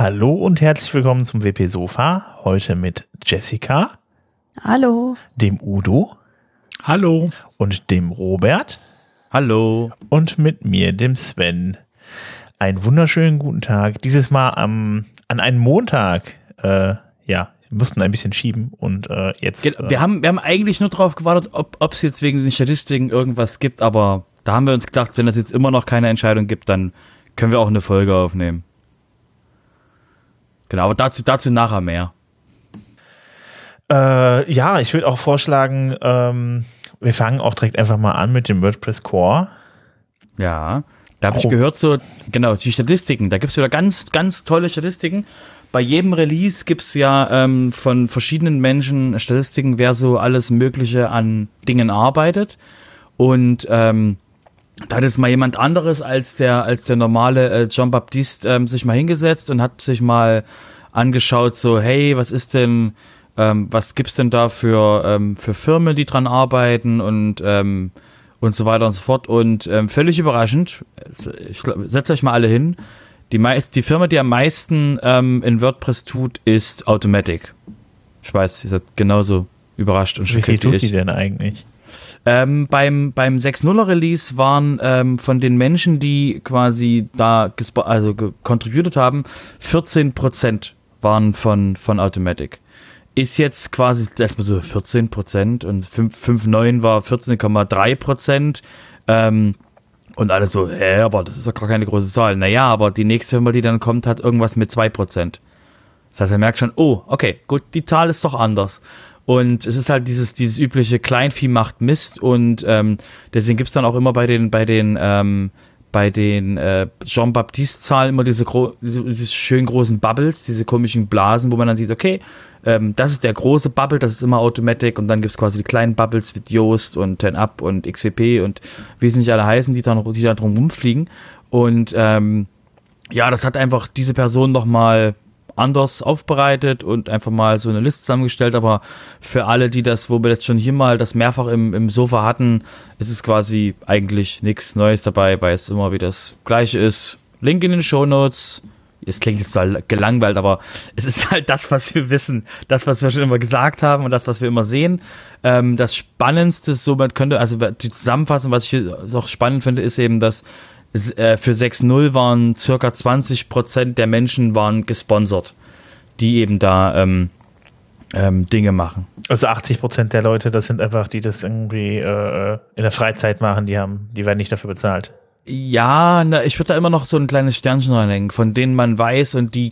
Hallo und herzlich willkommen zum WP Sofa. Heute mit Jessica. Hallo. Dem Udo. Hallo. Und dem Robert. Hallo. Und mit mir, dem Sven. Einen wunderschönen guten Tag. Dieses Mal an einem Montag. Wir mussten ein bisschen schieben und jetzt. Wir haben eigentlich nur darauf gewartet, ob es jetzt wegen den Statistiken irgendwas gibt, aber da haben wir uns gedacht, wenn es jetzt immer noch keine Entscheidung gibt, dann können wir auch eine Folge aufnehmen. Genau, aber dazu nachher mehr. Ich würde auch vorschlagen, wir fangen auch direkt einfach mal an mit dem WordPress Core. Ja, da habe ich gehört, die Statistiken, da gibt es wieder ganz, ganz tolle Statistiken. Bei jedem Release gibt es ja von verschiedenen Menschen Statistiken, wer so alles Mögliche an Dingen arbeitet. Und da hat jetzt mal jemand anderes als der normale John Baptiste sich mal hingesetzt und hat sich mal angeschaut, so, hey, was ist denn, was gibt's denn da für Firmen, die dran arbeiten und so weiter und so fort. Und völlig überraschend, setzt euch mal alle hin, die Firma, die am meisten in WordPress tut, ist Automattic. Ich weiß, ihr seid genauso überrascht und schockiert wie ich. Wie viel tut die denn eigentlich? Beim 6.0er Release waren von den Menschen, die quasi da contributed haben, 14% waren von Automattic. Ist jetzt quasi erstmal so 14% und 5.9 war 14,3%. Und alle so, aber das ist doch gar keine große Zahl. Naja, aber die nächste Firma, die dann kommt, hat irgendwas mit 2%. Das heißt, er merkt schon, oh, okay, gut, die Zahl ist doch anders. Und es ist halt dieses übliche Kleinvieh macht Mist und deswegen gibt's dann auch immer bei den Jean-Baptiste-Zahlen immer diese schön großen Bubbles, diese komischen Blasen, wo man dann sieht, okay, das ist der große Bubble, das ist immer Automatic und dann gibt's quasi die kleinen Bubbles mit Yoast und 10up und XWP und wie sie nicht alle heißen, die da drum rumfliegen. Und das hat einfach diese Person nochmal anders aufbereitet und einfach mal so eine Liste zusammengestellt, aber für alle, wo wir jetzt schon hier mal das mehrfach im Sofa hatten, ist es quasi eigentlich nichts Neues dabei, weil es immer wieder das Gleiche ist. Link in den Shownotes. Es klingt jetzt zwar gelangweilt, aber es ist halt das, was wir wissen, das, was wir schon immer gesagt haben und das, was wir immer sehen. Das Spannendste, die Zusammenfassung, was ich auch spannend finde, ist eben, dass für 6.0 waren circa 20% der Menschen waren gesponsert, die eben da Dinge machen. Also 80% der Leute, das sind einfach die, das irgendwie in der Freizeit machen, die werden nicht dafür bezahlt. Ja, ich würde da immer noch so ein kleines Sternchen reinhängen, von denen man weiß und die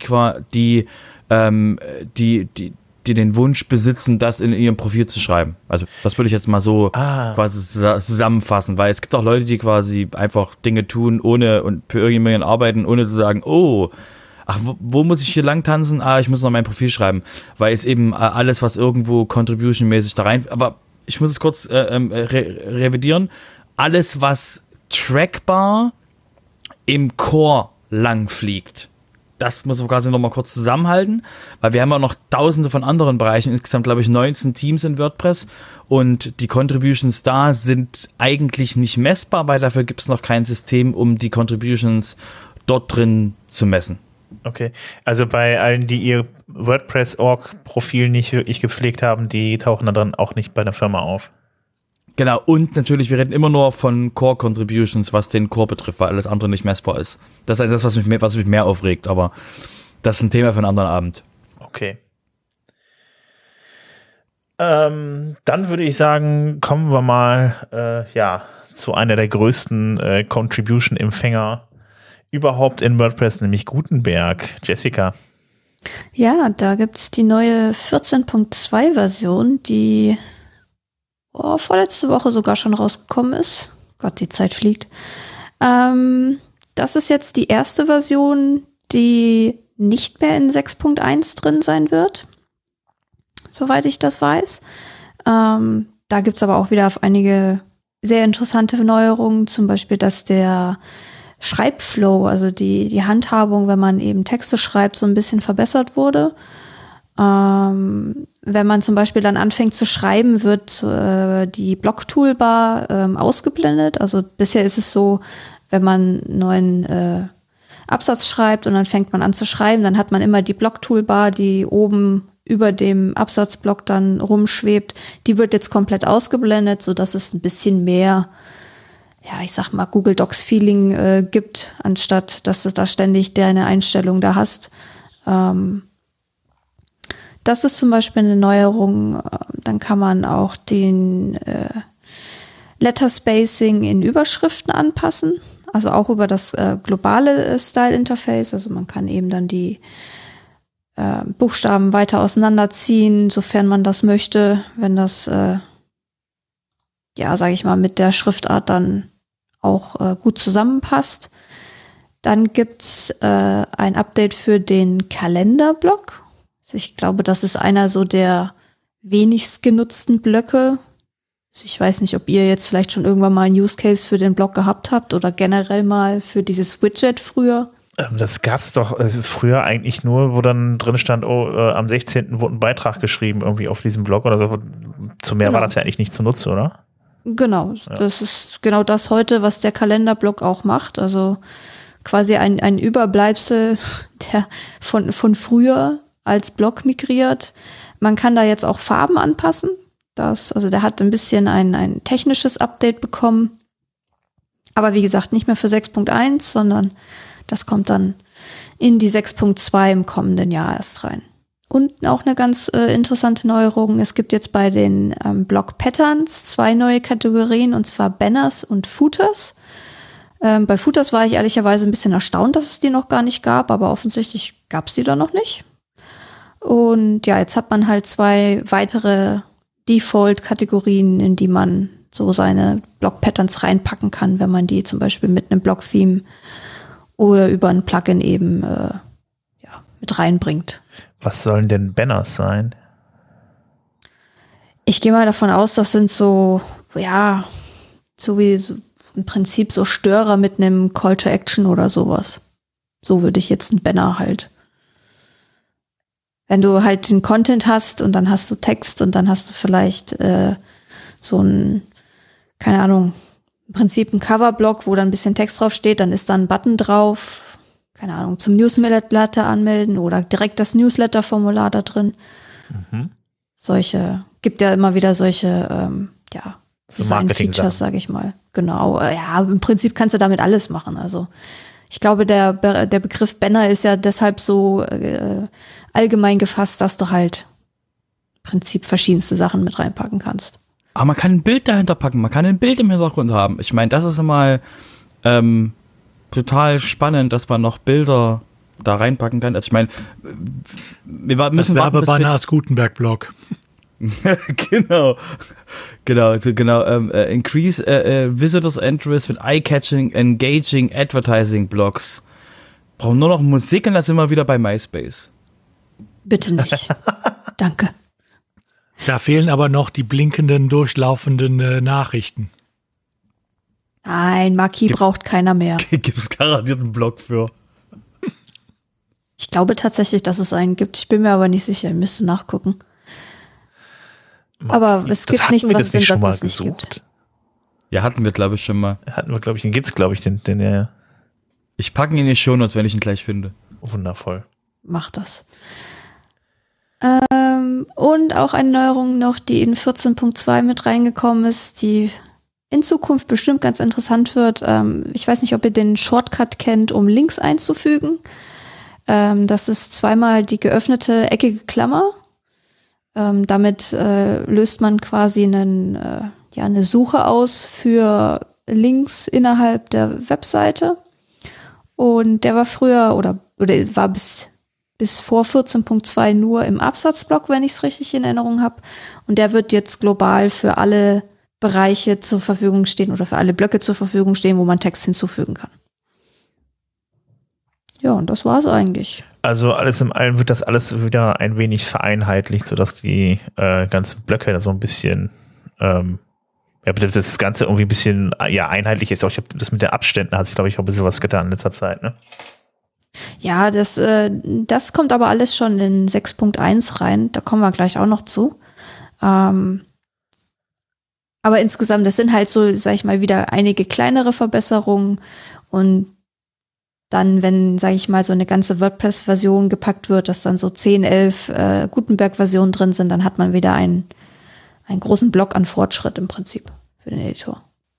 den Wunsch besitzen, das in ihrem Profil zu schreiben. Also das würde ich jetzt mal so quasi zusammenfassen, weil es gibt auch Leute, die quasi einfach Dinge tun, ohne und für irgendjemanden arbeiten, ohne zu sagen, wo muss ich hier lang tanzen? Ich muss noch mein Profil schreiben, weil es eben alles, was irgendwo contribution-mäßig da rein, aber ich muss es kurz revidieren, alles, was trackbar im Core lang fliegt. Das muss man quasi nochmal kurz zusammenhalten, weil wir haben auch noch tausende von anderen Bereichen, insgesamt glaube ich 19 Teams in WordPress und die Contributions da sind eigentlich nicht messbar, weil dafür gibt es noch kein System, um die Contributions dort drin zu messen. Okay, also bei allen, die ihr WordPress.org-Profil nicht wirklich gepflegt haben, die tauchen dann auch nicht bei der Firma auf. Genau, und natürlich, wir reden immer nur von Core Contributions, was den Core betrifft, weil alles andere nicht messbar ist. Das ist das, was mich mehr aufregt, aber das ist ein Thema für einen anderen Abend. Okay. Dann würde ich sagen, kommen wir mal zu einer der größten Contribution-Empfänger überhaupt in WordPress, nämlich Gutenberg. Jessica. Ja, da gibt's die neue 14.2-Version, die vorletzte Woche sogar schon rausgekommen ist. Gott, die Zeit fliegt. Das ist jetzt die erste Version, die nicht mehr in 6.1 drin sein wird, soweit ich das weiß. Da gibt's aber auch wieder einige sehr interessante Neuerungen, zum Beispiel, dass der Schreibflow, also die Handhabung, wenn man eben Texte schreibt, so ein bisschen verbessert wurde. Wenn man zum Beispiel dann anfängt zu schreiben, wird die Block-Toolbar ausgeblendet. Also bisher ist es so, wenn man Absatz schreibt und dann fängt man an zu schreiben, dann hat man immer die Block-Toolbar, die oben über dem Absatzblock dann rumschwebt. Die wird jetzt komplett ausgeblendet, sodass es ein bisschen mehr, ja, ich sag mal, Google Docs-Feeling gibt, anstatt dass du da ständig deine Einstellung da hast. Das ist zum Beispiel eine Neuerung. Dann kann man auch den Letter Spacing in Überschriften anpassen. Also auch über das globale Style-Interface. Also man kann eben dann die Buchstaben weiter auseinanderziehen, sofern man das möchte, wenn das, ja, sage ich mal, mit der Schriftart dann auch gut zusammenpasst. Dann gibt's ein Update für den Kalenderblock. Also ich glaube, das ist einer so der wenigst genutzten Blöcke. Also ich weiß nicht, ob ihr jetzt vielleicht schon irgendwann mal einen Use Case für den Blog gehabt habt oder generell mal für dieses Widget früher. Das gab's doch früher eigentlich nur, wo dann drin stand, am 16. wurde ein Beitrag geschrieben irgendwie auf diesem Blog oder so. Zu mehr war das ja eigentlich nicht zunutze, oder? Genau, ja. Das ist genau das heute, was der Kalenderblock auch macht. Also quasi ein Überbleibsel der von früher als Blog migriert. Man kann da jetzt auch Farben anpassen. Also der hat ein bisschen ein technisches Update bekommen. Aber wie gesagt, nicht mehr für 6.1, sondern das kommt dann in die 6.2 im kommenden Jahr erst rein. Und auch eine ganz interessante Neuerung. Es gibt jetzt bei den Blog Patterns 2 neue Kategorien, und zwar Banners und Footers. Bei Footers war ich ehrlicherweise ein bisschen erstaunt, dass es die noch gar nicht gab, aber offensichtlich gab es die da noch nicht. Und ja, jetzt hat man halt 2 weitere Default-Kategorien, in die man so seine Blog-Patterns reinpacken kann, wenn man die zum Beispiel mit einem Blog-Theme oder über ein Plugin eben mit reinbringt. Was sollen denn Banners sein? Ich gehe mal davon aus, das sind so wie so im Prinzip so Störer mit einem Call to Action oder sowas. So würde ich jetzt einen Banner halt. Wenn du halt den Content hast und dann hast du Text und dann hast du vielleicht so ein, keine Ahnung, im Prinzip ein Coverblock, wo dann ein bisschen Text drauf steht, dann ist da ein Button drauf, keine Ahnung, zum Newsletter anmelden oder direkt das Newsletter-Formular da drin. Mhm. Gibt ja immer wieder solche, Design-Features, sage ich mal. Genau, ja, im Prinzip kannst du damit alles machen. Also ich glaube, der Begriff Banner ist ja deshalb so allgemein gefasst, dass du halt im Prinzip verschiedenste Sachen mit reinpacken kannst. Aber man kann ein Bild dahinter packen, man kann ein Bild im Hintergrund haben. Ich meine, das ist immer total spannend, dass man noch Bilder da reinpacken kann. Also ich meine, wir müssen warten, bis Werbebanner Gutenberg-Blog. Genau. Increase visitors interest with eye-catching, engaging advertising blogs. Brauchen nur noch Musik und dann sind wir wieder bei MySpace. Bitte nicht. Danke. Da fehlen aber noch die blinkenden, durchlaufenden Nachrichten. Nein, Marquis braucht keiner mehr. Gibt es garantiert einen Blog für? Ich glaube tatsächlich, dass es einen gibt. Ich bin mir aber nicht sicher. Ich müsste nachgucken. Aber es gibt nichts, was es in WordPress nicht gibt. Ja, hatten wir, glaube ich, schon mal. Den gibt's, glaube ich, den. Ich packe ihn in die Shownotes, wenn ich ihn gleich finde. Wundervoll. Mach das. Und auch eine Neuerung noch, die in 14.2 mit reingekommen ist, die in Zukunft bestimmt ganz interessant wird. Ich weiß nicht, ob ihr den Shortcut kennt, um Links einzufügen. Das ist zweimal die geöffnete eckige Klammer. Damit löst man quasi eine Suche aus für Links innerhalb der Webseite. Und der war früher oder war bis vor 14.2 nur im Absatzblock, wenn ich es richtig in Erinnerung habe. Und der wird jetzt global für alle Bereiche zur Verfügung stehen oder für alle Blöcke zur Verfügung stehen, wo man Text hinzufügen kann. Ja, und das war's eigentlich. Also alles in allem wird das alles wieder ein wenig vereinheitlicht, sodass die ganzen Blöcke da so ein bisschen das Ganze irgendwie ein bisschen einheitlich ist. Auch ich habe das mit den Abständen hat sich, glaube ich, auch ein bisschen was getan in letzter Zeit, ne? Ja, das kommt aber alles schon in 6.1 rein. Da kommen wir gleich auch noch zu. Aber insgesamt, das sind halt so, sag ich mal, wieder einige kleinere Verbesserungen. Und dann, wenn, sage ich mal, so eine ganze WordPress-Version gepackt wird, dass dann so 10, 11 Gutenberg-Versionen drin sind, dann hat man wieder einen großen Block an Fortschritt im Prinzip für den Editor.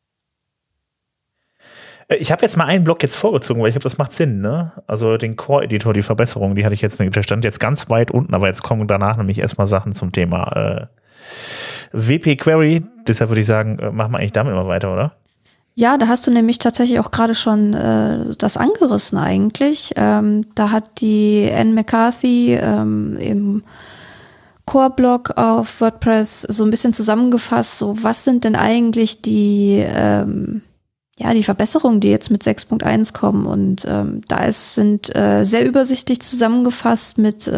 Ich habe jetzt mal einen Block jetzt vorgezogen, weil ich glaube, das macht Sinn, ne? Also den Core-Editor, die Verbesserung, die hatte ich jetzt, der stand jetzt ganz weit unten, aber jetzt kommen danach nämlich erstmal Sachen zum Thema WP Query. Deshalb würde ich sagen, machen wir eigentlich damit mal weiter, oder? Ja, da hast du nämlich tatsächlich auch gerade schon das angerissen eigentlich. Da hat die Anne McCarthy im Core-Blog auf WordPress so ein bisschen zusammengefasst, so was sind denn eigentlich die Verbesserungen, die jetzt mit 6.1 kommen. Und sind sehr übersichtlich zusammengefasst mit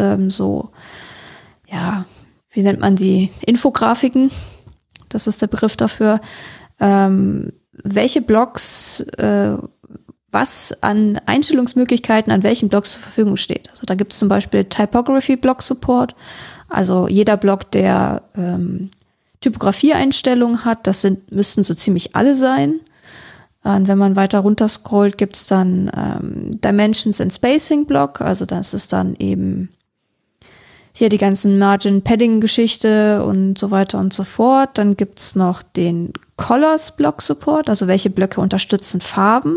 wie nennt man die? Infografiken. Das ist der Begriff dafür. Welche Blogs, was an Einstellungsmöglichkeiten an welchen Blogs zur Verfügung steht. Also da gibt es zum Beispiel Typography Block Support. Also jeder Block, der Typografie-Einstellungen hat, müssten so ziemlich alle sein. Und wenn man weiter runter scrollt, gibt es dann Dimensions and Spacing Block. Also das ist dann eben hier die ganzen Margin-Padding-Geschichte und so weiter und so fort. Dann gibt es noch den Colors-Block-Support, also welche Blöcke unterstützen Farben,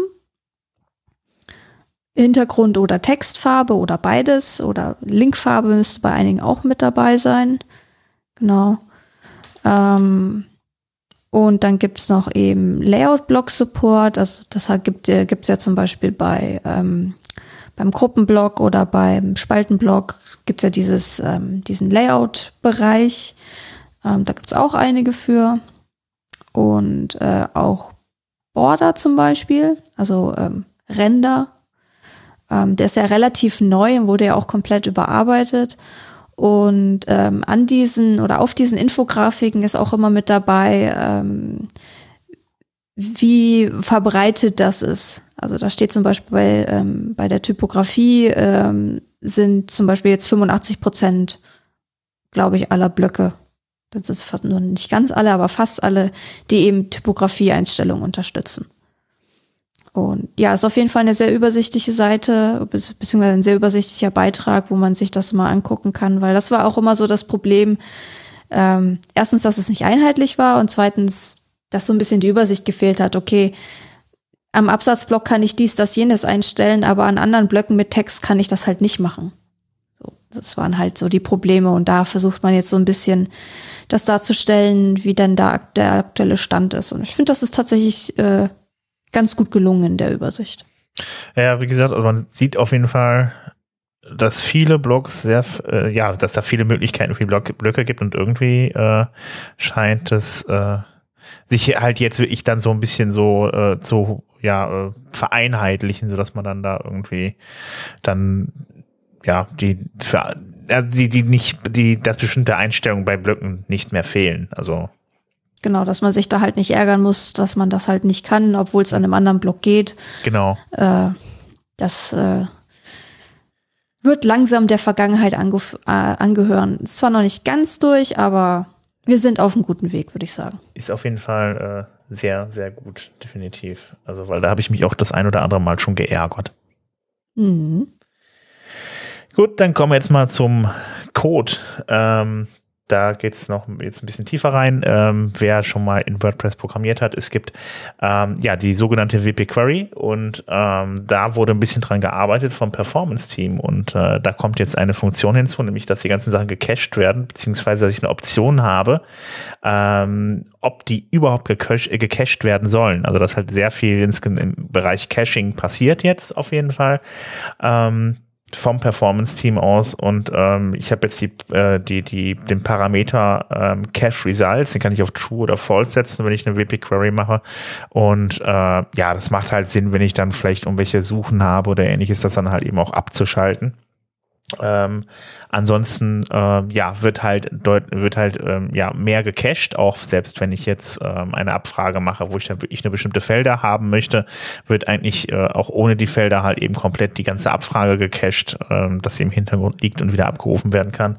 Hintergrund- oder Textfarbe oder beides. Oder Linkfarbe müsste bei einigen auch mit dabei sein. Genau. Und dann gibt es noch eben Layout-Block-Support. Also das gibt es ja zum Beispiel beim Gruppenblock oder beim Spaltenblock gibt es ja diesen Layout-Bereich. Da gibt es auch einige für. Und auch Border zum Beispiel, also Render. Der ist ja relativ neu und wurde ja auch komplett überarbeitet. Und auf diesen Infografiken ist auch immer mit dabei, wie verbreitet das ist. Also da steht zum Beispiel bei der Typografie sind zum Beispiel jetzt 85%, glaube ich, aller Blöcke. Das ist fast nur nicht ganz alle, aber fast alle, die eben Typografie-Einstellungen unterstützen. Und ja, ist auf jeden Fall eine sehr übersichtliche Seite, beziehungsweise ein sehr übersichtlicher Beitrag, wo man sich das mal angucken kann, weil das war auch immer so das Problem. Erstens, dass es nicht einheitlich war und zweitens, dass so ein bisschen die Übersicht gefehlt hat. Okay, am Absatzblock kann ich dies, das, jenes einstellen, aber an anderen Blöcken mit Text kann ich das halt nicht machen. So, das waren halt so die Probleme und da versucht man jetzt so ein bisschen das darzustellen, wie denn da der aktuelle Stand ist. Und ich finde, das ist tatsächlich ganz gut gelungen in der Übersicht. Ja, wie gesagt, also man sieht auf jeden Fall, dass viele Blogs dass da viele Möglichkeiten für Blöcke gibt und irgendwie scheint es sich halt jetzt wirklich dann so ein bisschen vereinheitlichen, sodass man dann da irgendwie dann dass bestimmte Einstellungen bei Blöcken nicht mehr fehlen. Also genau, dass man sich da halt nicht ärgern muss, dass man das halt nicht kann, obwohl es an einem anderen Block geht. Genau. Das wird langsam der Vergangenheit angehören. Ist zwar noch nicht ganz durch, aber wir sind auf einem guten Weg, würde ich sagen. Ist auf jeden Fall sehr, sehr gut, definitiv. Also, weil da habe ich mich auch das ein oder andere Mal schon geärgert. Mhm. Gut, dann kommen wir jetzt mal zum Code. Da geht es noch jetzt ein bisschen tiefer rein. Wer schon mal in WordPress programmiert hat, es gibt die sogenannte WP Query und da wurde ein bisschen dran gearbeitet vom Performance-Team und da kommt jetzt eine Funktion hinzu, nämlich dass die ganzen Sachen gecached werden, beziehungsweise dass ich eine Option habe, ob die überhaupt gecached werden sollen. Also dass halt sehr viel im Bereich Caching passiert jetzt auf jeden Fall. Vom Performance-Team aus und ich habe jetzt den Parameter Cache Results, den kann ich auf True oder False setzen, wenn ich eine WP Query mache und das macht halt Sinn, wenn ich dann vielleicht irgendwelche Suchen habe oder ähnliches, das dann halt eben auch abzuschalten. Ansonsten wird halt mehr gecached, auch selbst wenn ich jetzt eine Abfrage mache, wo ich dann wirklich eine bestimmte Felder haben möchte, wird eigentlich auch ohne die Felder halt eben komplett die ganze Abfrage gecached, dass sie im Hintergrund liegt und wieder abgerufen werden kann.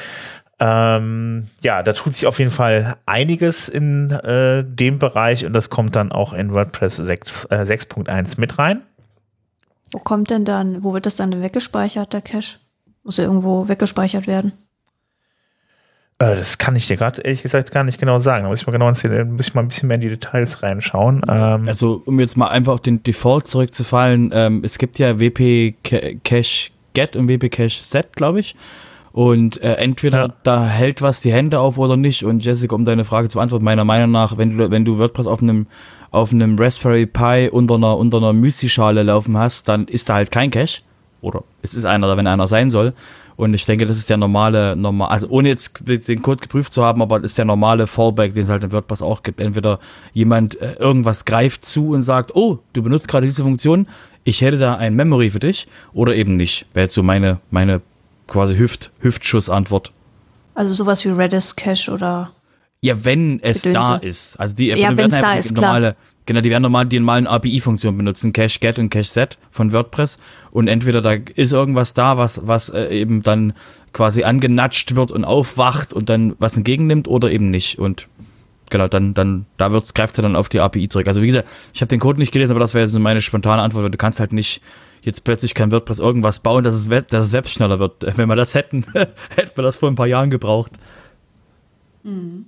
Da tut sich auf jeden Fall einiges in dem Bereich und das kommt dann auch in WordPress 6.1 mit rein. Wo wird das dann weggespeichert, der Cache? Muss ja irgendwo weggespeichert werden. Das kann ich dir gerade ehrlich gesagt gar nicht genau sagen. Da muss ich mal ein bisschen mehr in die Details reinschauen. Also, um jetzt mal einfach auf den Default zurückzufallen, es gibt ja WP Cache Get und WP Cache Set, glaube ich. Und entweder da hält was die Hände auf oder nicht. Und Jessica, um deine Frage zu beantworten, meiner Meinung nach, wenn du WordPress auf einem Raspberry Pi unter einer Müsli-Schale laufen hast, dann ist da halt kein Cache. Oder es ist einer, wenn einer sein soll. Und ich denke, das ist der normale, also ohne jetzt den Code geprüft zu haben, aber das ist der normale Fallback, den es halt in WordPress auch gibt. Entweder jemand irgendwas greift zu und sagt, oh, du benutzt gerade diese Funktion, ich hätte da ein Memory für dich, oder eben nicht. Wäre jetzt so meine quasi Hüftschuss-Antwort. Also sowas wie Redis Cache oder... Ja, wenn es Gedönse. da ist. Also die wenn es da ist, klar. Genau, die werden normal die normalen API-Funktionen benutzen, Cache Get und Cache Set von WordPress. Und entweder da ist irgendwas da, was eben dann quasi angenatscht wird und aufwacht und dann was entgegennimmt oder eben nicht. Und genau, dann greift er dann auf die API zurück. Also wie gesagt, ich habe den Code nicht gelesen, aber das wäre jetzt so meine spontane Antwort, weil du kannst halt nicht jetzt plötzlich kein WordPress irgendwas bauen, dass es Web schneller wird. Wenn wir das hätten, hätten wir das vor ein paar Jahren gebraucht. Mhm.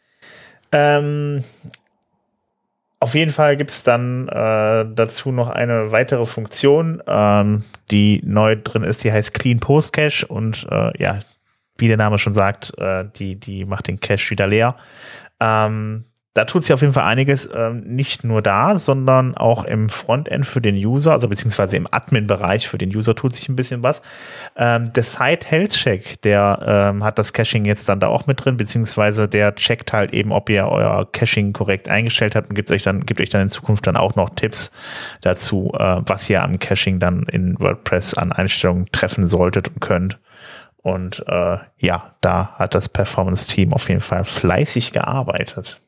Auf jeden Fall gibt es dann dazu noch eine weitere Funktion, die neu drin ist, die heißt Clean Post Cache und wie der Name schon sagt, die macht den Cache wieder leer. Da tut sich auf jeden Fall einiges, nicht nur da, sondern auch im Frontend für den User, also beziehungsweise im Admin-Bereich für den User tut sich ein bisschen was. Der Site Health Check, der hat das Caching jetzt dann da auch mit drin, beziehungsweise der checkt halt eben, ob ihr euer Caching korrekt eingestellt habt und gibt euch dann in Zukunft dann auch noch Tipps dazu, was ihr am Caching dann in WordPress an Einstellungen treffen solltet und könnt. Und da hat das Performance-Team auf jeden Fall fleißig gearbeitet.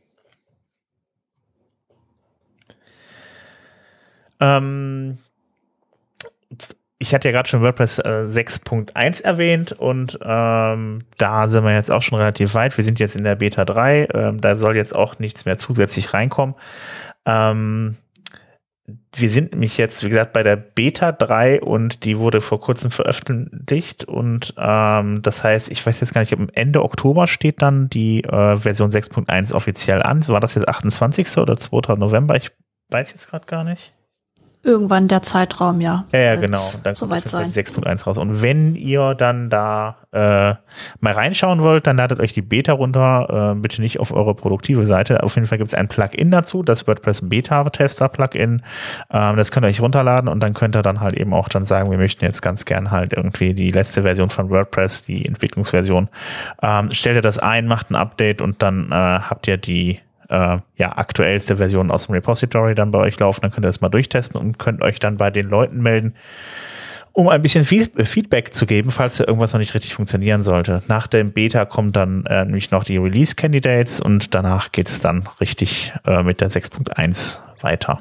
Ich hatte ja gerade schon WordPress 6.1 erwähnt und da sind wir jetzt auch schon relativ weit. Wir sind jetzt in der Beta 3, da soll jetzt auch nichts mehr zusätzlich reinkommen. Wir sind nämlich jetzt, wie gesagt, bei der Beta 3 und die wurde vor kurzem veröffentlicht und das heißt, ich weiß jetzt gar nicht, ob Ende Oktober steht dann die Version 6.1 offiziell an. War das jetzt 28. oder 2. November? Ich weiß jetzt gerade gar nicht. Irgendwann der Zeitraum, ja. Ja, genau. Dann soweit kommt 6.1 raus. Und wenn ihr dann da mal reinschauen wollt, dann ladet euch die Beta runter. Bitte nicht auf eure produktive Seite. Auf jeden Fall gibt es ein Plugin dazu, das WordPress Beta-Tester Plugin. Das könnt ihr euch runterladen und dann könnt ihr dann halt eben auch dann sagen, wir möchten jetzt ganz gern halt irgendwie die letzte Version von WordPress, die Entwicklungsversion. Stellt ihr das ein, macht ein Update und dann habt ihr die aktuellste Version aus dem Repository dann bei euch laufen, dann könnt ihr das mal durchtesten und könnt euch dann bei den Leuten melden, um ein bisschen Feedback zu geben, falls da irgendwas noch nicht richtig funktionieren sollte. Nach dem Beta kommen dann nämlich noch die Release-Candidates und danach geht es dann richtig mit der 6.1 weiter.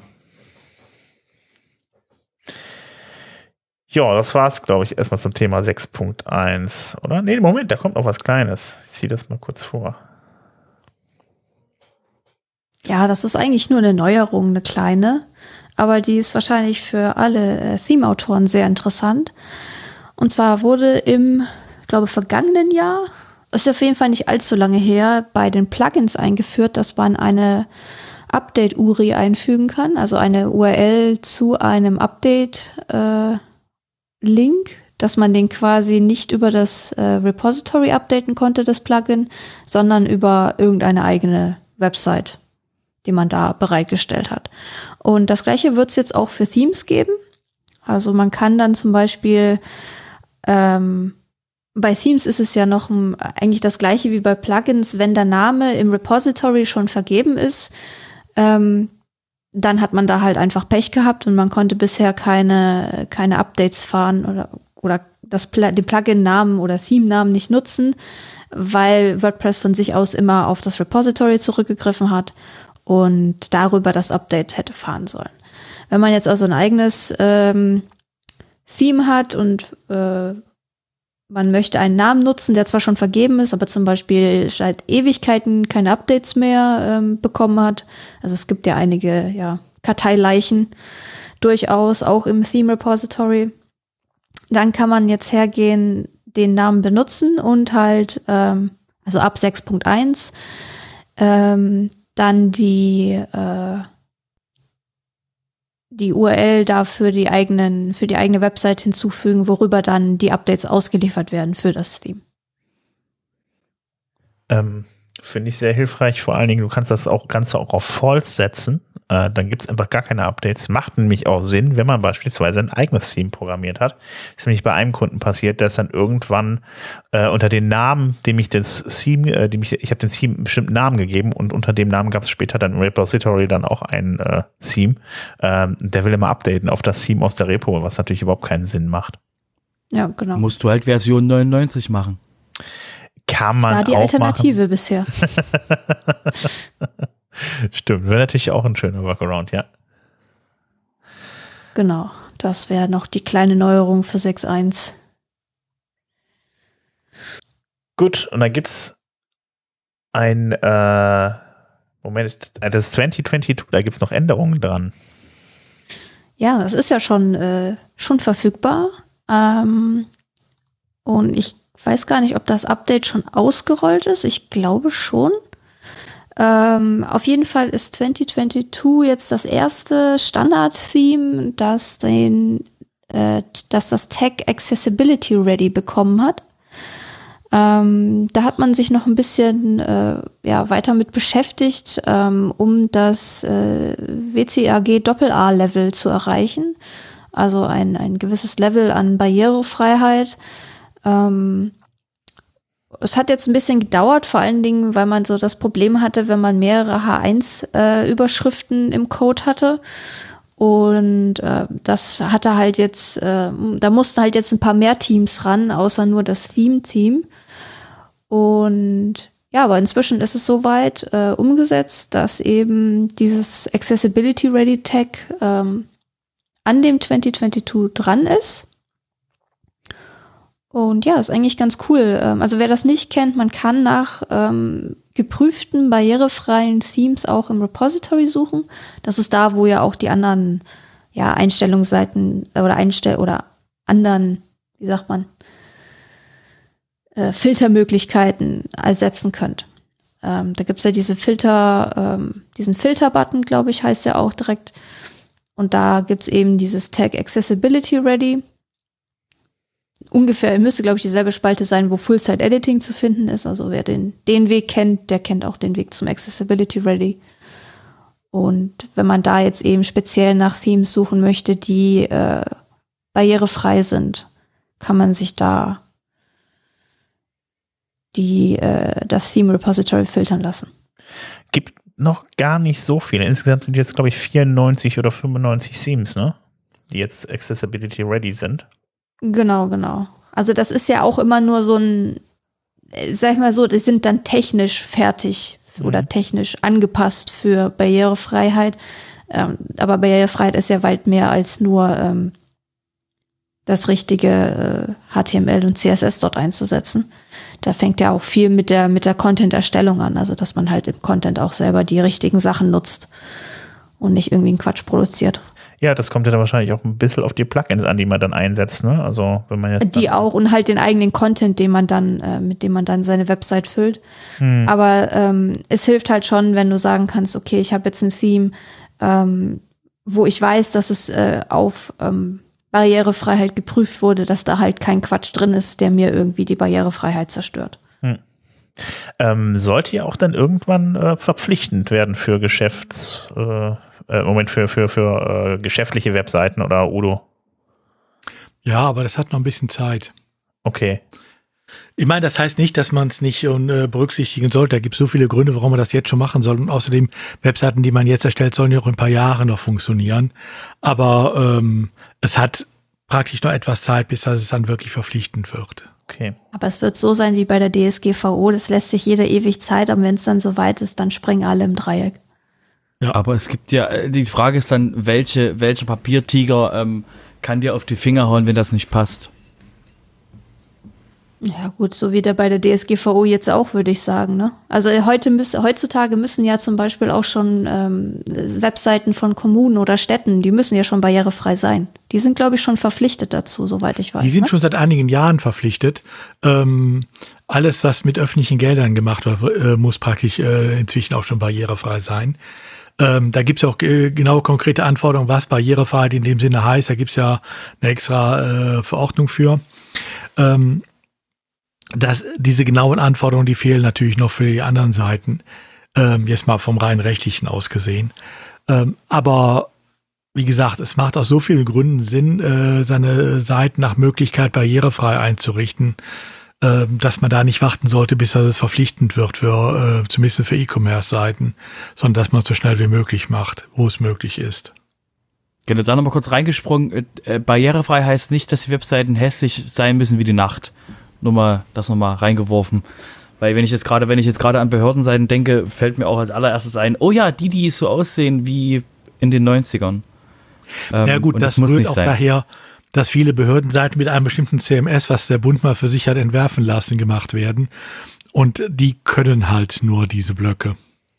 Ja, das war's, glaube ich, erstmal zum Thema 6.1, oder? Nee, Moment, da kommt noch was Kleines. Ich ziehe das mal kurz vor. Ja, das ist eigentlich nur eine Neuerung, eine kleine, aber die ist wahrscheinlich für alle Theme-Autoren sehr interessant. Und zwar wurde im, glaube vergangenen Jahr, ist auf jeden Fall nicht allzu lange her, bei den Plugins eingeführt, dass man eine Update-URI einfügen kann, also eine URL zu einem Update-Link, dass man den quasi nicht über das Repository updaten konnte, das Plugin, sondern über irgendeine eigene Website, die man da bereitgestellt hat. Und das Gleiche wird es jetzt auch für Themes geben. Also man kann dann zum Beispiel, bei Themes ist es ja noch eigentlich das Gleiche wie bei Plugins, wenn der Name im Repository schon vergeben ist, dann hat man da halt einfach Pech gehabt und man konnte bisher keine Updates fahren oder den Plugin-Namen oder Theme-Namen nicht nutzen, weil WordPress von sich aus immer auf das Repository zurückgegriffen hat und darüber das Update hätte fahren sollen. Wenn man jetzt also ein eigenes Theme hat und man möchte einen Namen nutzen, der zwar schon vergeben ist, aber zum Beispiel seit Ewigkeiten keine Updates mehr bekommen hat, also es gibt ja einige Karteileichen, durchaus auch im Theme Repository. Dann kann man jetzt hergehen, den Namen benutzen und halt, also ab 6.1, dann die URL da für die eigene Website hinzufügen, worüber dann die Updates ausgeliefert werden für das Theme. Finde ich sehr hilfreich. Vor allen Dingen, du kannst das Ganze auch auf False setzen. Dann gibt es einfach gar keine Updates. Macht nämlich auch Sinn, wenn man beispielsweise ein eigenes Theme programmiert hat. Das ist nämlich bei einem Kunden passiert, dass dann irgendwann unter den Namen, dem ich das Theme, ich habe dem Theme einen bestimmten Namen gegeben und unter dem Namen gab es später dann im Repository dann auch ein Theme. Der will immer updaten auf das Theme aus der Repo, was natürlich überhaupt keinen Sinn macht. Ja, genau. Musst du halt Version 99 machen. Kann man auch machen. Das war die Alternative bisher. Stimmt, wäre natürlich auch ein schöner Workaround, ja. Genau, das wäre noch die kleine Neuerung für 6.1. Gut, und dann gibt's ein Moment, das ist 2022, da gibt's noch Änderungen dran. Ja, das ist ja schon verfügbar. Und ich weiß gar nicht, ob das Update schon ausgerollt ist. Ich glaube schon. Auf jeden Fall ist 2022 jetzt das erste Standard-Theme, das das Tag Accessibility Ready bekommen hat. Da hat man sich noch ein bisschen weiter mit beschäftigt, um das WCAG-AA-Level zu erreichen. Also ein gewisses Level an Barrierefreiheit. Es hat jetzt ein bisschen gedauert, vor allen Dingen, weil man so das Problem hatte, wenn man mehrere H1-Überschriften im Code hatte. Und das hatte halt jetzt, da mussten halt jetzt ein paar mehr Teams ran, außer nur das Theme-Team. Und ja, aber inzwischen ist es soweit umgesetzt, dass eben dieses Accessibility Ready Tag an dem 2022 dran ist. Und ja, ist eigentlich ganz cool. Also wer das nicht kennt, man kann nach geprüften, barrierefreien Themes auch im Repository suchen. Das ist da, wo ja auch die anderen Einstellungsseiten oder anderen, wie sagt man, Filtermöglichkeiten ersetzen könnt. Da gibt's ja diesen Filter-Button, glaube ich, heißt der auch direkt. Und da gibt's eben dieses Tag Accessibility Ready. Ungefähr, müsste, glaube ich, dieselbe Spalte sein, wo Full-Site-Editing zu finden ist. Also wer den Weg kennt, der kennt auch den Weg zum Accessibility Ready. Und wenn man da jetzt eben speziell nach Themes suchen möchte, die barrierefrei sind, kann man sich da das Theme Repository filtern lassen. Gibt noch gar nicht so viele. Insgesamt sind jetzt, glaube ich, 94 oder 95 Themes, ne? Die jetzt Accessibility Ready sind. Genau. Also das ist ja auch immer nur so ein, sag ich mal so, die sind dann technisch fertig oder technisch angepasst für Barrierefreiheit. Aber Barrierefreiheit ist ja weit mehr als nur das richtige HTML und CSS dort einzusetzen. Da fängt ja auch viel mit der Content-Erstellung an, also dass man halt im Content auch selber die richtigen Sachen nutzt und nicht irgendwie einen Quatsch produziert. Ja, das kommt ja dann wahrscheinlich auch ein bisschen auf die Plugins an, die man dann einsetzt, ne? Also wenn man jetzt die auch und halt den eigenen Content, den man dann, mit dem man dann seine Website füllt. Aber es hilft halt schon, wenn du sagen kannst, okay, ich habe jetzt ein Theme, wo ich weiß, dass es auf Barrierefreiheit geprüft wurde, dass da halt kein Quatsch drin ist, der mir irgendwie die Barrierefreiheit zerstört. Sollte ja auch dann irgendwann verpflichtend werden für für geschäftliche Webseiten oder Udo? Ja, aber das hat noch ein bisschen Zeit. Okay. Ich meine, das heißt nicht, dass man es nicht berücksichtigen sollte. Da gibt es so viele Gründe, warum man das jetzt schon machen soll. Und außerdem, Webseiten, die man jetzt erstellt, sollen ja auch in ein paar Jahren noch funktionieren. Aber es hat praktisch noch etwas Zeit, bis das es dann wirklich verpflichtend wird. Okay. Aber es wird so sein wie bei der DSGVO, das lässt sich jeder ewig Zeit, aber wenn es dann soweit ist, dann springen alle im Dreieck. Ja. Aber es gibt ja, die Frage ist dann, welcher Papiertiger kann dir auf die Finger hauen, wenn das nicht passt? Ja gut, so wie der bei der DSGVO jetzt auch, würde ich sagen. Ne? Also heutzutage müssen ja zum Beispiel auch schon Webseiten von Kommunen oder Städten, die müssen ja schon barrierefrei sein. Die sind, glaube ich, schon verpflichtet dazu, soweit ich weiß. Die sind schon seit einigen Jahren verpflichtet. Alles, was mit öffentlichen Geldern gemacht wird, muss praktisch inzwischen auch schon barrierefrei sein. Da gibt's ja auch genau konkrete Anforderungen, was Barrierefreiheit in dem Sinne heißt. Da gibt's ja eine extra Verordnung für. Diese genauen Anforderungen, die fehlen natürlich noch für die anderen Seiten, jetzt mal vom rein rechtlichen aus gesehen. Aber wie gesagt, es macht aus so vielen Gründen Sinn, seine Seiten nach Möglichkeit barrierefrei einzurichten, dass man da nicht warten sollte, bis das verpflichtend wird, für zumindest für E-Commerce-Seiten, sondern dass man es so schnell wie möglich macht, wo es möglich ist. Genau, da nochmal kurz reingesprungen. Barrierefrei heißt nicht, dass die Webseiten hässlich sein müssen wie die Nacht. Nur mal das nochmal reingeworfen. Weil wenn ich jetzt gerade an Behördenseiten denke, fällt mir auch als allererstes ein, oh ja, die so aussehen wie in den 90ern. Ja gut, das muss rührt nicht auch sein. daher, dass viele Behördenseiten mit einem bestimmten CMS, was der Bund mal für sich hat entwerfen lassen, gemacht werden. Und die können halt nur diese Blöcke.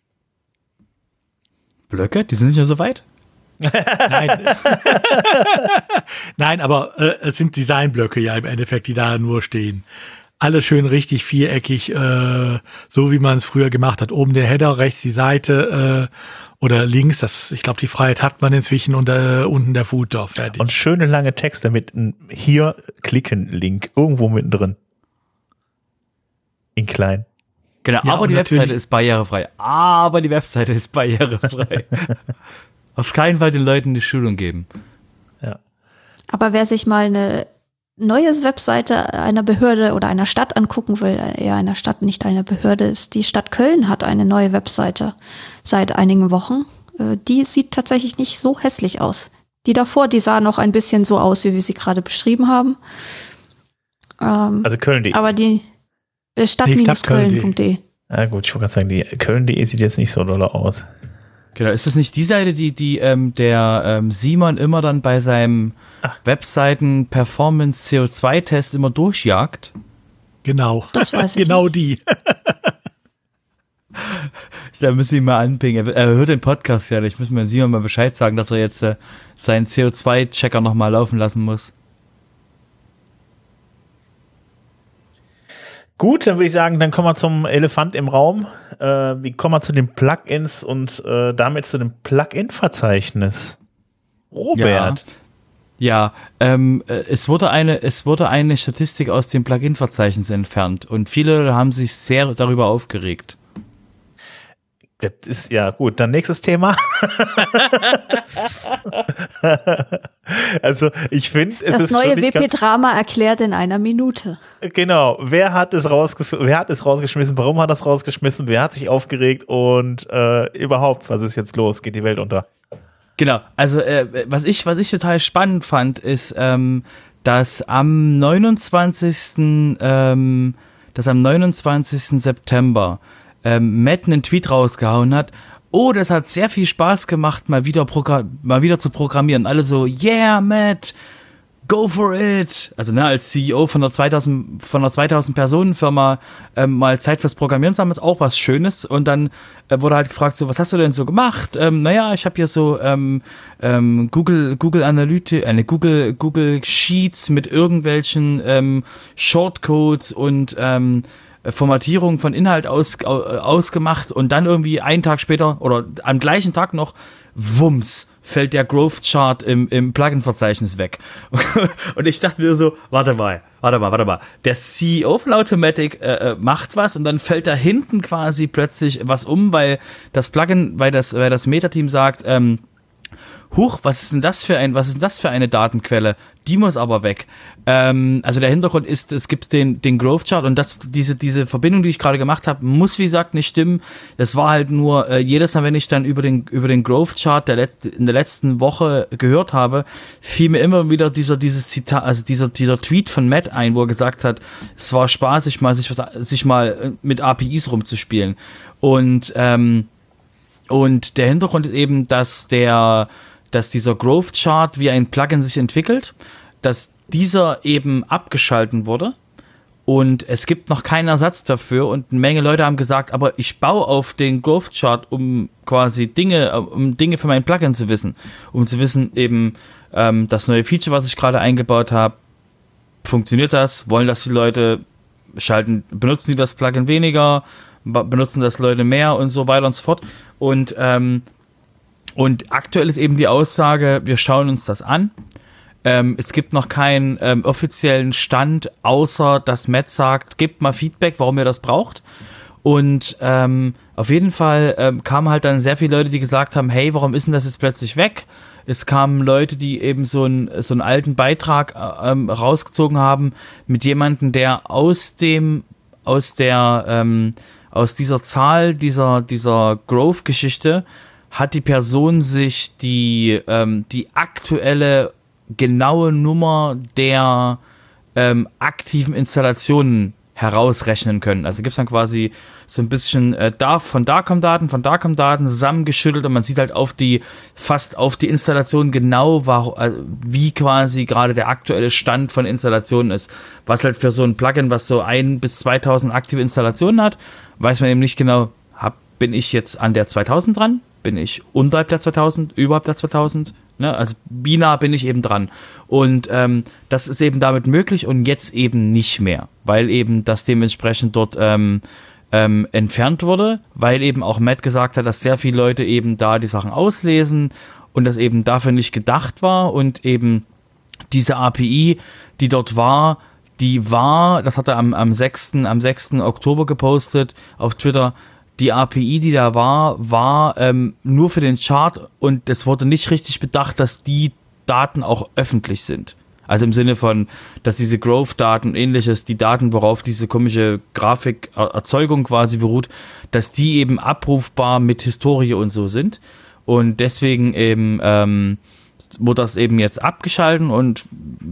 Blöcke? Die sind nicht mehr so weit? Nein. Nein, aber es sind Designblöcke ja im Endeffekt, die da nur stehen. Alles schön richtig viereckig, so wie man es früher gemacht hat. Oben der Header, rechts die Seite oder links. Ich glaube, die Freiheit hat man inzwischen und unten der Footer. Fertig. Und schöne lange Texte mit einem Hier-Klicken-Link irgendwo mittendrin. In klein. Genau, Ja, aber die natürlich- Webseite ist barrierefrei. Auf keinen Fall den Leuten die Schulung geben. Ja. Aber wer sich mal eine neue Webseite einer Behörde oder einer Stadt angucken will, eher einer Stadt, nicht einer Behörde ist, die Stadt Köln hat eine neue Webseite seit einigen Wochen. Die sieht tatsächlich nicht so hässlich aus. Die davor, die sah noch ein bisschen so aus, wie wir sie gerade beschrieben haben. Also Köln.de. Aber die Stadt-Köln.de. Ja gut, ich wollte gerade sagen, die Köln.de sieht jetzt nicht so doll aus. Genau, ist das nicht die Seite, die der Simon immer dann bei seinem Webseiten-Performance-CO2-Test immer durchjagt? Genau. Das weiß ich genau nicht. die. Da müssen wir ihn mal anpingen. Er hört den Podcast ja nicht. Ich muss mir Simon mal Bescheid sagen, dass er jetzt seinen CO2-Checker nochmal laufen lassen muss. Gut, dann würde ich sagen, dann kommen wir zum Elefant im Raum. Wir kommen zu den Plugins und damit zu dem Plugin-Verzeichnis. Robert. Ja, es wurde eine Statistik aus dem Plugin-Verzeichnis entfernt und viele haben sich sehr darüber aufgeregt. Das ist ja gut. Dann nächstes Thema. Also ich finde, es Das ist neue schon nicht ganz- WP-Drama erklärt in einer Minute. Genau. Wer hat es rausgeschmissen? Warum hat er es rausgeschmissen? Wer hat sich aufgeregt? Und überhaupt, was ist jetzt los? Geht die Welt unter? Genau, also was ich total spannend fand, ist, dass am 29. September Matt einen Tweet rausgehauen hat. Oh, das hat sehr viel Spaß gemacht, mal wieder zu programmieren. Alle so, yeah, Matt, go for it. Also als CEO von einer 2000 Personen Firma mal Zeit fürs Programmieren zu haben, ist auch was Schönes. Und dann wurde halt gefragt, so, was hast du denn so gemacht? Naja, ich habe hier so Google Analytics, Google Sheets mit irgendwelchen Shortcodes und Formatierung von Inhalt ausgemacht und dann irgendwie einen Tag später oder am gleichen Tag noch, wumms, fällt der Growth Chart im Plugin-Verzeichnis weg. Und ich dachte mir so, warte mal. Der CEO von Automatic macht was und dann fällt da hinten quasi plötzlich was um, weil das Plugin, weil das Meta-Team sagt, huch, was ist denn das für eine Datenquelle? Die muss aber weg. Also der Hintergrund ist, es gibt den Growth Chart und diese Verbindung, die ich gerade gemacht habe, muss wie gesagt nicht stimmen. Das war halt nur, jedes Mal, wenn ich dann über den Growth Chart in der letzten Woche gehört habe, fiel mir immer wieder dieses Zitat, also dieser Tweet von Matt ein, wo er gesagt hat, es war spaßig, sich mal mit APIs rumzuspielen. Und der Hintergrund ist eben, dass dieser Growth Chart wie ein Plugin sich entwickelt, dass dieser eben abgeschalten wurde Und es gibt noch keinen Ersatz dafür und eine Menge Leute haben gesagt, aber ich baue auf den Growth Chart, um quasi Dinge für mein Plugin zu wissen. Um zu wissen eben, das neue Feature, was ich gerade eingebaut habe, funktioniert das? Wollen das die Leute benutzen die das Plugin weniger? Benutzen das Leute mehr und so weiter und so fort. Und aktuell ist eben die Aussage, wir schauen uns das an. Es gibt noch keinen offiziellen Stand, außer dass Matt sagt, gebt mal Feedback, warum ihr das braucht. Und auf jeden Fall kamen halt dann sehr viele Leute, die gesagt haben, hey, warum ist denn das jetzt plötzlich weg? Es kamen Leute, die eben so einen alten Beitrag rausgezogen haben mit jemandem, der aus dieser Zahl, dieser Growth-Geschichte, hat die Person sich die aktuelle genaue Nummer der aktiven Installationen herausrechnen können. Also gibt es dann quasi so ein bisschen von da kommen Daten zusammengeschüttelt und man sieht halt fast auf die Installation genau, wie quasi gerade der aktuelle Stand von Installationen ist. Was halt für so ein Plugin, was so 1.000 bis 2.000 aktive Installationen hat, weiß man eben nicht genau, bin ich jetzt an der 2000 dran? Bin ich unterhalb der 2000? Überhalb der 2000? Ne? Also wie nah bin ich eben dran? Und das ist eben damit möglich und jetzt eben nicht mehr, weil eben das dementsprechend dort entfernt wurde, weil eben auch Matt gesagt hat, dass sehr viele Leute eben da die Sachen auslesen und das eben dafür nicht gedacht war und eben diese API, die dort war, das hat er am 6. Oktober gepostet auf Twitter. Die API, die da war nur für den Chart und es wurde nicht richtig bedacht, dass die Daten auch öffentlich sind. Also im Sinne von, dass diese Growth-Daten und ähnliches, die Daten, worauf diese komische Grafikerzeugung quasi beruht, dass die eben abrufbar mit Historie und so sind. Und deswegen eben wurde das eben jetzt abgeschaltet und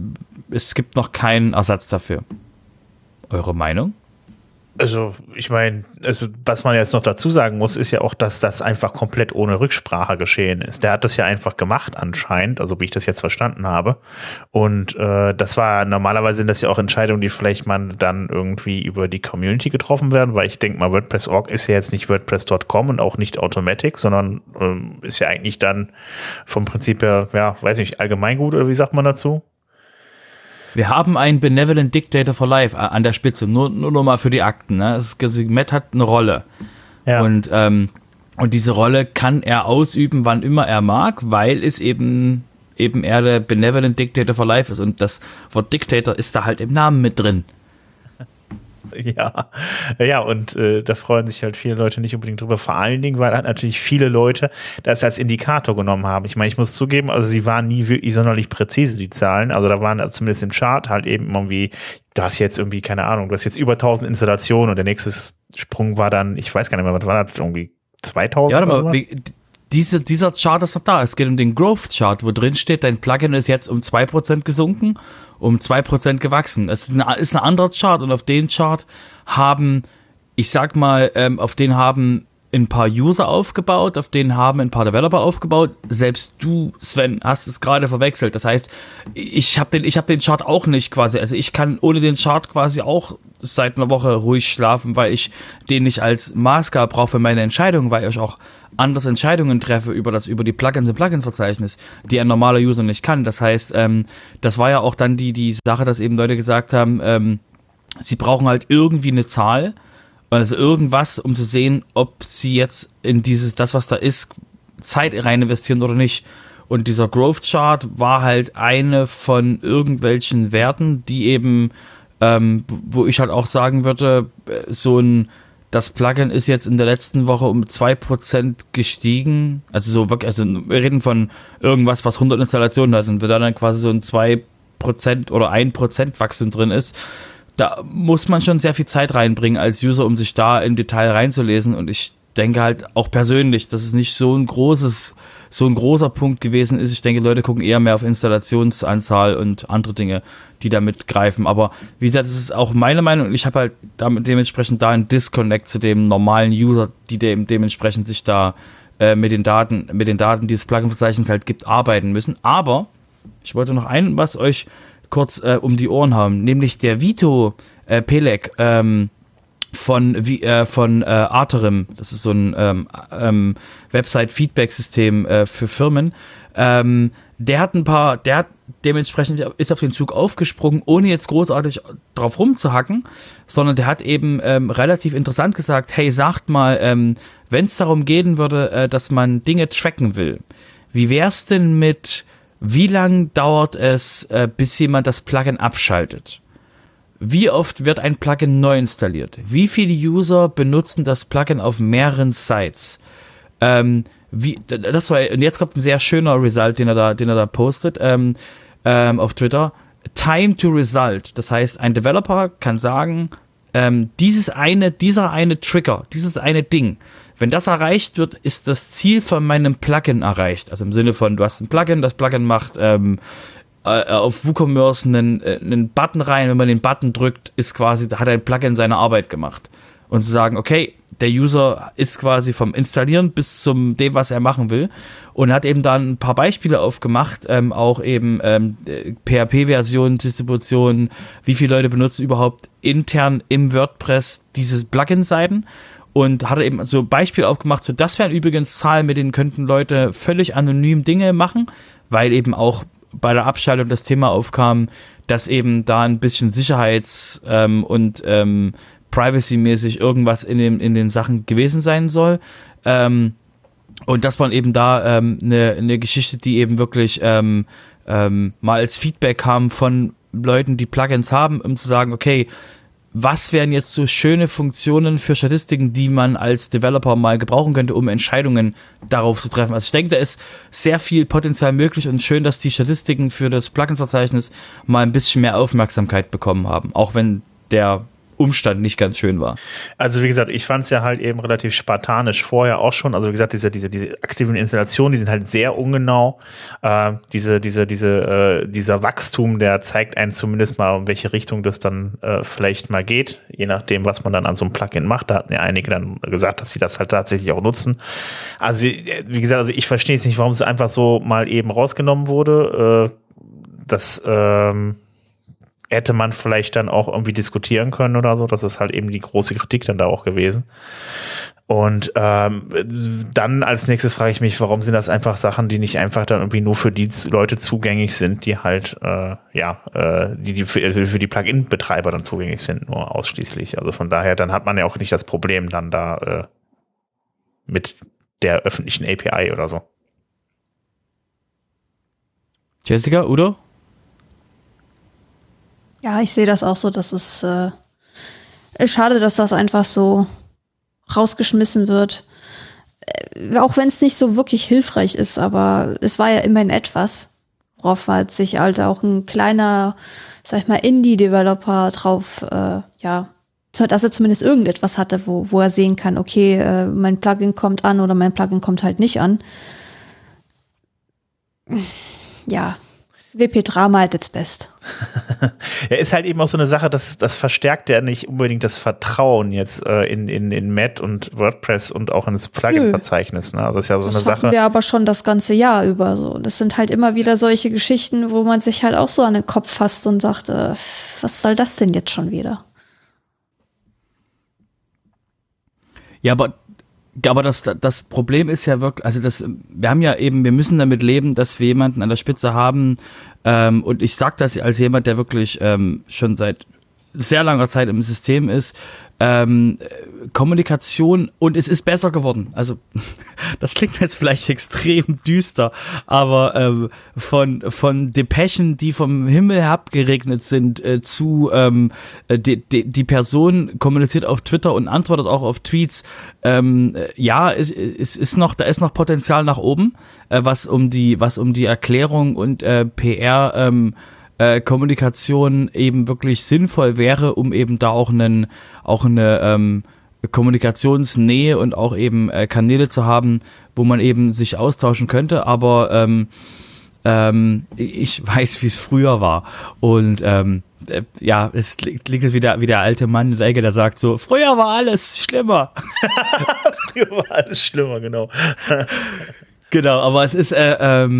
es gibt noch keinen Ersatz dafür. Eure Meinung? Also, ich meine, was man jetzt noch dazu sagen muss, ist ja auch, dass das einfach komplett ohne Rücksprache geschehen ist. Der hat das ja einfach gemacht anscheinend, also wie ich das jetzt verstanden habe. Und normalerweise sind das ja auch Entscheidungen, die vielleicht man dann irgendwie über die Community getroffen werden, weil ich denke mal, WordPress.org ist ja jetzt nicht WordPress.com und auch nicht Automatic, sondern ist ja eigentlich dann vom Prinzip her, ja, weiß nicht, Allgemeingut oder wie sagt man dazu? Wir haben einen Benevolent Dictator for Life an der Spitze, nur mal für die Akten. Ne? Matt hat eine Rolle. Ja. Und diese Rolle kann er ausüben, wann immer er mag, weil es eben er der Benevolent Dictator for Life ist. Und das Wort Dictator ist da halt im Namen mit drin. Ja, und da freuen sich halt viele Leute nicht unbedingt drüber, vor allen Dingen, weil halt natürlich viele Leute das als Indikator genommen haben. Ich meine, ich muss zugeben, also sie waren nie wirklich sonderlich präzise, die Zahlen, also da waren zumindest im Chart halt eben irgendwie, du hast jetzt irgendwie, keine Ahnung, du hast jetzt über 1000 Installationen und der nächste Sprung war dann, ich weiß gar nicht mehr, was war das, irgendwie 2000? Ja, aber dieser Chart ist doch da. Es geht um den Growth Chart, wo drin steht, dein Plugin ist jetzt um 2% gesunken, um 2% gewachsen. Es ist ein anderer Chart und auf den Chart haben ein paar User aufgebaut, auf denen haben ein paar Developer aufgebaut. Selbst du, Sven, hast es gerade verwechselt. Das heißt, ich hab den Chart auch nicht quasi. Also ich kann ohne den Chart quasi auch seit einer Woche ruhig schlafen, weil ich den nicht als Maßgabe brauche für meine Entscheidungen, weil ich auch anders Entscheidungen treffe über die Plugins im Plugin-Verzeichnis, die ein normaler User nicht kann. Das heißt, das war ja auch dann die Sache, dass eben Leute gesagt haben, sie brauchen halt irgendwie eine Zahl, also irgendwas, um zu sehen, ob sie jetzt in das, was da ist, Zeit rein investieren oder nicht. Und dieser Growth Chart war halt eine von irgendwelchen Werten, die eben, wo ich halt auch sagen würde, das Plugin ist jetzt in der letzten Woche um 2% gestiegen. Also wir reden von irgendwas, was 100 Installationen hat und wenn da dann quasi so ein 2% oder 1% Wachstum drin ist, da muss man schon sehr viel Zeit reinbringen als User, um sich da im Detail reinzulesen. Und ich denke halt auch persönlich, dass es nicht so ein großer Punkt gewesen ist. Ich denke, Leute gucken eher mehr auf Installationsanzahl und andere Dinge, die damit greifen. Aber wie gesagt, das ist auch meine Meinung. Und ich habe halt dementsprechend da einen Disconnect zu dem normalen User, die dementsprechend sich da mit den Daten, die das Plugin-Verzeichnis halt gibt, arbeiten müssen. Aber ich wollte noch was euch kurz um die Ohren haben, nämlich der Vito Peleg, von Arterim, das ist so ein Website-Feedback-System für Firmen. Der hat dementsprechend ist auf den Zug aufgesprungen, ohne jetzt großartig drauf rumzuhacken, sondern der hat eben relativ interessant gesagt, hey, sagt mal, wenn es darum gehen würde, dass man Dinge tracken will, wie wär's denn mit, wie lang dauert es, bis jemand das Plugin abschaltet? Wie oft wird ein Plugin neu installiert? Wie viele User benutzen das Plugin auf mehreren Sites? Und jetzt kommt ein sehr schöner Result, den er da postet auf Twitter. Time to Result. Das heißt, ein Developer kann sagen, dieser eine Trigger, dieses eine Ding, wenn das erreicht wird, ist das Ziel von meinem Plugin erreicht. Also im Sinne von, du hast ein Plugin, das Plugin macht auf WooCommerce einen Button rein, wenn man den Button drückt, hat ein Plugin seine Arbeit gemacht. Und zu sagen, okay, der User ist quasi vom Installieren bis zum dem, was er machen will, und hat eben dann ein paar Beispiele aufgemacht, auch eben PHP-Versionen, Distributionen, wie viele Leute benutzen überhaupt intern im WordPress diese Plugin-Seiten, und hat eben so Beispiele aufgemacht, so das wären übrigens Zahlen, mit denen könnten Leute völlig anonym Dinge machen, weil eben auch bei der Abschaltung das Thema aufkam, dass eben da ein bisschen Sicherheits- und Privacy-mäßig irgendwas in den Sachen gewesen sein soll. Und das war eben da eine Geschichte, die eben wirklich mal als Feedback kam von Leuten, die Plugins haben, um zu sagen, okay, was wären jetzt so schöne Funktionen für Statistiken, die man als Developer mal gebrauchen könnte, um Entscheidungen darauf zu treffen. Also ich denke, da ist sehr viel Potenzial möglich, und schön, dass die Statistiken für das Plugin-Verzeichnis mal ein bisschen mehr Aufmerksamkeit bekommen haben, auch wenn der Umstand nicht ganz schön war. Also wie gesagt, ich fand es ja halt eben relativ spartanisch vorher auch schon. Also wie gesagt, diese aktiven Installationen, die sind halt sehr ungenau. Dieser Wachstum, der zeigt einen zumindest mal, in welche Richtung das dann vielleicht mal geht, je nachdem, was man dann an so einem Plugin macht. Da hatten ja einige dann gesagt, dass sie das halt tatsächlich auch nutzen. Also wie gesagt, also ich verstehe jetzt nicht, warum es einfach so mal eben rausgenommen wurde. Das hätte man vielleicht dann auch irgendwie diskutieren können oder so. Das ist halt eben die große Kritik dann da auch gewesen. Und dann als nächstes frage ich mich, warum sind das einfach Sachen, die nicht einfach dann irgendwie nur für die Leute zugänglich sind, die halt, die für die Plugin-Betreiber dann zugänglich sind, nur ausschließlich. Also von daher, dann hat man ja auch nicht das Problem dann da mit der öffentlichen API oder so. Jessica, Udo? Ja, ich sehe das auch so, dass es ist schade, dass das einfach so rausgeschmissen wird. Auch wenn es nicht so wirklich hilfreich ist, aber es war ja immerhin etwas, worauf halt sich halt auch ein kleiner, sag ich mal, Indie-Developer drauf, dass er zumindest irgendetwas hatte, wo er sehen kann, okay, mein Plugin kommt an oder mein Plugin kommt halt nicht an. Ja. WP-Drama halt jetzt best. Ja, ist halt eben auch so eine Sache, das verstärkt ja nicht unbedingt das Vertrauen jetzt in Matt und WordPress und auch ins Plugin-Verzeichnis. Ne? Also das ist ja so eine Sache. Das hatten wir aber schon das ganze Jahr über so. Das sind halt immer wieder solche Geschichten, wo man sich halt auch so an den Kopf fasst und sagt, was soll das denn jetzt schon wieder? Ja, aber das Problem ist ja wirklich, also wir müssen damit leben, dass wir jemanden an der Spitze haben, und ich sage das als jemand, der wirklich schon seit sehr langer Zeit im System ist, Kommunikation, und es ist besser geworden. Also das klingt jetzt vielleicht extrem düster, aber von Depeschen, die vom Himmel herabgeregnet sind, zu die Person kommuniziert auf Twitter und antwortet auch auf Tweets. Ja, da ist noch Potenzial nach oben, was um die Erklärung und PR Kommunikation eben wirklich sinnvoll wäre, um eben da auch eine Kommunikationsnähe und auch eben Kanäle zu haben, wo man eben sich austauschen könnte, aber ich weiß, wie es früher war, und es klingt jetzt wie der alte Mann in der Ecke, der sagt so, früher war alles schlimmer. Früher war alles schlimmer, genau. Genau, aber es ist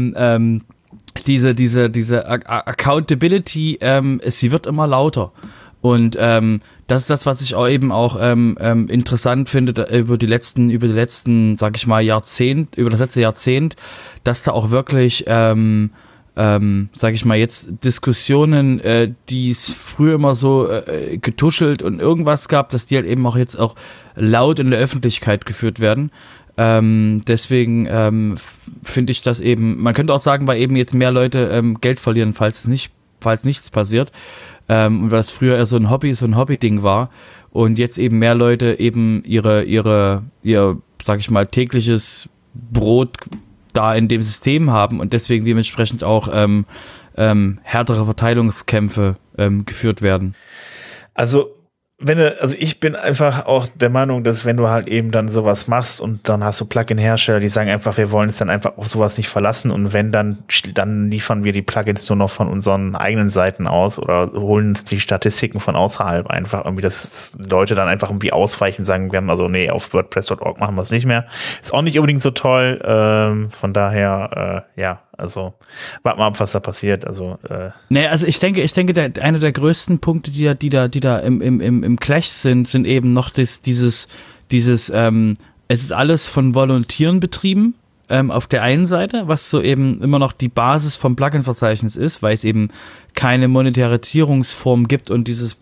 diese Accountability, sie wird immer lauter. Und das ist das, was ich auch eben auch interessant finde über die letzten, sag ich mal, über das letzte Jahrzehnt, dass da auch wirklich sage ich mal jetzt, Diskussionen, die es früher immer so getuschelt und irgendwas gab, dass die halt eben auch jetzt auch laut in der Öffentlichkeit geführt werden. Deswegen finde ich das eben, man könnte auch sagen, weil eben jetzt mehr Leute Geld verlieren, falls nichts passiert. Und was früher eher so ein Hobby-Ding war und jetzt eben mehr Leute eben ihr, sag ich mal, tägliches Brot da in dem System haben und deswegen dementsprechend auch härtere Verteilungskämpfe geführt werden. Also ich bin einfach auch der Meinung, dass wenn du halt eben dann sowas machst und dann hast du Plugin-Hersteller, die sagen einfach, wir wollen es dann einfach auf sowas nicht verlassen und wenn dann liefern wir die Plugins nur noch von unseren eigenen Seiten aus oder holen uns die Statistiken von außerhalb einfach irgendwie, dass Leute dann einfach irgendwie ausweichen und sagen, wir haben also, nee, auf WordPress.org machen wir es nicht mehr. Ist auch nicht unbedingt so toll, von daher, ja. Also, warten wir ab, was da passiert. Also, also ich denke, einer der größten Punkte, die da im Clash sind eben noch dieses, es ist alles von Volontieren betrieben, auf der einen Seite, was so eben immer noch die Basis vom Plugin-Verzeichnis ist, weil es eben keine Monetarisierungsform gibt und dieses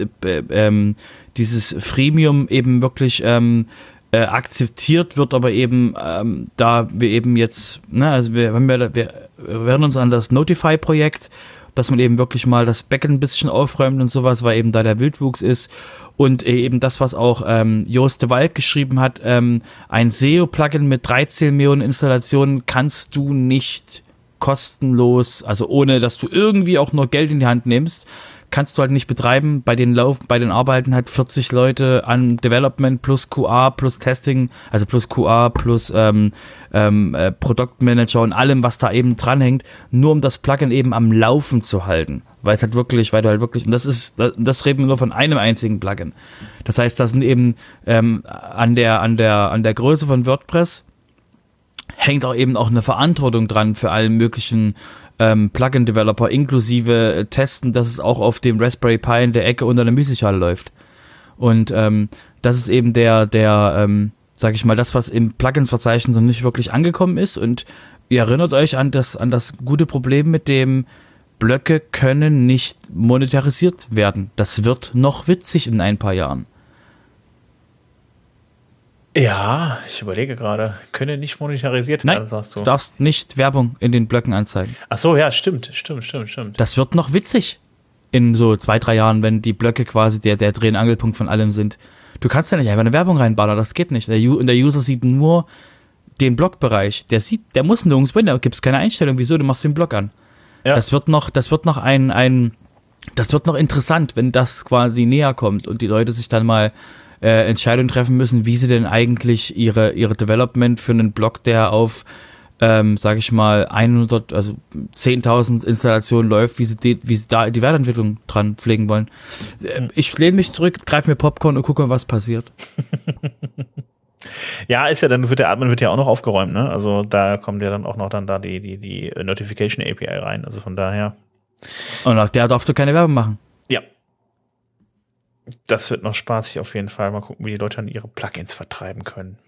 Freemium eben wirklich, akzeptiert wird, aber eben da wir eben jetzt, also wir erinnern uns an das Notify-Projekt, dass man eben wirklich mal das Backend ein bisschen aufräumt und sowas, weil eben da der Wildwuchs ist und eben das, was auch Joost de Walk geschrieben hat, ein SEO-Plugin mit 13 Millionen Installationen kannst du nicht kostenlos, also ohne, dass du irgendwie auch nur Geld in die Hand nimmst, kannst du halt nicht betreiben. Bei den Arbeiten halt 40 Leute an Development plus QA plus Testing, also plus QA plus Produktmanager und allem, was da eben dranhängt, nur um das Plugin eben am Laufen zu halten. Weil du halt wirklich, und das reden wir nur von einem einzigen Plugin. Das heißt, das sind eben an der Größe von WordPress hängt auch eben auch eine Verantwortung dran für alle möglichen Plugin-Developer inklusive Testen, dass es auch auf dem Raspberry Pi in der Ecke unter der Müslischale läuft. Und das ist eben sag ich mal, das, was im Plugins-Verzeichnis noch nicht wirklich angekommen ist. Und ihr erinnert euch an das gute Problem mit dem Blöcke können nicht monetarisiert werden. Das wird noch witzig in ein paar Jahren. ja, ich überlege gerade, können nicht monetarisiert werden, Nein, sagst du. Du darfst nicht Werbung in den Blöcken anzeigen. Ach so, ja, stimmt. Das wird noch witzig in so 2-3 Jahren, wenn die Blöcke quasi der Dreh- und Angelpunkt von allem sind. Du kannst ja nicht einfach eine Werbung reinballern, das geht nicht. Der User sieht nur den Blockbereich. Der muss nirgendwo hin, da gibt es keine Einstellung. Wieso? Du machst den Block an. Ja. Das wird noch interessant, wenn das quasi näher kommt und die Leute sich dann mal Entscheidungen treffen müssen, wie sie denn eigentlich ihre Development für einen Block, der auf, sage ich mal, 10.000 Installationen läuft, wie sie da die Wertentwicklung dran pflegen wollen. Ich lehne mich zurück, greife mir Popcorn und gucke mal, was passiert. Ja, ist ja, dann der Admin wird ja auch noch aufgeräumt, ne? Also da kommt ja dann auch noch da die Notification API rein, also von daher. Und auf der darfst du keine Werbung machen. Ja. Das wird noch spaßig auf jeden Fall. Mal gucken, wie die Leute dann ihre Plugins vertreiben können.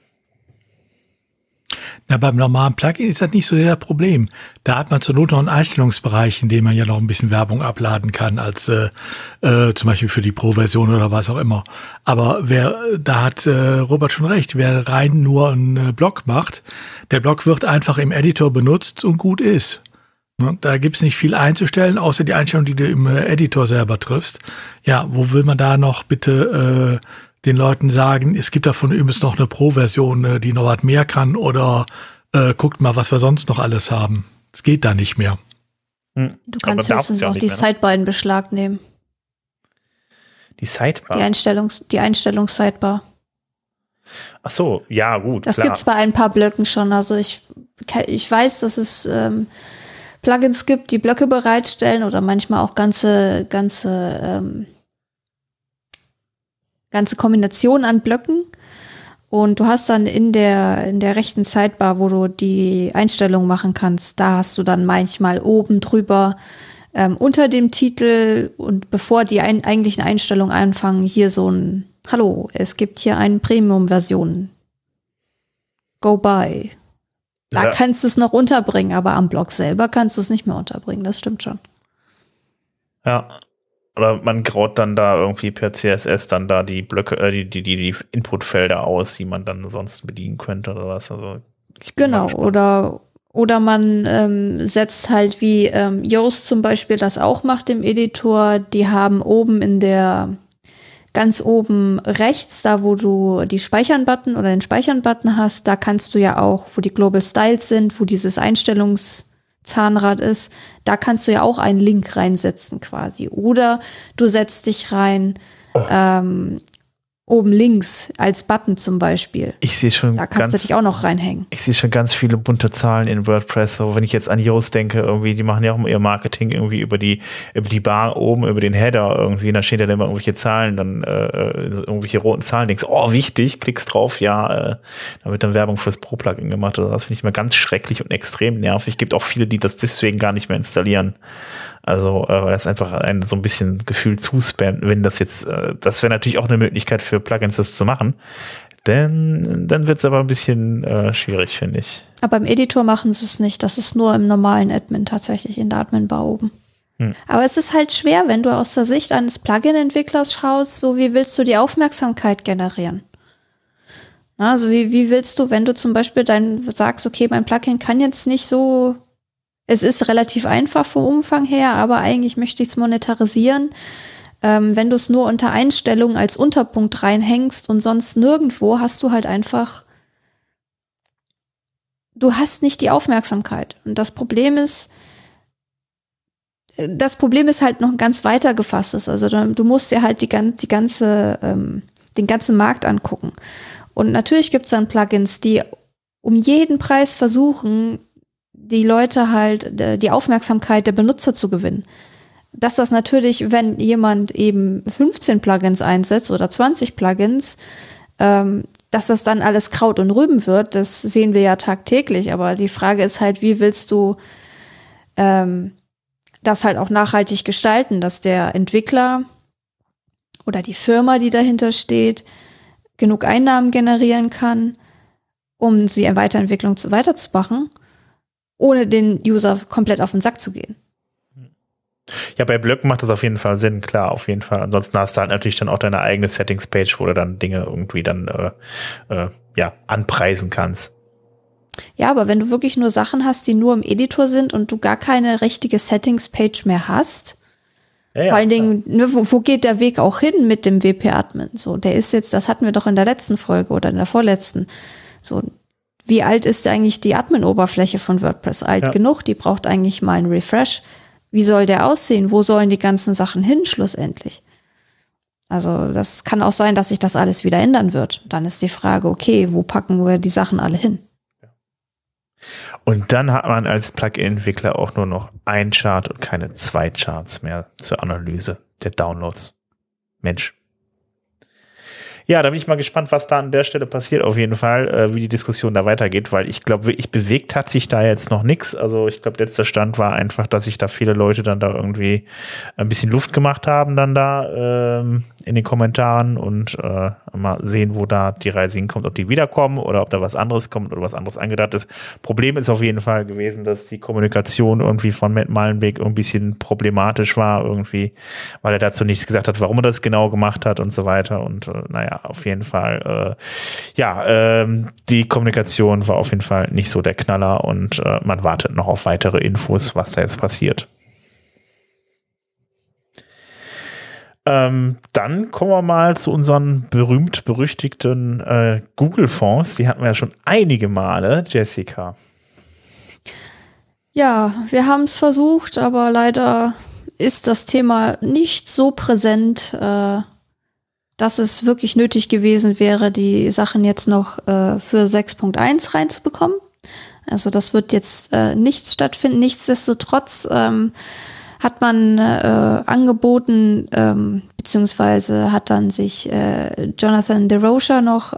Na, beim normalen Plugin ist das nicht so sehr das Problem. Da hat man zur Not noch einen Einstellungsbereich, in dem man ja noch ein bisschen Werbung abladen kann, als zum Beispiel für die Pro-Version oder was auch immer. Aber da hat Robert schon recht, wer rein nur einen Block macht, der Block wird einfach im Editor benutzt und gut ist. Da gibt's nicht viel einzustellen, außer die Einstellung, die du im Editor selber triffst. Ja, wo will man da noch bitte den Leuten sagen, es gibt davon übrigens noch eine Pro-Version, die noch was mehr kann oder guckt mal, was wir sonst noch alles haben. Es geht da nicht mehr. Du kannst höchstens auch die Sidebar in Beschlag nehmen. Die Sidebar? Die Einstellungs-Sidebar. Ach so, ja, gut, das gibt's bei ein paar Blöcken schon. Also ich weiß, dass es Plugins gibt, die Blöcke bereitstellen oder manchmal auch ganze Kombinationen an Blöcken. Und du hast dann in der rechten Sidebar, wo du die Einstellung machen kannst, da hast du dann manchmal oben drüber unter dem Titel und bevor die eigentlichen Einstellungen anfangen, hier so ein Hallo, es gibt hier eine Premium-Version. Go buy. Da kannst du es noch unterbringen, aber am Blog selber kannst du es nicht mehr unterbringen, das stimmt schon. Ja. Oder man graut dann da irgendwie per CSS dann da die Blöcke, die Inputfelder aus, die man dann ansonsten bedienen könnte oder was. Also genau, oder man setzt halt, wie Yoast zum Beispiel das auch macht im Editor, die haben oben ganz oben rechts, da wo du die Speichern-Button oder den Speichern-Button hast, da kannst du ja auch, wo die Global Styles sind, wo dieses Einstellungszahnrad ist, da kannst du ja auch einen Link reinsetzen quasi. Oder du setzt dich rein, oben links als Button zum Beispiel. Ich sehe schon da kannst du dich auch noch reinhängen. Ich sehe schon ganz viele bunte Zahlen in WordPress. So, wenn ich jetzt an Yoast denke, irgendwie, die machen ja auch ihr Marketing irgendwie über die Bar oben, über den Header irgendwie. Da stehen ja dann immer irgendwelche Zahlen, dann irgendwelche roten Zahlen. Denkst, oh, wichtig, klickst drauf, ja, da wird dann Werbung fürs Pro-Plugin gemacht. Also das finde ich immer ganz schrecklich und extrem nervig. Gibt auch viele, die das deswegen gar nicht mehr installieren. Also, weil das einfach einen so ein bisschen Gefühl zuspammt, wenn das jetzt, das wäre natürlich auch eine Möglichkeit für Plugins, das zu machen. Denn dann wird es aber ein bisschen schwierig, finde ich. Aber im Editor machen sie es nicht. Das ist nur im normalen Admin tatsächlich, in der Admin-Bar oben. Aber es ist halt schwer, wenn du aus der Sicht eines Plugin-Entwicklers schaust, so wie willst du die Aufmerksamkeit generieren? Also wie willst du, wenn du zum Beispiel sagst, okay, mein Plugin kann jetzt nicht so. Es ist relativ einfach vom Umfang her, aber eigentlich möchte ich es monetarisieren. Wenn du es nur unter Einstellungen als Unterpunkt reinhängst und sonst nirgendwo, hast du halt einfach, du hast nicht die Aufmerksamkeit. Und das Problem ist halt noch ganz weiter gefasst. Also du musst dir halt den ganzen Markt angucken. Und natürlich gibt es dann Plugins, die um jeden Preis versuchen, die Leute halt die Aufmerksamkeit der Benutzer zu gewinnen. Dass das natürlich, wenn jemand eben 15 Plugins einsetzt oder 20 Plugins, dass das dann alles Kraut und Rüben wird, das sehen wir ja tagtäglich. Aber die Frage ist halt, wie willst du das halt auch nachhaltig gestalten, dass der Entwickler oder die Firma, die dahinter steht, genug Einnahmen generieren kann, um sie in Weiterentwicklung weiterzumachen, ohne den User komplett auf den Sack zu gehen. Ja, bei Blöcken macht das auf jeden Fall Sinn, klar, auf jeden Fall. Ansonsten hast du halt natürlich dann auch deine eigene Settings-Page, wo du dann Dinge irgendwie dann anpreisen kannst. Ja, aber wenn du wirklich nur Sachen hast, die nur im Editor sind und du gar keine richtige Settings-Page mehr hast, vor allen Dingen, wo geht der Weg auch hin mit dem WP-Admin? So, der ist jetzt, das hatten wir doch in der letzten Folge oder in der vorletzten. So, wie alt ist eigentlich die Admin-Oberfläche von WordPress? Alt genug, die braucht eigentlich mal einen Refresh. Wie soll der aussehen? Wo sollen die ganzen Sachen hin schlussendlich? Also das kann auch sein, dass sich das alles wieder ändern wird. Dann ist die Frage, okay, wo packen wir die Sachen alle hin? Und dann hat man als Plugin-Entwickler auch nur noch ein Chart und keine 2 Charts mehr zur Analyse der Downloads. Mensch. Ja, da bin ich mal gespannt, was da an der Stelle passiert, auf jeden Fall, wie die Diskussion da weitergeht, weil ich glaube, wirklich bewegt hat sich da jetzt noch nichts. Also ich glaube, letzter Stand war einfach, dass sich da viele Leute dann da irgendwie ein bisschen Luft gemacht haben dann da in den Kommentaren und mal sehen, wo da die Reise hinkommt, ob die wiederkommen oder ob da was anderes kommt oder was anderes angedacht ist. Problem ist auf jeden Fall gewesen, dass die Kommunikation irgendwie von Matt Mullenweg ein bisschen problematisch war irgendwie, weil er dazu nichts gesagt hat, warum er das genau gemacht hat und so weiter und auf jeden Fall, die Kommunikation war auf jeden Fall nicht so der Knaller und man wartet noch auf weitere Infos, was da jetzt passiert. Dann kommen wir mal zu unseren berühmt-berüchtigten Google-Fonds. Die hatten wir ja schon einige Male, Jessica. Ja, wir haben es versucht, aber leider ist das Thema nicht so präsent, dass es wirklich nötig gewesen wäre, die Sachen jetzt noch für 6.1 reinzubekommen. Also das wird jetzt nicht stattfinden. Nichtsdestotrotz hat man angeboten, beziehungsweise hat dann sich Jonathan DeRocher noch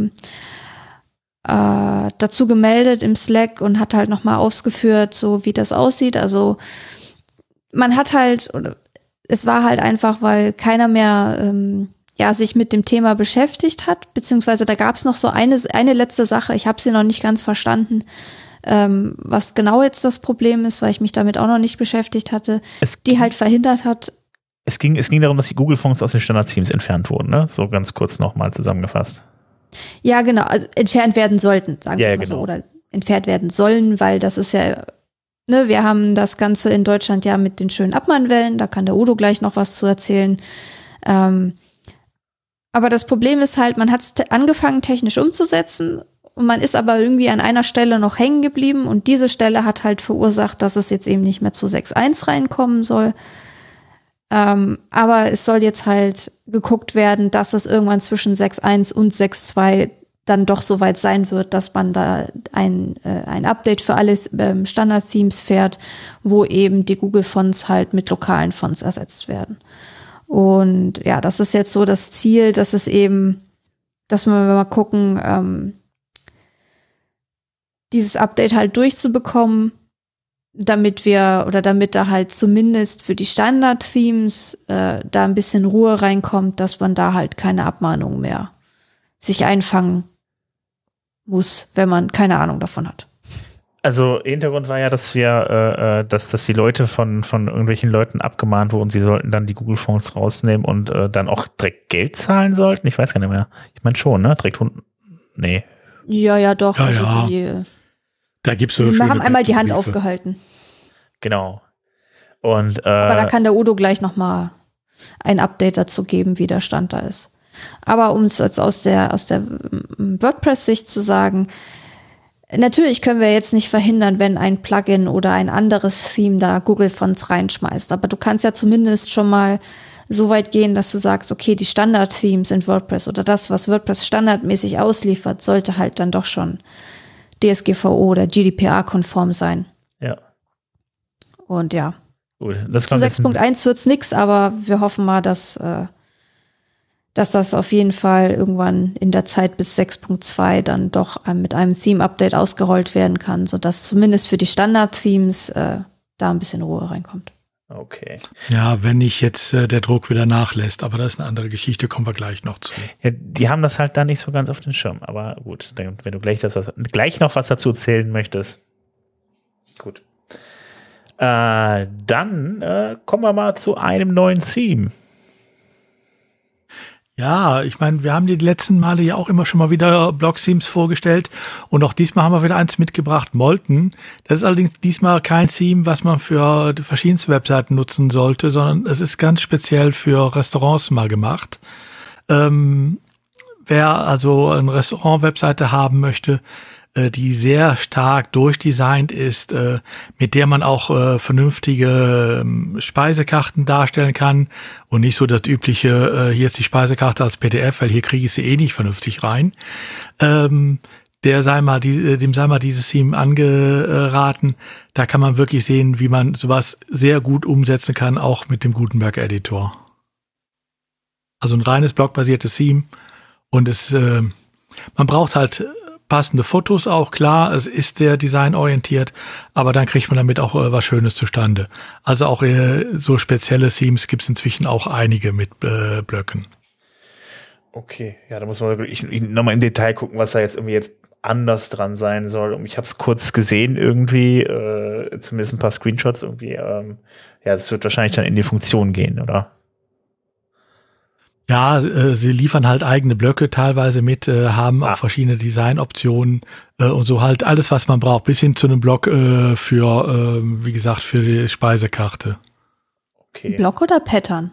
dazu gemeldet im Slack und hat halt nochmal ausgeführt, so wie das aussieht. Also man hat halt, oder es war halt einfach, weil keiner mehr sich mit dem Thema beschäftigt hat, beziehungsweise da gab es noch so eine letzte Sache, ich habe sie noch nicht ganz verstanden, was genau jetzt das Problem ist, weil ich mich damit auch noch nicht beschäftigt hatte, die halt verhindert hat. Es ging darum, dass die Google-Fonts aus den Standard-Themes entfernt wurden, ne? So ganz kurz nochmal zusammengefasst. Ja, genau, also entfernt werden sollten, sagen wir mal genau. so, oder entfernt werden sollen, weil das ist ja, ne, wir haben das Ganze in Deutschland ja mit den schönen Abmahnwellen, da kann der Udo gleich noch was zu erzählen. Aber das Problem ist halt, man hat es angefangen technisch umzusetzen und man ist aber irgendwie an einer Stelle noch hängen geblieben und diese Stelle hat halt verursacht, dass es jetzt eben nicht mehr zu 6.1 reinkommen soll. Aber es soll jetzt halt geguckt werden, dass es irgendwann zwischen 6.1 und 6.2 dann doch so weit sein wird, dass man da ein Update für alle Standard-Themes fährt, wo eben die Google-Fonts halt mit lokalen Fonts ersetzt werden. Und ja, das ist jetzt so das Ziel, dass es eben, dass wir mal gucken, dieses Update halt durchzubekommen, damit da halt zumindest für die Standard-Themes da ein bisschen Ruhe reinkommt, dass man da halt keine Abmahnung mehr sich einfangen muss, wenn man keine Ahnung davon hat. Also Hintergrund war ja, dass dass die Leute von irgendwelchen Leuten abgemahnt wurden, sie sollten dann die Google-Fonts rausnehmen und dann auch direkt Geld zahlen sollten. Ich weiß gar nicht mehr. Ich meine schon, ne? Direkt nee. Ja, doch. Ja, also ja. Da gibt's so wir haben einmal die Hand aufgehalten. Genau. Und aber da kann der Udo gleich noch mal ein Update dazu geben, wie der Stand da ist. Aber um es jetzt aus der WordPress-Sicht zu sagen, natürlich können wir jetzt nicht verhindern, wenn ein Plugin oder ein anderes Theme da Google-Fonts reinschmeißt. Aber du kannst ja zumindest schon mal so weit gehen, dass du sagst, okay, die Standard-Themes in WordPress oder das, was WordPress standardmäßig ausliefert, sollte halt dann doch schon DSGVO oder GDPR-konform sein. Ja. Und ja. Gut, zu 6.1 wird's nix, aber wir hoffen mal, dass das auf jeden Fall irgendwann in der Zeit bis 6.2 dann doch mit einem Theme-Update ausgerollt werden kann, sodass zumindest für die Standard-Themes da ein bisschen Ruhe reinkommt. Okay. Ja, wenn nicht jetzt der Druck wieder nachlässt, aber das ist eine andere Geschichte, kommen wir gleich noch zu. Ja, die haben das halt da nicht so ganz auf den Schirm, aber gut, wenn du gleich noch was dazu erzählen möchtest. Gut. Dann kommen wir mal zu einem neuen Theme. Ja, ich meine, wir haben die letzten Male ja auch immer schon mal wieder Blog-Themes vorgestellt und auch diesmal haben wir wieder eins mitgebracht, Molten. Das ist allerdings diesmal kein Theme, was man für die verschiedensten Webseiten nutzen sollte, sondern es ist ganz speziell für Restaurants mal gemacht. Wer also eine Restaurant-Webseite haben möchte, die sehr stark durchdesignt ist, mit der man auch vernünftige Speisekarten darstellen kann und nicht so das übliche, hier ist die Speisekarte als PDF, weil hier kriege ich sie eh nicht vernünftig rein. Dem sei mal dieses Theme angeraten. Da kann man wirklich sehen, wie man sowas sehr gut umsetzen kann, auch mit dem Gutenberg-Editor. Also ein reines blockbasiertes Theme und man braucht halt passende Fotos auch, klar, es ist sehr designorientiert, aber dann kriegt man damit auch was Schönes zustande. Also auch so spezielle Themes gibt es inzwischen auch einige mit Blöcken. Okay, ja, da muss man wirklich nochmal im Detail gucken, was da jetzt anders dran sein soll. Und ich habe es kurz gesehen irgendwie, zumindest ein paar Screenshots irgendwie. Ja, das wird wahrscheinlich dann in die Funktion gehen, oder? Ja, sie liefern halt eigene Blöcke teilweise mit, haben auch verschiedene Designoptionen und so halt alles, was man braucht, bis hin zu einem Block für, wie gesagt, für die Speisekarte. Okay. Block oder Pattern?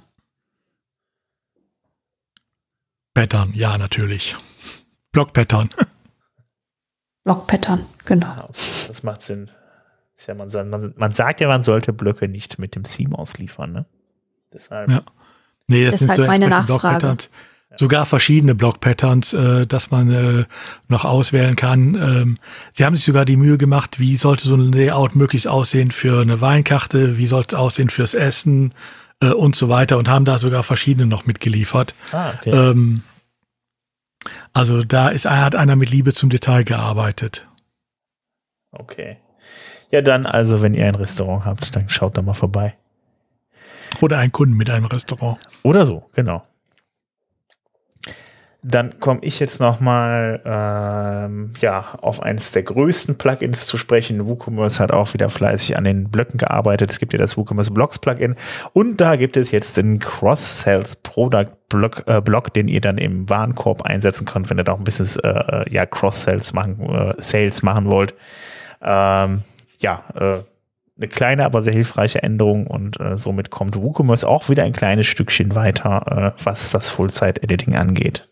Pattern, ja, natürlich. Block-Pattern. Block-Pattern, genau. Ja, okay, das macht Sinn. Ist ja, man sagt ja, man sollte Blöcke nicht mit dem Theme ausliefern, ne? Deshalb. Ja. Nee, das sind halt so meine Nachfrage. Sogar verschiedene Block-Patterns, dass man noch auswählen kann. Sie haben sich sogar die Mühe gemacht, wie sollte so ein Layout möglichst aussehen für eine Weinkarte, wie sollte es aussehen fürs Essen und so weiter und haben da sogar verschiedene noch mitgeliefert. Okay. Also da hat einer mit Liebe zum Detail gearbeitet. Okay. Ja, dann also, wenn ihr ein Restaurant habt, dann schaut da mal vorbei. Oder einen Kunden mit einem Restaurant. Oder so, genau. Dann komme ich jetzt nochmal auf eines der größten Plugins zu sprechen. WooCommerce hat auch wieder fleißig an den Blöcken gearbeitet. Es gibt ja das WooCommerce Blocks Plugin und da gibt es jetzt den Cross-Sales Product Block, den ihr dann im Warenkorb einsetzen könnt, wenn ihr da auch ein bisschen Cross-Sales machen wollt. Eine kleine, aber sehr hilfreiche Änderung und somit kommt WooCommerce auch wieder ein kleines Stückchen weiter, was das Full-Site-Editing angeht.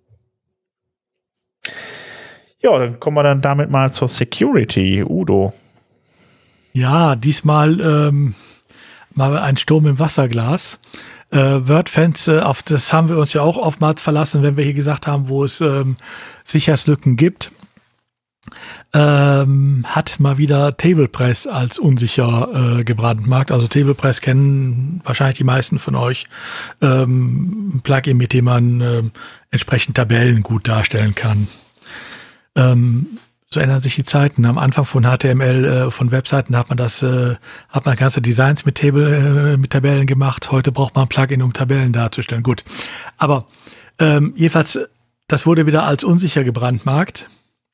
Ja, dann kommen wir dann damit mal zur Security. Udo. Ja, diesmal mal ein Sturm im Wasserglas. WordFence, auf das haben wir uns ja auch oftmals verlassen, wenn wir hier gesagt haben, wo es Sicherheitslücken gibt. Hat mal wieder TablePress als unsicher gebrandmarkt. Also TablePress kennen wahrscheinlich die meisten von euch. Ein Plugin, mit dem man entsprechend Tabellen gut darstellen kann. So ändern sich die Zeiten. Am Anfang von HTML, von Webseiten hat man ganze Designs mit Tabellen gemacht. Heute braucht man ein Plugin, um Tabellen darzustellen. Gut. Aber jedenfalls, das wurde wieder als unsicher gebrandmarkt.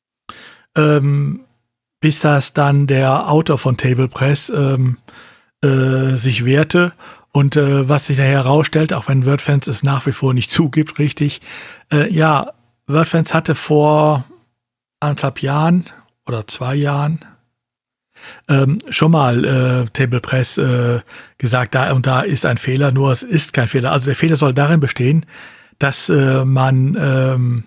Bis das dann der Autor von TablePress sich wehrte und was sich nachher herausstellt, auch wenn WordFence es nach wie vor nicht zugibt, richtig, WordFence hatte vor 1,5 Jahren oder 2 Jahren schon mal TablePress gesagt, da ist ein Fehler, nur es ist kein Fehler. Also der Fehler soll darin bestehen, dass man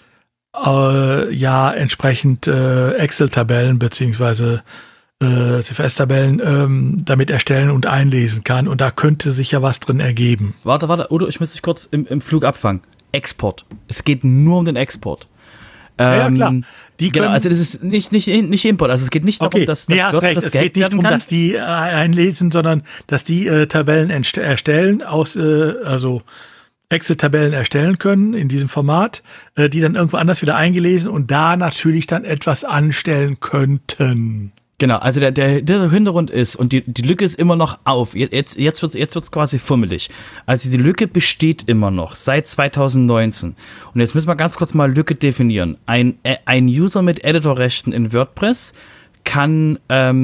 entsprechend Excel-Tabellen beziehungsweise CSV-Tabellen damit erstellen und einlesen kann. Und da könnte sich ja was drin ergeben. Warte, Udo, ich muss dich kurz im Flug abfangen. Export. Es geht nur um den Export. Ja, klar. Genau, also das ist nicht Import. Also es geht nicht darum, dass das hast recht. Es geht nicht darum, dass die einlesen, sondern dass die Tabellen erstellen, also Excel-Tabellen erstellen können in diesem Format, die dann irgendwo anders wieder eingelesen und da natürlich dann etwas anstellen könnten. Genau, also der Hintergrund ist, und die Lücke ist immer noch auf, jetzt wird's quasi fummelig. Also die Lücke besteht immer noch, seit 2019. Und jetzt müssen wir ganz kurz mal Lücke definieren. Ein User mit Editorrechten in WordPress kann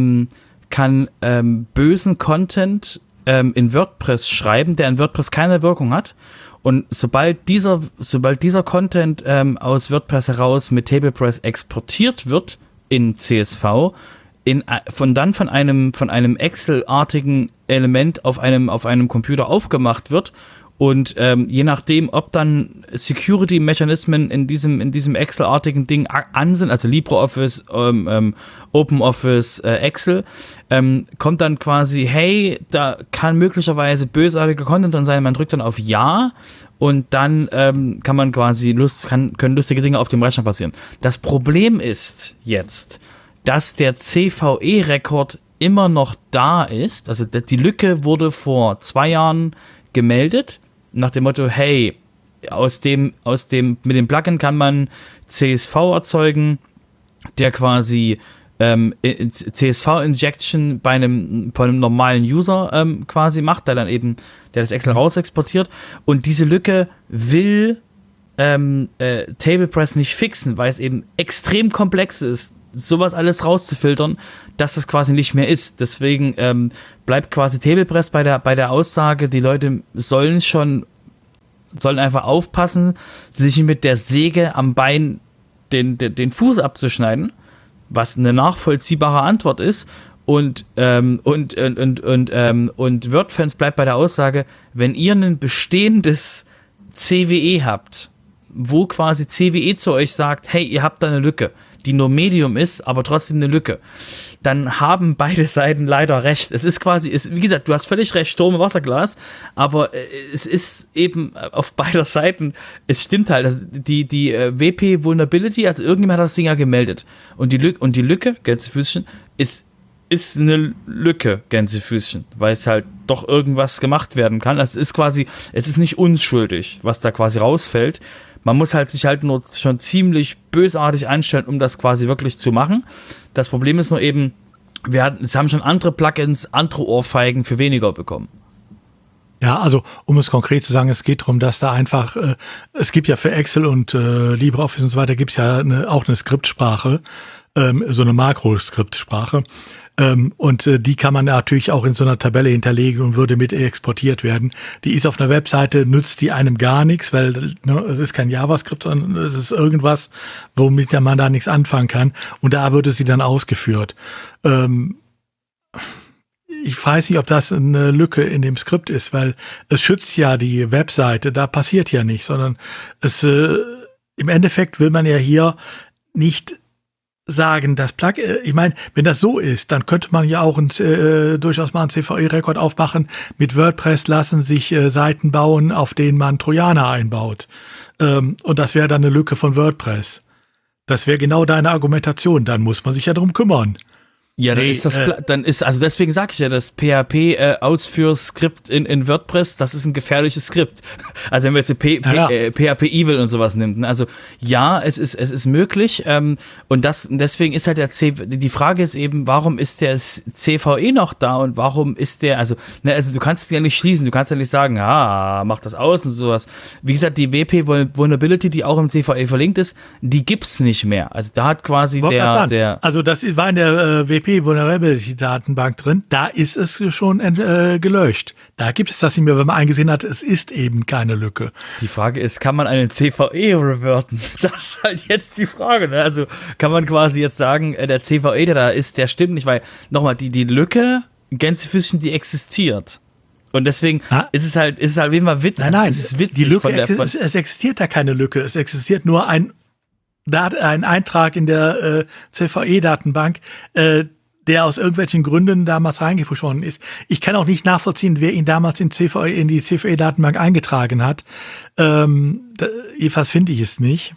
bösen Content in WordPress schreiben, der in WordPress keine Wirkung hat. Und sobald dieser Content aus WordPress heraus mit TablePress exportiert wird in CSV, von einem Excel-artigen Element auf einem Computer aufgemacht wird und je nachdem, ob dann Security-Mechanismen in diesem Excel-artigen Ding an sind, also LibreOffice, OpenOffice, Excel, kommt dann quasi, hey, da kann möglicherweise bösartiger Content drin sein, man drückt dann auf Ja und dann kann man quasi können lustige Dinge auf dem Rechner passieren. Das Problem ist jetzt, dass der CVE-Rekord immer noch da ist. Also die Lücke wurde vor 2 Jahren gemeldet, nach dem Motto, hey, mit dem Plugin kann man CSV erzeugen, der quasi CSV-Injection von einem normalen User quasi macht, der das Excel raus exportiert. Und diese Lücke will TablePress nicht fixen, weil es eben extrem komplex ist, sowas alles rauszufiltern, dass das quasi nicht mehr ist. Deswegen bleibt quasi TablePress bei der Aussage, die Leute sollen einfach aufpassen, sich mit der Säge am Bein den Fuß abzuschneiden, was eine nachvollziehbare Antwort ist. Und WordFence bleibt bei der Aussage, wenn ihr ein bestehendes CWE habt, wo quasi CWE zu euch sagt, hey, ihr habt da eine Lücke, die nur Medium ist, aber trotzdem eine Lücke, dann haben beide Seiten leider recht. Es ist quasi, wie gesagt, du hast völlig recht, Sturm im Wasserglas, aber es ist eben auf beider Seiten, es stimmt halt, also die WP Vulnerability, also irgendjemand hat das Ding ja gemeldet und die Lücke, Gänsefüßchen, ist eine Lücke, Gänsefüßchen, weil es halt doch irgendwas gemacht werden kann. Es ist nicht unschuldig, was da quasi rausfällt. Man muss sich nur schon ziemlich bösartig einstellen, um das quasi wirklich zu machen. Das Problem ist nur eben, es haben schon andere Plugins andere Ohrfeigen für weniger bekommen. Ja, also um es konkret zu sagen, es geht darum, dass da einfach, es gibt ja für Excel und LibreOffice und so weiter, gibt es ja auch eine Skriptsprache, so eine Makro-Skriptsprache. Und die kann man natürlich auch in so einer Tabelle hinterlegen und würde mit exportiert werden. Die ist auf einer Webseite, nützt die einem gar nichts, weil es ist kein JavaScript, sondern es ist irgendwas, womit man da nichts anfangen kann. Und da würde sie dann ausgeführt. Ich weiß nicht, ob das eine Lücke in dem Skript ist, weil es schützt ja die Webseite, da passiert ja nichts, sondern es im Endeffekt will man ja hier nicht sagen, das ich meine, wenn das so ist, dann könnte man ja auch durchaus mal einen CVE-Rekord aufmachen. Mit WordPress lassen sich Seiten bauen, auf denen man Trojaner einbaut. Und das wäre dann eine Lücke von WordPress. Das wäre genau deine Argumentation. Dann muss man sich ja drum kümmern. Ja, dann also deswegen sage ich ja, das PHP-Ausführskript in WordPress, das ist ein gefährliches Skript. Also wenn wir jetzt PHP Evil und sowas nimmt. Also ja, es ist möglich. Und deswegen ist halt die Frage ist eben, warum ist der CVE noch da und warum ist der, also du kannst ja nicht schließen, du kannst ja nicht sagen, mach das aus und sowas. Wie gesagt, die WP Vulnerability, die auch im CVE verlinkt ist, die gibt's nicht mehr. Also da hat quasi also das war in der WP Vulnerability-Datenbank drin, da ist es schon gelöscht. Da gibt es das nicht mehr, wenn man eingesehen hat, es ist eben keine Lücke. Die Frage ist, kann man einen CVE reverten? Das ist halt jetzt die Frage, ne? Also kann man quasi jetzt sagen, der CVE, der da ist, der stimmt nicht, weil nochmal, die Lücke, Gänsefüßchen, die existiert. Und deswegen ist es halt wie immer witzig. Nein, es ist witzig die Lücke es existiert da keine Lücke. Es existiert nur ein Eintrag in der CVE-Datenbank, der aus irgendwelchen Gründen damals reingepusht worden ist. Ich kann auch nicht nachvollziehen, wer ihn damals in die CVE-Datenbank eingetragen hat. Jedenfalls finde ich es nicht.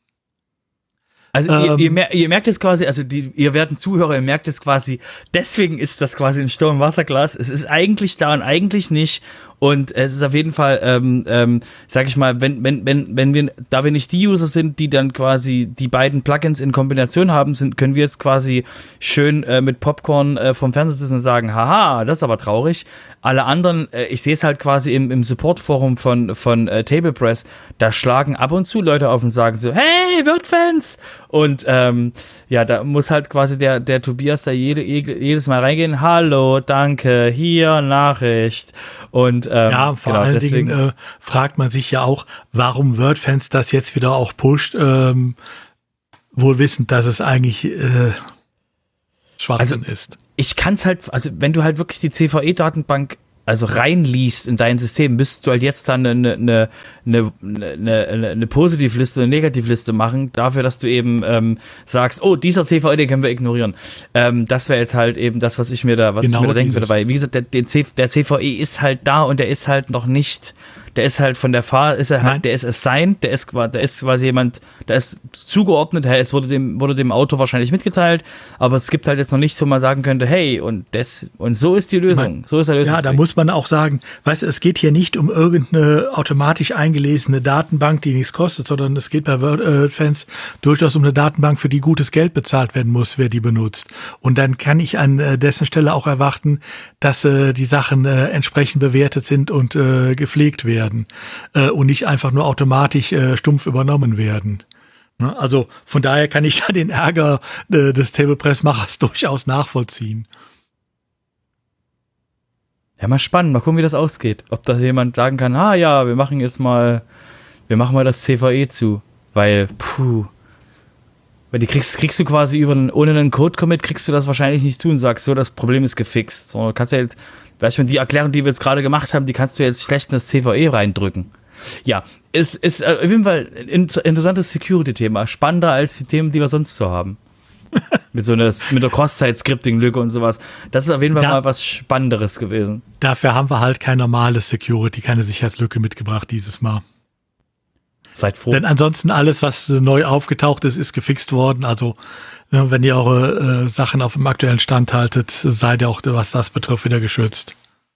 Also ihr merkt es quasi, also ihr werten Zuhörer, ihr merkt es quasi, deswegen ist das quasi ein Sturm- und Wasserglas. Es ist eigentlich da und eigentlich nicht. Und es ist auf jeden Fall, sag ich mal, wenn wir, da wir nicht die User sind, die dann quasi die beiden Plugins in Kombination haben, können wir jetzt quasi schön mit Popcorn vom Fernseher sitzen und sagen, haha, das ist aber traurig. Alle anderen, ich sehe es halt quasi im Support-Forum von TablePress, da schlagen ab und zu Leute auf und sagen so, hey, WordFans! Und da muss halt quasi der Tobias da jedes Mal reingehen, hallo, danke, hier, Nachricht. Und vor allen Dingen fragt man sich ja auch, warum WordFans das jetzt wieder auch pusht, wohl wissend, dass es eigentlich Schwachsinn ist. Ich kann es halt, also wenn du halt wirklich die CVE-Datenbank reinliest in dein System, müsstest du halt jetzt dann eine Positivliste, eine Negativliste machen, dafür, dass du eben sagst, oh, dieser CVE, den können wir ignorieren. Das wäre jetzt halt eben das, was ich mir da denken würde. Weil, wie gesagt, der CVE ist halt da und der ist halt noch nicht, der ist halt von der der ist assigned, der ist quasi jemand, der ist zugeordnet, es wurde dem Autor wahrscheinlich mitgeteilt, aber es gibt halt jetzt noch nichts, wo man sagen könnte, hey, und so ist die Lösung, so ist der Lösung. Ja, da muss man auch sagen, weißt du, es geht hier nicht um irgendeine automatisch eingelesene Datenbank, die nichts kostet, sondern es geht bei WordFans durchaus um eine Datenbank, für die gutes Geld bezahlt werden muss, wer die benutzt. Und dann kann ich an dessen Stelle auch erwarten, dass die Sachen entsprechend bewertet sind und gepflegt werden und nicht einfach nur automatisch stumpf übernommen werden. Ne? Also von daher kann ich da den Ärger des TablePress-Machers durchaus nachvollziehen. Ja, mal spannend, mal gucken, wie das ausgeht. Ob da jemand sagen kann, wir machen mal das CVE zu, weil, weil die kriegst du quasi ohne einen Code-Commit kriegst du das wahrscheinlich nicht tun, sagst so, das Problem ist gefixt. So, du kannst ja jetzt, weißt du, die Erklärung, die wir jetzt gerade gemacht haben, die kannst du jetzt schlecht in das CVE reindrücken. Ja, es ist auf jeden Fall ein interessantes Security-Thema, spannender als die Themen, die wir sonst so haben. mit der Cross-Site-Scripting-Lücke und sowas. Das ist auf jeden Fall mal was Spannenderes gewesen. Dafür haben wir halt kein normales Security, keine Sicherheitslücke mitgebracht dieses Mal. Seid froh. Denn ansonsten alles, was neu aufgetaucht ist, ist gefixt worden. Also wenn ihr eure Sachen auf dem aktuellen Stand haltet, seid ihr auch, was das betrifft, wieder geschützt.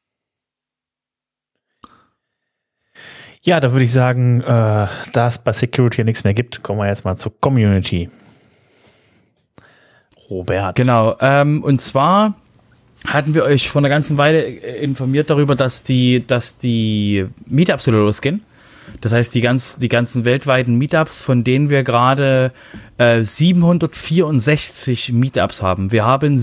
Ja, da würde ich sagen, da es bei Security nichts mehr gibt, kommen wir jetzt mal zur Community. Robert. Genau, und zwar hatten wir euch vor einer ganzen Weile informiert darüber, dass die Meetups wieder losgehen. Das heißt, die ganzen weltweiten Meetups, von denen wir gerade 764 Meetups haben. Wir haben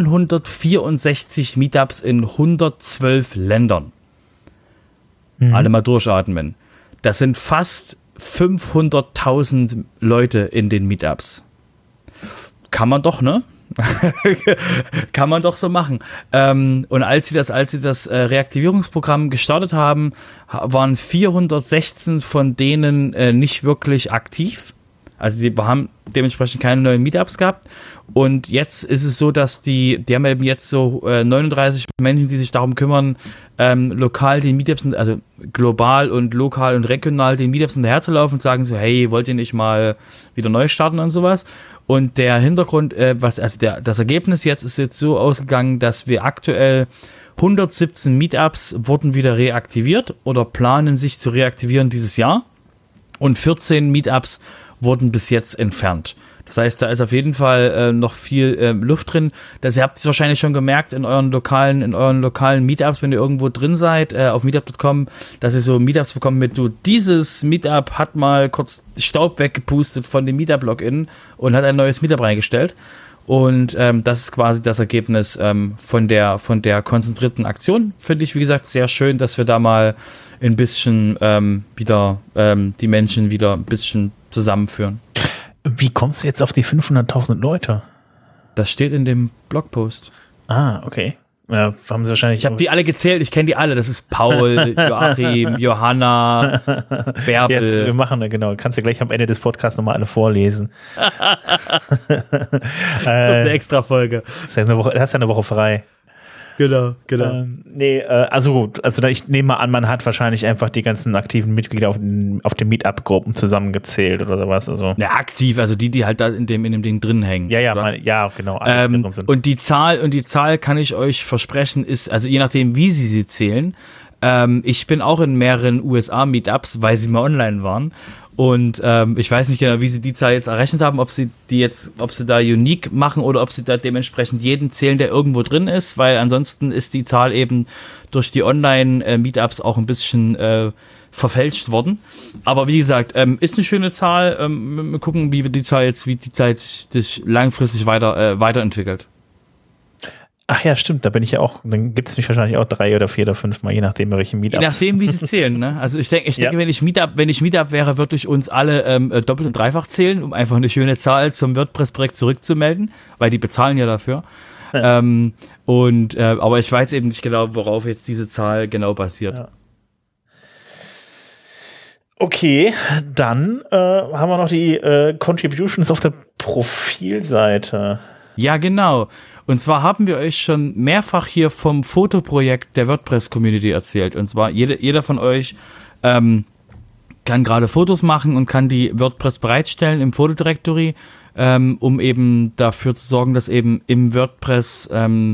764 Meetups in 112 Ländern. Alle mal durchatmen. Das sind fast 500.000 Leute in den Meetups. Kann man doch, ne? Kann man doch so machen. Und als sie das Reaktivierungsprogramm gestartet haben, waren 416 von denen nicht wirklich aktiv. Also die haben dementsprechend keine neuen Meetups gehabt. Und jetzt ist es so, dass die haben eben jetzt so 39 Menschen, die sich darum kümmern, lokal den Meetups, also global und lokal und regional den Meetups hinterherzulaufen und sagen so, hey, wollt ihr nicht mal wieder neu starten und sowas? Und der Hintergrund, das Ergebnis jetzt ist jetzt so ausgegangen, dass wir aktuell 117 Meetups wurden wieder reaktiviert oder planen sich zu reaktivieren dieses Jahr. Und 14 Meetups wurden bis jetzt entfernt. Das heißt, da ist auf jeden Fall noch viel Luft drin. Ihr habt es wahrscheinlich schon gemerkt in euren lokalen Meetups, wenn ihr irgendwo drin seid, auf meetup.com, dass ihr so Meetups bekommt mit, dieses Meetup hat mal kurz Staub weggepustet von dem Meetup-Login und hat ein neues Meetup reingestellt. Und das ist quasi das Ergebnis von der konzentrierten Aktion. Finde ich, wie gesagt, sehr schön, dass wir da mal ein bisschen wieder die Menschen wieder ein bisschen zusammenführen. Wie kommst du jetzt auf die 500.000 Leute? Das steht in dem Blogpost. Ah, okay. Ja, haben sie wahrscheinlich. Ich habe die alle gezählt, ich kenne die alle. Das ist Paul, Joachim, Johanna, Bärbel. Jetzt, wir machen, genau. Kannst du gleich am Ende des Podcasts nochmal alle vorlesen. Eine extra Folge. Hast ja eine Woche frei. Genau. Also gut, ich nehme mal an, man hat wahrscheinlich einfach die ganzen aktiven Mitglieder auf den Meetup-Gruppen zusammengezählt oder sowas. Also. Ja, aktiv, also die halt da in dem Ding drin hängen. Ja, genau. Alle drin sind. Und die Zahl kann ich euch versprechen, ist, also je nachdem, wie sie zählen, ich bin auch in mehreren USA-Meetups, weil sie mal online waren. Und ich weiß nicht genau, wie sie die Zahl jetzt errechnet haben, ob sie da unique machen oder ob sie da dementsprechend jeden zählen, der irgendwo drin ist, weil ansonsten ist die Zahl eben durch die Online-Meetups auch ein bisschen verfälscht worden. Aber wie gesagt, ist eine schöne Zahl. Wir gucken, wie die Zahl sich langfristig weiterentwickelt. Ach ja, stimmt, da bin ich ja auch, dann gibt es mich wahrscheinlich auch 3 oder 4 oder 5 Mal, je nachdem, welche Meetup. Je nachdem, wie sie zählen, ne? Also ich denke, wenn ich Meetup wäre, würde ich uns alle doppelt und dreifach zählen, um einfach eine schöne Zahl zum WordPress-Projekt zurückzumelden, weil die bezahlen ja dafür. Ja. Aber ich weiß eben nicht genau, worauf jetzt diese Zahl genau basiert. Ja. Okay, dann haben wir noch die Contributions auf der Profilseite. Ja, genau. Und zwar haben wir euch schon mehrfach hier vom Fotoprojekt der WordPress-Community erzählt. Und zwar jeder von euch kann gerade Fotos machen und kann die WordPress bereitstellen im Fotodirectory, um eben dafür zu sorgen, dass eben im WordPress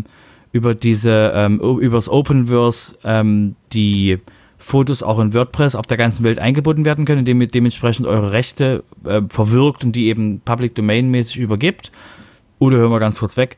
übers Openverse die Fotos auch in WordPress auf der ganzen Welt eingebunden werden können, indem ihr dementsprechend eure Rechte verwirkt und die eben Public Domain-mäßig übergibt. Oder hören wir ganz kurz weg.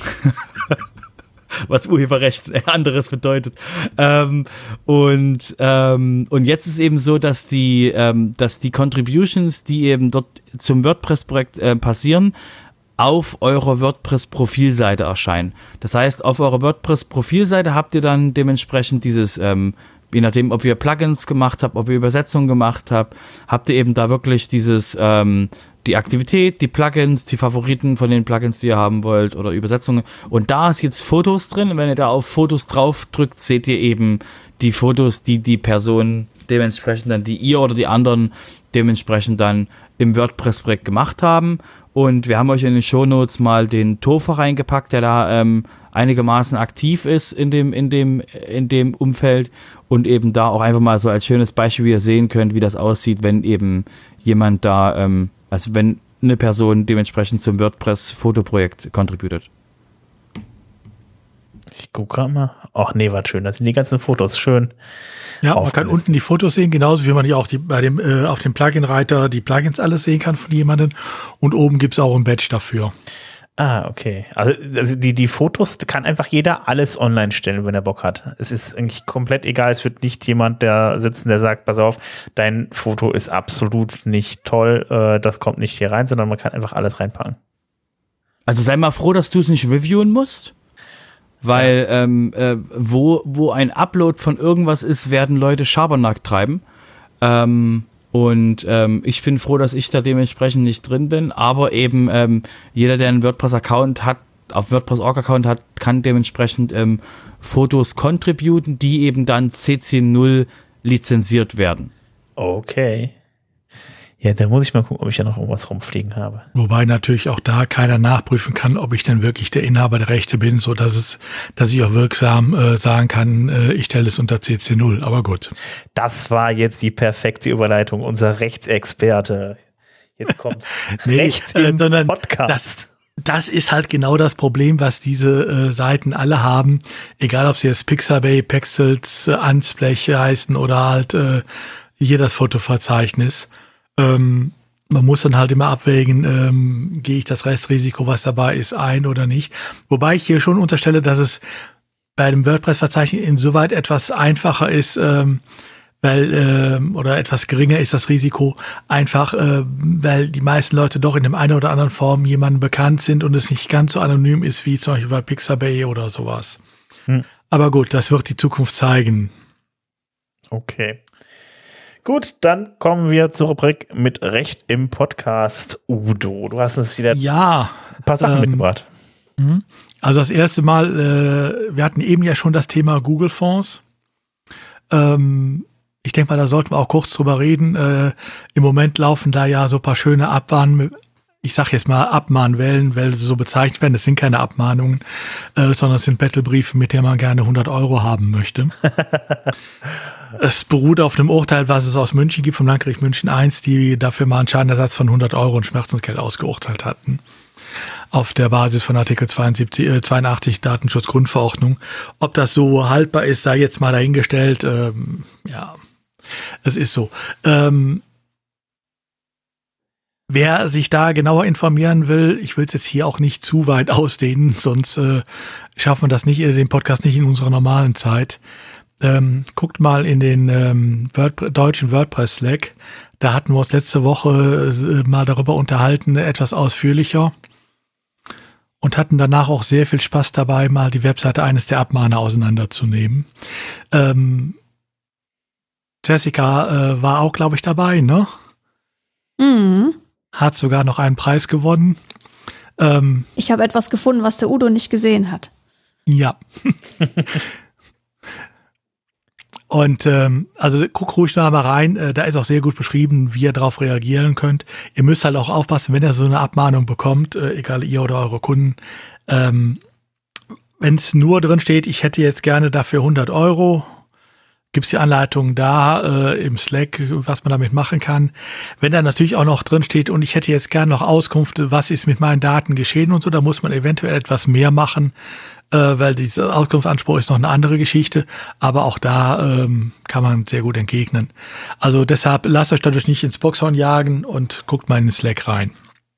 Was Urheberrecht anderes bedeutet. Und jetzt ist eben so, dass die Contributions, die eben dort zum WordPress-Projekt passieren, auf eurer WordPress-Profilseite erscheinen. Das heißt, auf eurer WordPress-Profilseite habt ihr dann dementsprechend dieses, je nachdem, ob ihr Plugins gemacht habt, ob ihr Übersetzungen gemacht habt, habt ihr eben da wirklich dieses die Aktivität, die Plugins, die Favoriten von den Plugins, die ihr haben wollt oder Übersetzungen. Und da ist jetzt Fotos drin. Und wenn ihr da auf Fotos drauf drückt, seht ihr eben die Fotos, die die Person dementsprechend dann, die ihr oder die anderen dementsprechend dann im WordPress-Projekt gemacht haben. Und wir haben euch in den Shownotes mal den Topher reingepackt, der da einigermaßen aktiv ist in dem Umfeld und eben da auch einfach mal so als schönes Beispiel, wie ihr sehen könnt, wie das aussieht, wenn eben jemand da also wenn eine Person dementsprechend zum WordPress-Fotoprojekt contributed. Ich gucke gerade mal. Ach nee, war schön. Das sind die ganzen Fotos schön. Ja, man kann unten die Fotos sehen, genauso wie man ja auch auf dem Plugin-Reiter die Plugins alles sehen kann von jemandem. Und oben gibt es auch ein Badge dafür. Okay. Also die Fotos kann einfach jeder alles online stellen, wenn er Bock hat. Es ist eigentlich komplett egal. Es wird nicht jemand der sitzen, der sagt, pass auf, dein Foto ist absolut nicht toll, das kommt nicht hier rein, sondern man kann einfach alles reinpacken. Also sei mal froh, dass du es nicht reviewen musst. Weil wo ein Upload von irgendwas ist, werden Leute Schabernack treiben. Ich bin froh, dass ich da dementsprechend nicht drin bin, aber eben jeder, der einen WordPress-Account hat, auf WordPress.org-Account hat, kann dementsprechend Fotos contributen, die eben dann CC0 lizenziert werden. Okay. Ja, da muss ich mal gucken, ob ich da noch irgendwas rumfliegen habe. Wobei natürlich auch da keiner nachprüfen kann, ob ich denn wirklich der Inhaber der Rechte bin, so dass ich auch wirksam sagen kann, ich stelle es unter CC0. Aber gut. Das war jetzt die perfekte Überleitung. Unser Rechtsexperte. Jetzt kommt Rechts im Podcast. Das ist halt genau das Problem, was diese Seiten alle haben. Egal, ob sie jetzt Pixabay, Pexels, Unsplash heißen oder halt hier das Fotoverzeichnis. Man muss dann halt immer abwägen, gehe ich das Restrisiko, was dabei ist, ein oder nicht. Wobei ich hier schon unterstelle, dass es bei dem WordPress-Verzeichnis insoweit etwas einfacher ist, oder etwas geringer ist das Risiko, einfach weil die meisten Leute doch in dem einen oder anderen Form jemandem bekannt sind und es nicht ganz so anonym ist wie zum Beispiel bei Pixabay oder sowas. Aber gut, das wird die Zukunft zeigen. Okay. Gut, dann kommen wir zur Rubrik mit Recht im Podcast. Udo, du hast uns wieder ein paar Sachen mitgebracht. Also das erste Mal, wir hatten eben ja schon das Thema Google-Fonds. Ich denke mal, da sollten wir auch kurz drüber reden. Im Moment laufen da ja so ein paar schöne ich sag jetzt mal Abmahnwellen, weil sie so bezeichnet werden. Das sind keine Abmahnungen, sondern es sind Battlebriefe, mit denen man gerne 100 € haben möchte. Es beruht auf einem Urteil, was es aus München gibt, vom Landgericht München I, die dafür mal einen Schadenersatz von 100 € und Schmerzensgeld ausgeurteilt hatten. Auf der Basis von Artikel 82 Datenschutzgrundverordnung. Ob das so haltbar ist, sei jetzt mal dahingestellt. Ja, es ist so. Wer sich da genauer informieren will, ich will es jetzt hier auch nicht zu weit ausdehnen, sonst schaffen wir das nicht, den Podcast nicht in unserer normalen Zeit. Guckt mal in den deutschen WordPress-Slack. Da hatten wir uns letzte Woche mal darüber unterhalten, etwas ausführlicher. Und hatten danach auch sehr viel Spaß dabei, mal die Webseite eines der Abmahner auseinanderzunehmen. Jessica war auch, glaube ich, dabei, ne? Mhm. Hat sogar noch einen Preis gewonnen. Ich habe etwas gefunden, was der Udo nicht gesehen hat. Ja. Und also guck ruhig noch mal rein, da ist auch sehr gut beschrieben, wie ihr darauf reagieren könnt. Ihr müsst halt auch aufpassen, wenn ihr so eine Abmahnung bekommt, egal ihr oder eure Kunden, wenn es nur drin steht, ich hätte jetzt gerne dafür 100 €, gibt's die Anleitung da im Slack, was man damit machen kann. Wenn da natürlich auch noch drin steht und ich hätte jetzt gerne noch Auskunft, was ist mit meinen Daten geschehen und so, da muss man eventuell etwas mehr machen, weil dieser Auskunftsanspruch ist noch eine andere Geschichte, aber auch da kann man sehr gut entgegnen. Also deshalb lasst euch dadurch nicht ins Boxhorn jagen und guckt mal in den Slack rein.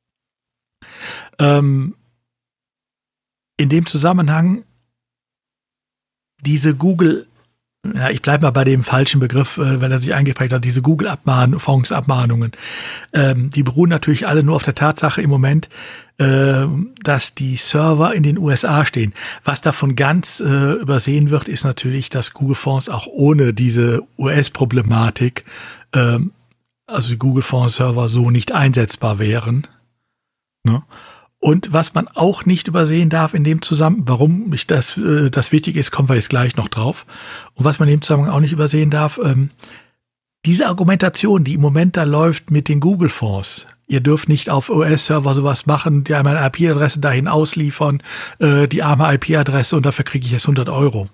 In dem Zusammenhang diese Google, ja, ich bleibe mal bei dem falschen Begriff, weil er sich eingeprägt hat, diese Google-Fonds-Abmahnungen, die beruhen natürlich alle nur auf der Tatsache im Moment, dass die Server in den USA stehen. Was davon ganz übersehen wird, ist natürlich, dass Google-Fonds auch ohne diese US-Problematik, also die Google-Fonds-Server so nicht einsetzbar wären. Ne? Und was man auch nicht übersehen darf in dem Zusammenhang, warum das wichtig ist, kommen wir jetzt gleich noch drauf. Und was man in dem Zusammenhang auch nicht übersehen darf, diese Argumentation, die im Moment da läuft mit den Google-Fonds, ihr dürft nicht auf US-Server sowas machen, die einmal eine IP-Adresse dahin ausliefern, die arme IP-Adresse und dafür kriege ich jetzt 100 €.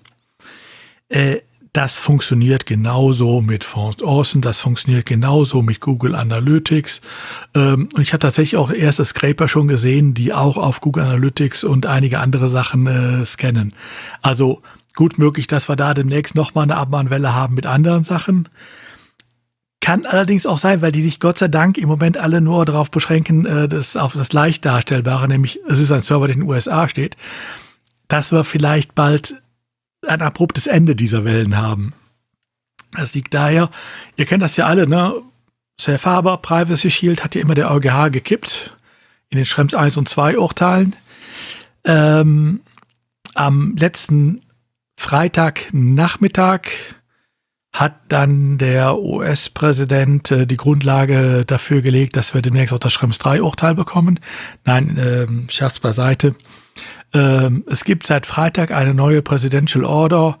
Das funktioniert genauso mit Fonds Awesome, das funktioniert genauso mit Google Analytics. Und ich habe tatsächlich auch erste Scraper schon gesehen, die auch auf Google Analytics und einige andere Sachen scannen. Also gut möglich, dass wir da demnächst nochmal eine Abmahnwelle haben mit anderen Sachen. kann allerdings auch sein, weil die sich Gott sei Dank im Moment alle nur darauf beschränken, auf das leicht Darstellbare, nämlich es ist ein Server, der in den USA steht, dass wir vielleicht bald ein abruptes Ende dieser Wellen haben. Das liegt daher, ihr kennt das ja alle, ne? Safe Harbor, Privacy Shield hat ja immer der EuGH gekippt in den Schrems 1 und 2 Urteilen. Am letzten Freitagnachmittag hat dann der US-Präsident die Grundlage dafür gelegt, dass wir demnächst auch das Schrems 3 Urteil bekommen. Nein, Scherz beiseite. Es gibt seit Freitag eine neue Presidential Order,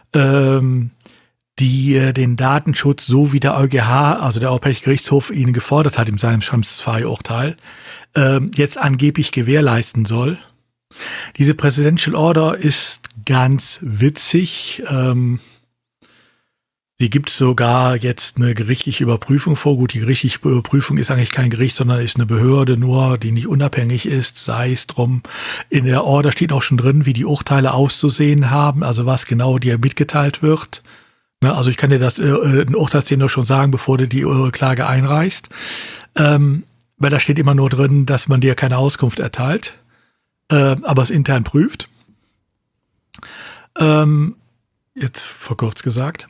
die den Datenschutz, so wie der EuGH, also der Europäische Gerichtshof, ihn gefordert hat in seinem Schrems 2 Urteil, jetzt angeblich gewährleisten soll. Diese Presidential Order ist ganz witzig. Sie gibt sogar jetzt eine gerichtliche Überprüfung vor. Gut, die gerichtliche Überprüfung ist eigentlich kein Gericht, sondern ist eine Behörde nur, die nicht unabhängig ist, sei es drum. In der Order steht auch schon drin, wie die Urteile auszusehen haben, also was genau dir mitgeteilt wird. Also ich kann dir das einen Urteilsdehner schon sagen, bevor du die Klage einreichst. Weil da steht immer nur drin, dass man dir keine Auskunft erteilt, aber es intern prüft. Jetzt verkürzt gesagt.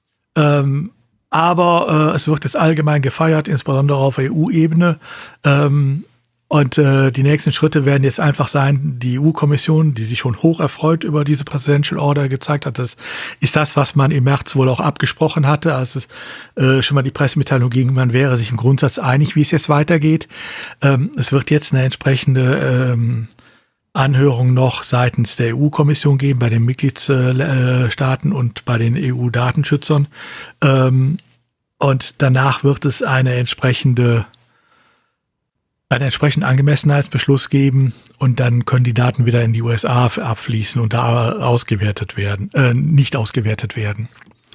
Aber es wird jetzt allgemein gefeiert, insbesondere auf EU-Ebene. Und die nächsten Schritte werden jetzt einfach sein, die EU-Kommission, die sich schon hoch erfreut über diese Presidential Order gezeigt hat, das ist das, was man im März wohl auch abgesprochen hatte, als es schon mal die Pressemitteilung ging, man wäre sich im Grundsatz einig, wie es jetzt weitergeht. Es wird jetzt eine entsprechende Anhörung noch seitens der EU-Kommission geben, bei den Mitgliedstaaten und bei den EU-Datenschützern. Und danach wird es einen entsprechenden Angemessenheitsbeschluss geben und dann können die Daten wieder in die USA abfließen und da ausgewertet werden, nicht ausgewertet werden.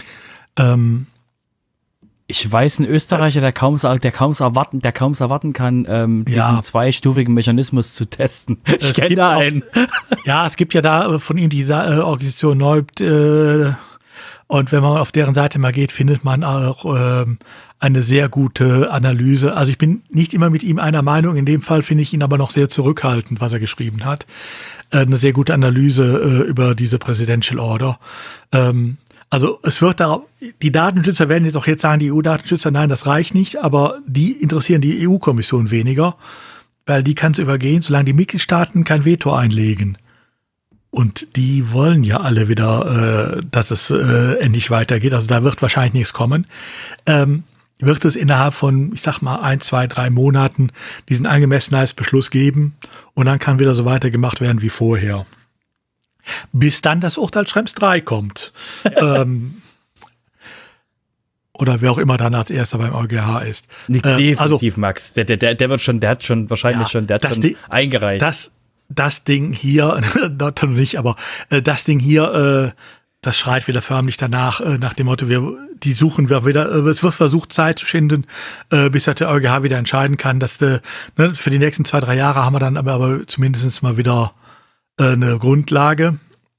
Ich weiß, ein Österreicher, der kaum erwarten kann, diesen zweistufigen Mechanismus zu testen. Ich kenne da einen. Ja, es gibt ja da von ihm die Organisation Neubt, und wenn man auf deren Seite mal geht, findet man auch eine sehr gute Analyse. Also ich bin nicht immer mit ihm einer Meinung, in dem Fall finde ich ihn aber noch sehr zurückhaltend, was er geschrieben hat. Eine sehr gute Analyse über diese Presidential Order. Also es wird da, die Datenschützer werden jetzt auch jetzt sagen, die EU-Datenschützer, nein, das reicht nicht, aber die interessieren die EU-Kommission weniger, weil die kann es übergehen, solange die Mitgliedstaaten kein Veto einlegen. Und die wollen ja alle wieder, dass es endlich weitergeht. Also da wird wahrscheinlich nichts kommen. Wird es innerhalb von, ich sag mal, 1, 2, 3 Monaten diesen Angemessenheitsbeschluss geben und dann kann wieder so weitergemacht werden wie vorher. Bis dann das Urteil Schrems 3 kommt. Oder wer auch immer dann als erster beim EuGH ist. Definitiv, also, Max. Der hat schon eingereicht. Das Ding hier, noch nicht, aber das Ding hier, das schreit wieder förmlich danach, nach dem Motto, die suchen wir wieder, es wird versucht, Zeit zu schinden, bis der EuGH wieder entscheiden kann, dass für die nächsten 2, 3 Jahre haben wir dann aber zumindest mal wieder eine Grundlage.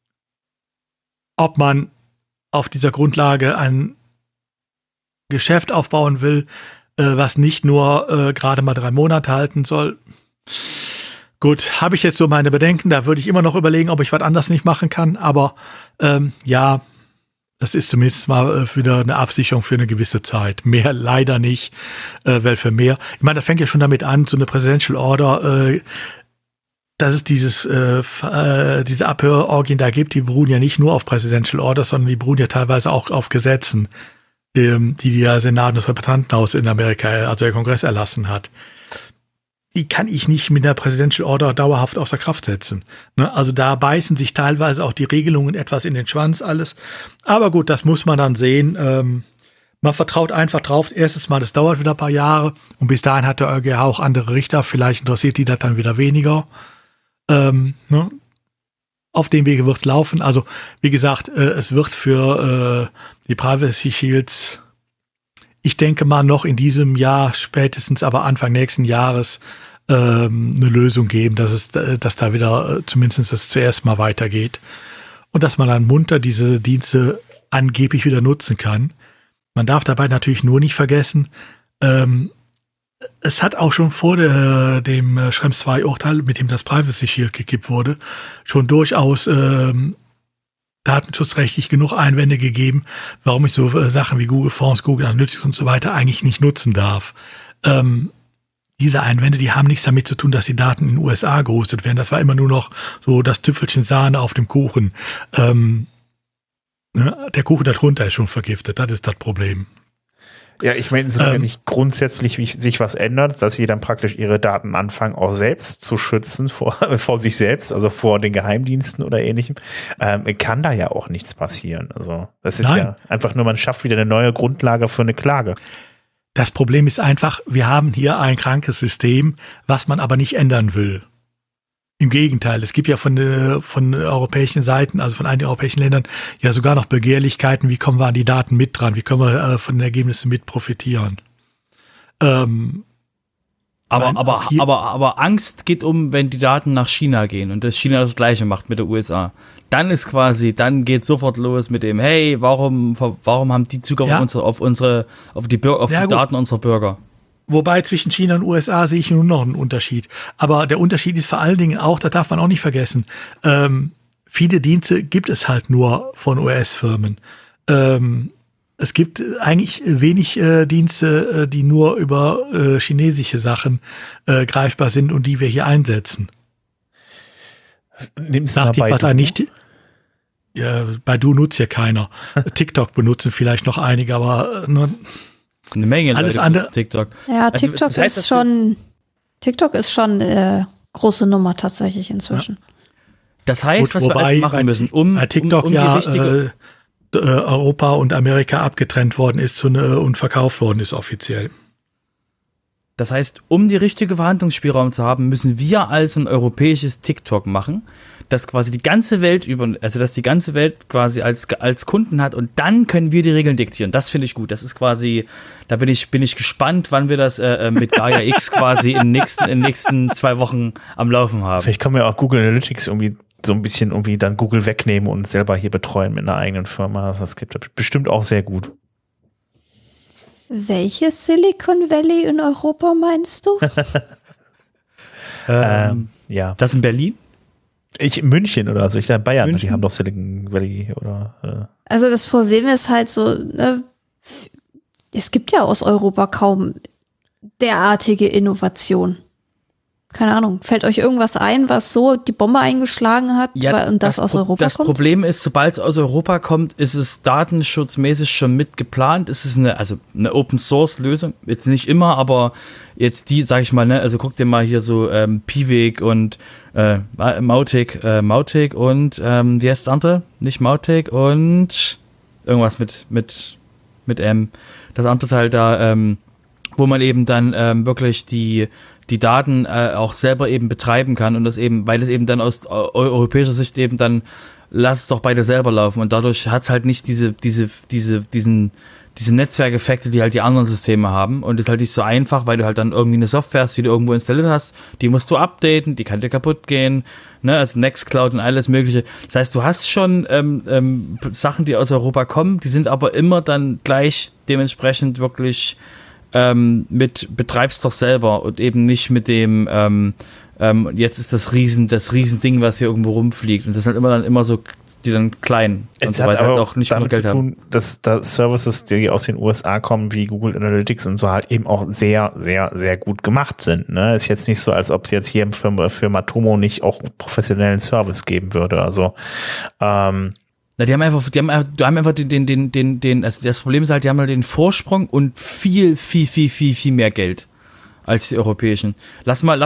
Ob man auf dieser Grundlage ein Geschäft aufbauen will, was nicht nur gerade mal 3 Monate halten soll. Gut, habe ich jetzt so meine Bedenken, da würde ich immer noch überlegen, ob ich was anderes nicht machen kann, aber ja, das ist zumindest mal wieder eine Absicherung für eine gewisse Zeit. Mehr leider nicht, weil für mehr, ich meine, das fängt ja schon damit an, so eine Presidential Order, dass es diese Abhörorgien da gibt, die beruhen ja nicht nur auf Presidential Orders, sondern die beruhen ja teilweise auch auf Gesetzen, die der Senat und das Repräsentantenhaus in Amerika, also der Kongress, erlassen hat. Die kann ich nicht mit einer Presidential Order dauerhaft außer Kraft setzen. Ne? Also da beißen sich teilweise auch die Regelungen etwas in den Schwanz alles. Aber gut, das muss man dann sehen. Man vertraut einfach drauf. Erstens mal, das dauert wieder ein paar Jahre. Und bis dahin hat der EuGH auch andere Richter. Vielleicht interessiert die das dann wieder weniger. Ne? Auf dem Wege wird es laufen. Also wie gesagt, es wird für die Privacy Shields, ich denke mal noch in diesem Jahr, spätestens aber Anfang nächsten Jahres, eine Lösung geben, dass da wieder zumindest das zuerst mal weitergeht und dass man dann munter diese Dienste angeblich wieder nutzen kann. Man darf dabei natürlich nur nicht vergessen, es hat auch schon vor dem Schrems II-Urteil, mit dem das Privacy Shield gekippt wurde, schon durchaus datenschutzrechtlich genug Einwände gegeben, warum ich so Sachen wie Google Fonts, Google Analytics und so weiter eigentlich nicht nutzen darf. Diese Einwände, die haben nichts damit zu tun, dass die Daten in den USA gehostet werden. Das war immer nur noch so das Tüpfelchen Sahne auf dem Kuchen. Der Kuchen darunter ist schon vergiftet, das ist das Problem. Ja, ich meine, solange nicht grundsätzlich sich was ändert, dass sie dann praktisch ihre Daten anfangen, auch selbst zu schützen vor sich selbst, also vor den Geheimdiensten oder ähnlichem, kann da ja auch nichts passieren. Also das ist ja einfach nur, man schafft wieder eine neue Grundlage für eine Klage. Das Problem ist einfach, wir haben hier ein krankes System, was man aber nicht ändern will. Im Gegenteil, es gibt ja von europäischen Seiten, also von einigen europäischen Ländern, ja sogar noch Begehrlichkeiten, wie kommen wir an die Daten mit dran, wie können wir von den Ergebnissen mit profitieren. Aber Angst geht wenn die Daten nach China gehen und das China das Gleiche macht mit der USA. Dann geht sofort los mit dem, hey, warum haben die Zugriff auf die Daten unserer Bürger? Wobei zwischen China und USA sehe ich nur noch einen Unterschied. Aber der Unterschied ist vor allen Dingen auch, das darf man auch nicht vergessen, viele Dienste gibt es halt nur von US-Firmen. Es gibt eigentlich wenig Dienste, die nur über chinesische Sachen greifbar sind und die wir hier einsetzen. Nimm's mal Baidu nutzt ja keiner. TikTok benutzen vielleicht noch einige, aber eine Menge alles Leute andere. TikTok. Ja, TikTok ist schon große Nummer tatsächlich inzwischen. Ja. Das heißt, was wir also machen müssen, bei TikTok die richtige Europa und Amerika abgetrennt worden ist und verkauft worden ist offiziell. Das heißt, um die richtige Verhandlungsspielraum zu haben, müssen wir als ein europäisches TikTok machen, das quasi die ganze Welt dass die ganze Welt quasi als Kunden hat und dann können wir die Regeln diktieren. Das finde ich gut. Das ist quasi, da bin ich gespannt, wann wir das mit Gaia X quasi in den nächsten 2 Wochen am Laufen haben. Vielleicht können wir auch Google Analytics irgendwie so ein bisschen dann Google wegnehmen und selber hier betreuen mit einer eigenen Firma. Das gibt bestimmt auch sehr gut. Welches Silicon Valley in Europa meinst du? Ja. Das in Berlin? München oder so. Ich sage Bayern, München? Die haben doch Silicon Valley oder. Also das Problem ist halt so, ne, es gibt ja aus Europa kaum derartige Innovation. Keine Ahnung, fällt euch irgendwas ein, was so die Bombe eingeschlagen hat und das aus Europa kommt? Das Problem ist, sobald es aus Europa kommt, ist es datenschutzmäßig schon mit geplant. Es ist eine Open-Source-Lösung. Jetzt nicht immer, aber jetzt die, sag ich mal, ne, also guck dir mal hier so Piwik und Mautic und wie heißt das andere? Nicht Mautic und irgendwas mit M. Das andere Teil da, wo man eben dann wirklich die Daten auch selber eben betreiben kann und das eben, weil es eben dann aus europäischer Sicht eben dann, lass es doch beide selber laufen und dadurch hat es halt nicht diese Netzwerkeffekte, die halt die anderen Systeme haben und ist halt nicht so einfach, weil du halt dann irgendwie eine Software hast, die du irgendwo installiert hast, die musst du updaten, die kann dir kaputt gehen, ne, also Nextcloud und alles mögliche. Das heißt, du hast schon Sachen, die aus Europa kommen, die sind aber immer dann gleich dementsprechend wirklich betreibst doch selber und eben nicht mit dem jetzt ist das Riesending, was hier irgendwo rumfliegt und das sind immer so die dann klein und so, weil sie halt auch nicht genug Geld haben. Dass da Services, die aus den USA kommen, wie Google Analytics und so halt eben auch sehr, sehr, sehr gut gemacht sind. Ne? Ist jetzt nicht so, als ob es jetzt hier für Matomo nicht auch professionellen Service geben würde. Also die haben einfach den, also das Problem ist halt, die haben halt den Vorsprung und viel mehr Geld als die europäischen. Schmeiß mal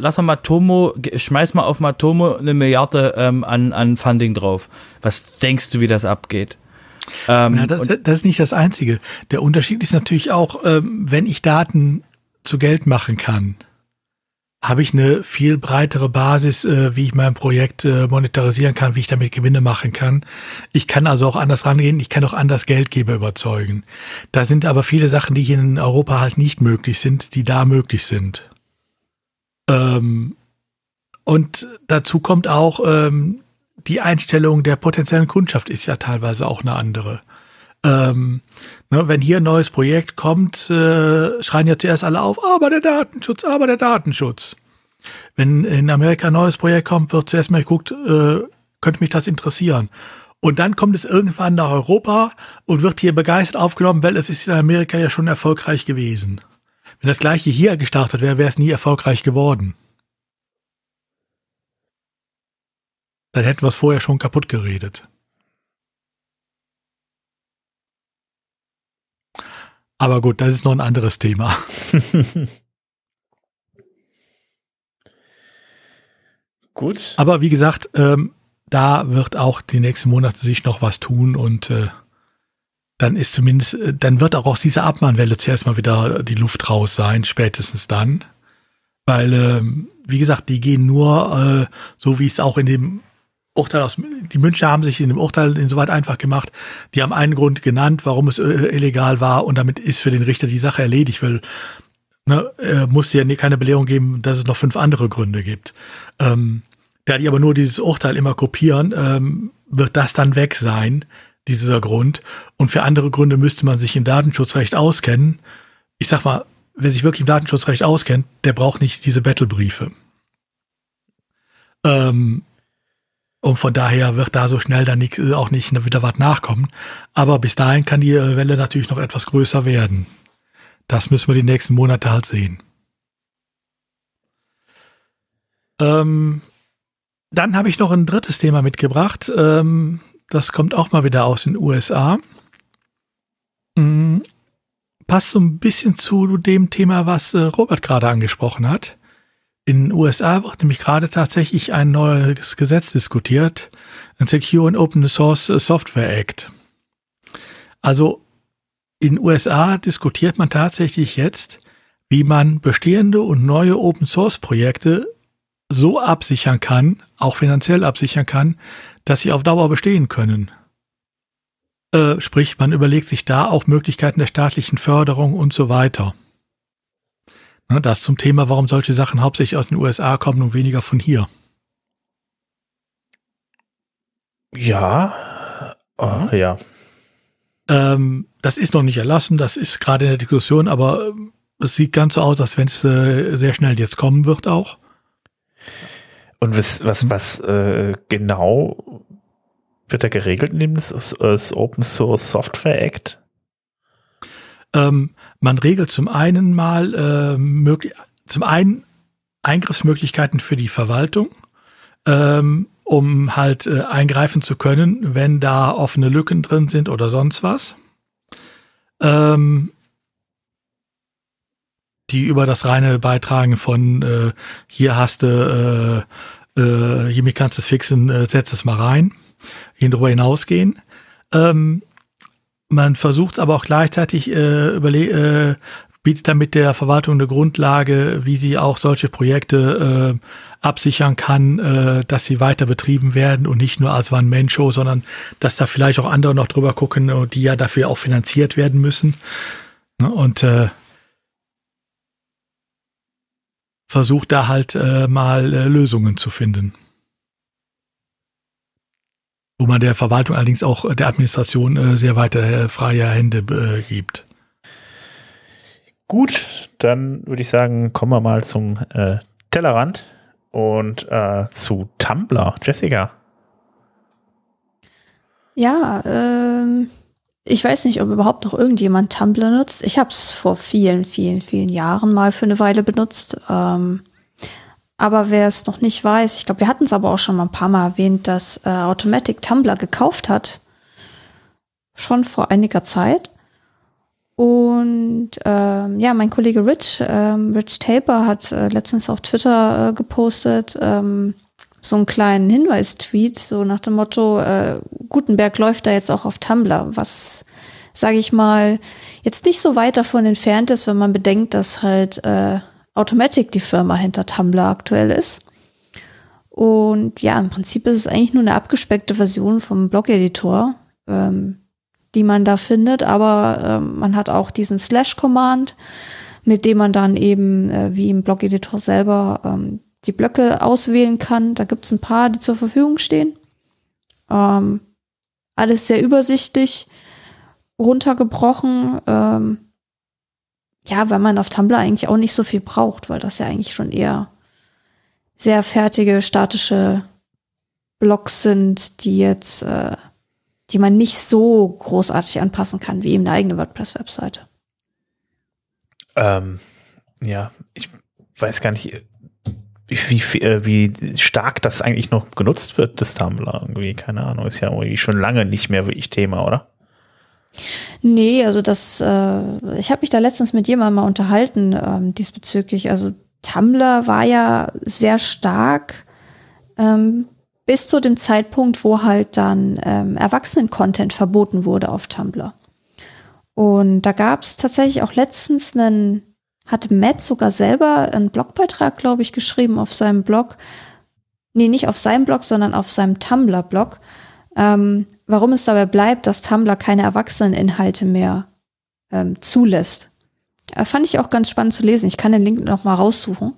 auf Matomo 1 Milliarde an Funding drauf. Was denkst du, wie das abgeht? Das ist nicht das Einzige. Der Unterschied ist natürlich auch, wenn ich Daten zu Geld machen kann, habe ich eine viel breitere Basis, wie ich mein Projekt monetarisieren kann, wie ich damit Gewinne machen kann. Ich kann also auch anders rangehen, ich kann auch anders Geldgeber überzeugen. Da sind aber viele Sachen, die hier in Europa halt nicht möglich sind, die da möglich sind. Und dazu kommt auch, die Einstellung der potenziellen Kundschaft ist ja teilweise auch eine andere. Wenn hier ein neues Projekt kommt, schreien ja zuerst alle auf, aber der Datenschutz, aber der Datenschutz. Wenn in Amerika ein neues Projekt kommt, wird zuerst mal geguckt, könnte mich das interessieren. Und dann kommt es irgendwann nach Europa und wird hier begeistert aufgenommen, weil es ist in Amerika ja schon erfolgreich gewesen. Wenn das Gleiche hier gestartet wäre, wäre es nie erfolgreich geworden. Dann hätten wir es vorher schon kaputt geredet. Aber gut, das ist noch ein anderes Thema. Gut. Aber wie gesagt, da wird auch die nächsten Monate sich noch was tun und dann ist zumindest, dann wird auch aus dieser Abmahnwelle zuerst mal wieder die Luft raus sein, spätestens dann. Weil, wie gesagt, die gehen nur, so wie es auch in dem Urteil die Münchner haben sich in dem Urteil insoweit einfach gemacht, die haben einen Grund genannt, warum es illegal war und damit ist für den Richter die Sache erledigt, weil muss ja keine Belehrung geben, dass es noch 5 andere Gründe gibt. Da die aber nur dieses Urteil immer kopieren, wird das dann weg sein, dieser Grund. Und für andere Gründe müsste man sich im Datenschutzrecht auskennen. Ich sag mal, wer sich wirklich im Datenschutzrecht auskennt, der braucht nicht diese Battlebriefe. Und von daher wird da so schnell dann auch nicht wieder was nachkommen. Aber bis dahin kann die Welle natürlich noch etwas größer werden. Das müssen wir die nächsten Monate halt sehen. Dann habe ich noch ein drittes Thema mitgebracht. Das kommt auch mal wieder aus den USA. Passt so ein bisschen zu dem Thema, was Robert gerade angesprochen hat. In den USA wird nämlich gerade tatsächlich ein neues Gesetz diskutiert, ein Secure and Open Source Software Act. Also in den USA diskutiert man tatsächlich jetzt, wie man bestehende und neue Open Source Projekte so absichern kann, auch finanziell absichern kann, dass sie auf Dauer bestehen können. Sprich, man überlegt sich da auch Möglichkeiten der staatlichen Förderung und so weiter. Das zum Thema, warum solche Sachen hauptsächlich aus den USA kommen und weniger von hier. Ja. Oh, ja. Das ist noch nicht erlassen, das ist gerade in der Diskussion, aber es sieht ganz so aus, als wenn es sehr schnell jetzt kommen wird auch. Und was genau wird da geregelt in dem Open Source Software Act? Man regelt zum einen mal Eingriffsmöglichkeiten für die Verwaltung, um halt eingreifen zu können, wenn da offene Lücken drin sind oder sonst was. Die über das reine Beitragen von hier hast du, hiermit kannst du es fixen, setz es mal rein, darüber hinausgehen. Man versucht aber auch gleichzeitig, bietet damit der Verwaltung eine Grundlage, wie sie auch solche Projekte absichern kann, dass sie weiter betrieben werden und nicht nur als One-Man-Show, sondern dass da vielleicht auch andere noch drüber gucken, die ja dafür auch finanziert werden müssen. Und versucht da halt mal Lösungen zu finden. Wo man der Verwaltung allerdings auch der Administration sehr weite freie Hände gibt. Gut, dann würde ich sagen, kommen wir mal zum Tellerrand und zu Tumblr. Jessica. Ja, ich weiß nicht, ob überhaupt noch irgendjemand Tumblr nutzt. Ich habe es vor vielen, vielen, vielen Jahren mal für eine Weile benutzt. Aber wer es noch nicht weiß, ich glaube, wir hatten es aber auch schon mal ein paar Mal erwähnt, dass Automatic Tumblr gekauft hat. Schon vor einiger Zeit. Und mein Kollege Rich Taper hat letztens auf Twitter gepostet, so einen kleinen Hinweis-Tweet, so nach dem Motto, Gutenberg läuft da jetzt auch auf Tumblr, was, sage ich mal, jetzt nicht so weit davon entfernt ist, wenn man bedenkt, dass halt Automatic die Firma hinter Tumblr aktuell ist. Und ja, im Prinzip ist es eigentlich nur eine abgespeckte Version vom Blog-Editor, die man da findet, aber man hat auch diesen Slash-Command, mit dem man dann eben, wie im Blog-Editor selber, die Blöcke auswählen kann. Da gibt es ein paar, die zur Verfügung stehen. Alles sehr übersichtlich. runtergebrochen. Ja, weil man auf Tumblr eigentlich auch nicht so viel braucht, weil das ja eigentlich schon eher sehr fertige, statische Blogs sind, die jetzt, die man nicht so großartig anpassen kann, wie eben eine eigene WordPress-Webseite. Ja, ich weiß gar nicht, wie stark das eigentlich noch genutzt wird, das Tumblr irgendwie, keine Ahnung, ist ja irgendwie schon lange nicht mehr wirklich Thema, oder? Nee, also ich habe mich da letztens mit jemandem mal unterhalten diesbezüglich. Also Tumblr war ja sehr stark bis zu dem Zeitpunkt, wo halt dann Erwachsenen-Content verboten wurde auf Tumblr. Und da gab es tatsächlich auch letztens hatte Matt sogar selber einen Blogbeitrag, glaube ich, geschrieben auf seinem Blog. Nee, nicht auf seinem Blog, sondern auf seinem Tumblr-Blog. Warum es dabei bleibt, dass Tumblr keine Erwachseneninhalte mehr zulässt. Das fand ich auch ganz spannend zu lesen. Ich kann den Link noch mal raussuchen.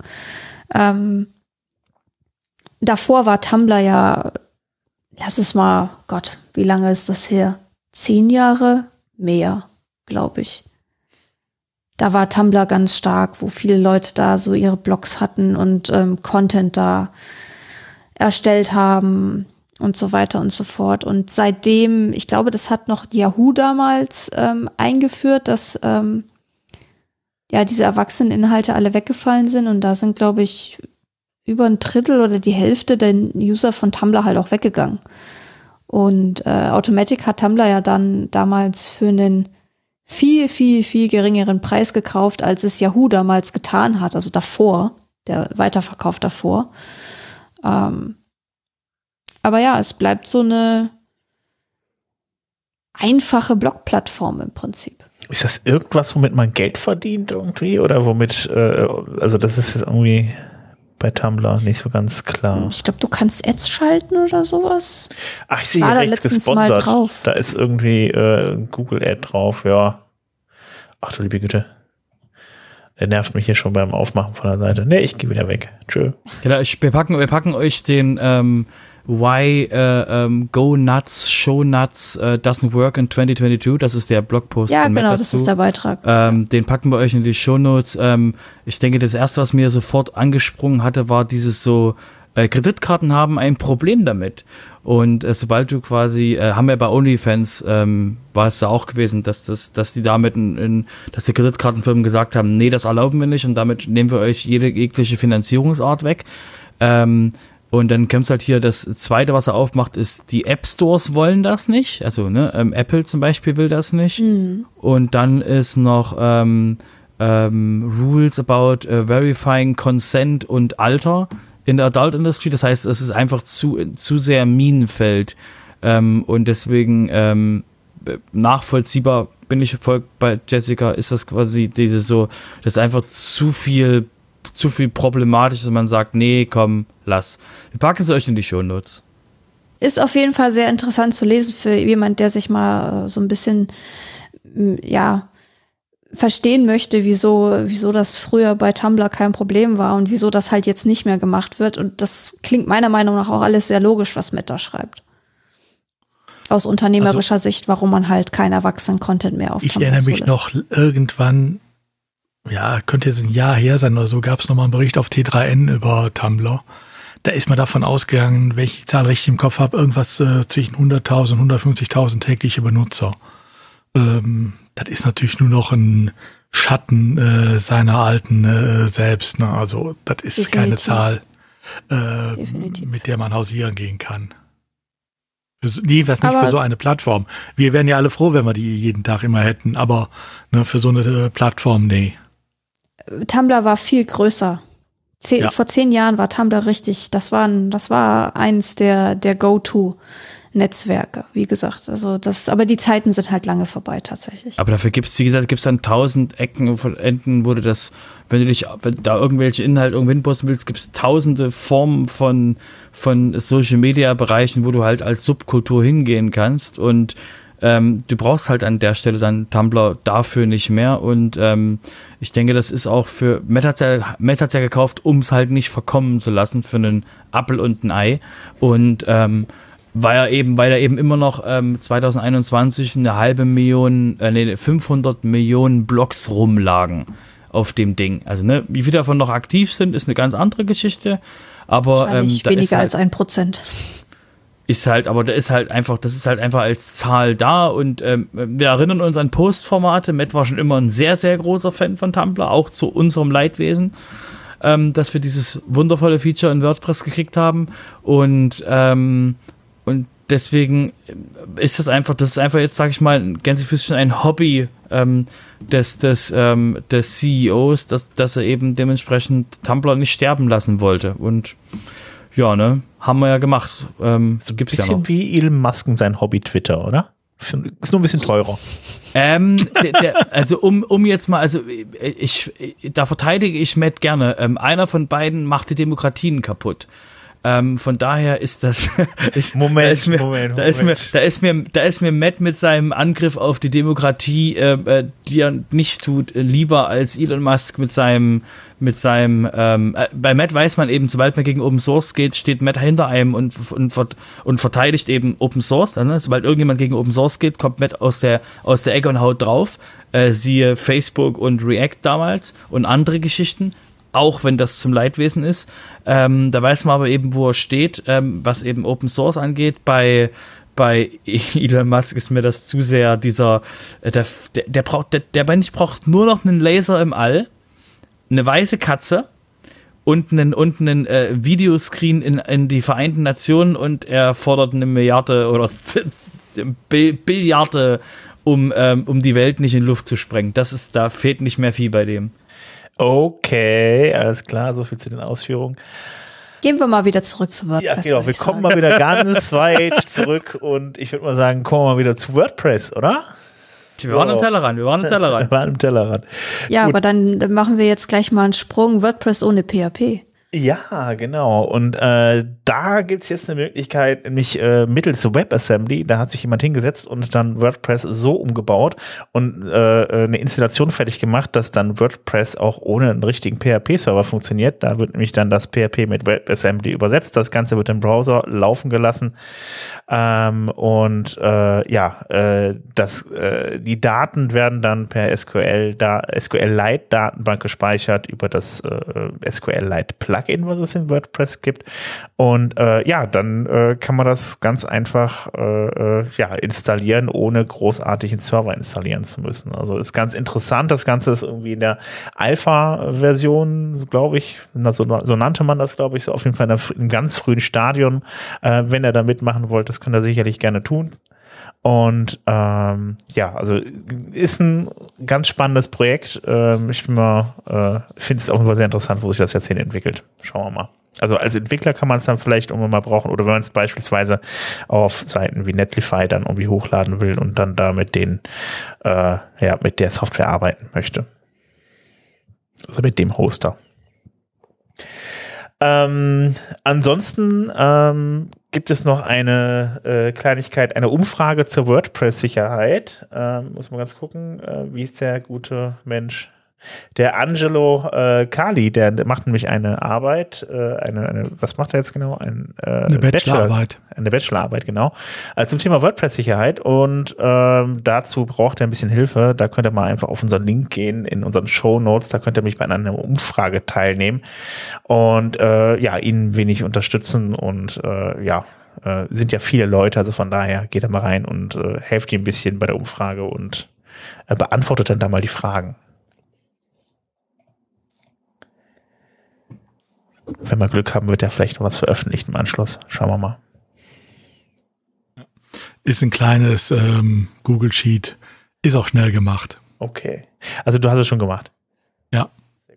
Davor war Tumblr ja, lass es mal, Gott, wie lange ist das her? 10 Jahre? Mehr, glaube ich. Da war Tumblr ganz stark, wo viele Leute da so ihre Blogs hatten und Content da erstellt haben und so weiter und so fort. Und seitdem, ich glaube, das hat noch Yahoo damals eingeführt, dass diese Erwachseneninhalte alle weggefallen sind. Und da sind, glaube ich, über ein Drittel oder die Hälfte der User von Tumblr halt auch weggegangen. Und Automatic hat Tumblr ja dann damals für einen viel, viel, viel geringeren Preis gekauft, als es Yahoo damals getan hat. Also davor, der Weiterverkauf davor. Aber ja, es bleibt so eine einfache Blogplattform im Prinzip. Ist das irgendwas, womit man Geld verdient irgendwie? Oder womit, also das ist jetzt irgendwie bei Tumblr nicht so ganz klar. Ich glaube, du kannst Ads schalten oder sowas. Ach, ich sehe hier rechts letztens mal gesponsert. drauf. Da ist irgendwie Google Ad drauf, ja. Ach du liebe Güte. Der nervt mich hier schon beim Aufmachen von der Seite. Nee, ich gehe wieder weg. Tschö. Genau, wir packen euch den Why Go Nuts, Show Nuts Doesn't Work in 2022. Das ist der Blogpost. Ja, genau, das ist der Beitrag. Den packen wir euch in die Shownotes. Ich denke, das erste, was mir sofort angesprungen hatte, war dieses so, Kreditkarten haben ein Problem damit. Und sobald du quasi, haben wir bei OnlyFans, war es da auch gewesen, dass die damit dass die Kreditkartenfirmen gesagt haben, nee, das erlauben wir nicht und damit nehmen wir euch jegliche Finanzierungsart weg. Und dann kommt halt hier, das Zweite, was er aufmacht, ist, die App Stores wollen das nicht. Also, Apple zum Beispiel will das nicht. Mhm. Und dann ist noch Rules about verifying Consent und Alter in der Adult Industry. Das heißt, es ist einfach zu sehr Minenfeld. Und deswegen nachvollziehbar bin ich voll bei Jessica, ist das quasi das ist einfach zu viel problematisch, dass man sagt, nee, komm, lass. Wir packen es euch in die Shownotes. Ist auf jeden Fall sehr interessant zu lesen für jemand, der sich mal so ein bisschen, verstehen möchte, wieso das früher bei Tumblr kein Problem war und wieso das halt jetzt nicht mehr gemacht wird. Und das klingt meiner Meinung nach auch alles sehr logisch, was Matt da schreibt. Aus unternehmerischer Sicht, warum man halt keinen Erwachsenen-Content mehr auf Tumblr zulässt. Ich erinnere mich noch irgendwann, könnte jetzt ein Jahr her sein oder so, gab es nochmal einen Bericht auf T3N über Tumblr. Da ist man davon ausgegangen, wenn ich die Zahl richtig im Kopf habe, irgendwas zwischen 100.000 und 150.000 tägliche Benutzer. Das ist natürlich nur noch ein Schatten seiner alten selbst. Ne? Also das ist Definitiv. Keine Zahl, mit der man hausieren gehen kann. Nee, was nicht für so eine Plattform. Wir wären ja alle froh, wenn wir die jeden Tag immer hätten, aber für so eine Plattform, nee. Tumblr war viel größer. Vor 10 Jahren war Tumblr richtig, das war eins der Go-To-Netzwerke, wie gesagt. Also aber die Zeiten sind halt lange vorbei tatsächlich. Aber dafür gibt's dann 1000 Enden, wo du das, wenn du da irgendwelche Inhalte irgendwo hinposten willst, gibt's tausende Formen von Social-Media-Bereichen, wo du halt als Subkultur hingehen kannst und du brauchst halt an der Stelle dann Tumblr dafür nicht mehr und ich denke, das ist auch für Matt hat's ja gekauft, um es halt nicht verkommen zu lassen für einen Apfel und ein Ei und weil er eben immer noch 2021 eine 500 Millionen Blocks rumlagen auf dem Ding. Also ne, wie viele davon noch aktiv sind, ist eine ganz andere Geschichte. Aber weniger als 1%. das ist halt einfach als Zahl da und wir erinnern uns an Postformate. Matt war schon immer ein sehr, sehr großer Fan von Tumblr, auch zu unserem Leidwesen, dass wir dieses wundervolle Feature in WordPress gekriegt haben und deswegen ist das einfach jetzt, sage ich mal, Gänsefüßchen ein Hobby des CEOs, dass er eben dementsprechend Tumblr nicht sterben lassen wollte. Und ja, ne, haben wir ja gemacht. So ein bisschen ja wie Elon Musk und sein Hobby Twitter, oder? Ist nur ein bisschen teurer. Also um jetzt mal, also da verteidige ich Matt gerne. Einer von beiden macht die Demokratien kaputt. Von daher ist das. Moment. Da ist mir Matt mit seinem Angriff auf die Demokratie, die er nicht tut, lieber als Elon Musk mit seinem. Bei Matt weiß man eben, sobald man gegen Open Source geht, steht Matt hinter einem und verteidigt eben Open Source. Ne? Sobald irgendjemand gegen Open Source geht, kommt Matt aus der Ecke und haut drauf. Siehe Facebook und React damals und andere Geschichten. Auch wenn das zum Leidwesen ist. Da weiß man aber eben, wo er steht, was eben Open Source angeht. Bei Elon Musk ist mir das zu sehr der Mensch braucht nur noch einen Laser im All, eine weiße Katze und einen Videoscreen in die Vereinten Nationen und er fordert eine Milliarde oder Billiarde, um die Welt nicht in Luft zu sprengen. Da fehlt nicht mehr viel bei dem. Okay, alles klar, so viel zu den Ausführungen. Gehen wir mal wieder zurück zu WordPress. Ja, genau, wir kommen mal wieder ganz weit zurück und ich würde mal sagen, kommen wir mal wieder zu WordPress, oder? Wir waren im Tellerrand. Ja, gut. Aber dann machen wir jetzt gleich mal einen Sprung WordPress ohne PHP. Ja, genau. Und da gibt's jetzt eine Möglichkeit, nämlich mittels WebAssembly, da hat sich jemand hingesetzt und dann WordPress so umgebaut und eine Installation fertig gemacht, dass dann WordPress auch ohne einen richtigen PHP-Server funktioniert. Da wird nämlich dann das PHP mit WebAssembly übersetzt. Das Ganze wird im Browser laufen gelassen. Die Daten werden dann per SQLite-Datenbank gespeichert über das SQLite-Plugin, was es in WordPress gibt. Und dann kann man das ganz einfach installieren, ohne großartig einen Server installieren zu müssen. Also ist ganz interessant. Das Ganze ist irgendwie in der Alpha-Version, glaube ich, so nannte man das, glaube ich, so auf jeden Fall in einem ganz frühen Stadium. Wenn ihr da mitmachen wollt, das könnt ihr sicherlich gerne tun. Und also ist ein ganz spannendes Projekt. Ich finde es auch sehr interessant, wo sich das jetzt hin entwickelt. Schauen wir mal. Also als Entwickler kann man es dann vielleicht irgendwann mal brauchen oder wenn man es beispielsweise auf Seiten wie Netlify dann irgendwie hochladen will und dann da mit der Software arbeiten möchte. Also mit dem Hoster. Ansonsten gibt es noch eine Kleinigkeit, eine Umfrage zur WordPress-Sicherheit. Muss man ganz gucken, wie ist der gute Mensch? Der Angelo Kali, der macht nämlich eine Arbeit, was macht er jetzt genau? Eine Bachelorarbeit. Eine Bachelorarbeit, genau, zum Thema WordPress-Sicherheit und dazu braucht er ein bisschen Hilfe. Da könnt ihr mal einfach auf unseren Link gehen, in unseren Shownotes, da könnt ihr mich bei einer Umfrage teilnehmen und ihn ein wenig unterstützen und sind ja viele Leute, also von daher geht da mal rein und helft ihm ein bisschen bei der Umfrage und beantwortet dann da mal die Fragen. Wenn wir Glück haben, wird er vielleicht noch was veröffentlicht im Anschluss. Schauen wir mal. Ist ein kleines Google Sheet. Ist auch schnell gemacht. Okay. Also du hast es schon gemacht? Ja. Sehr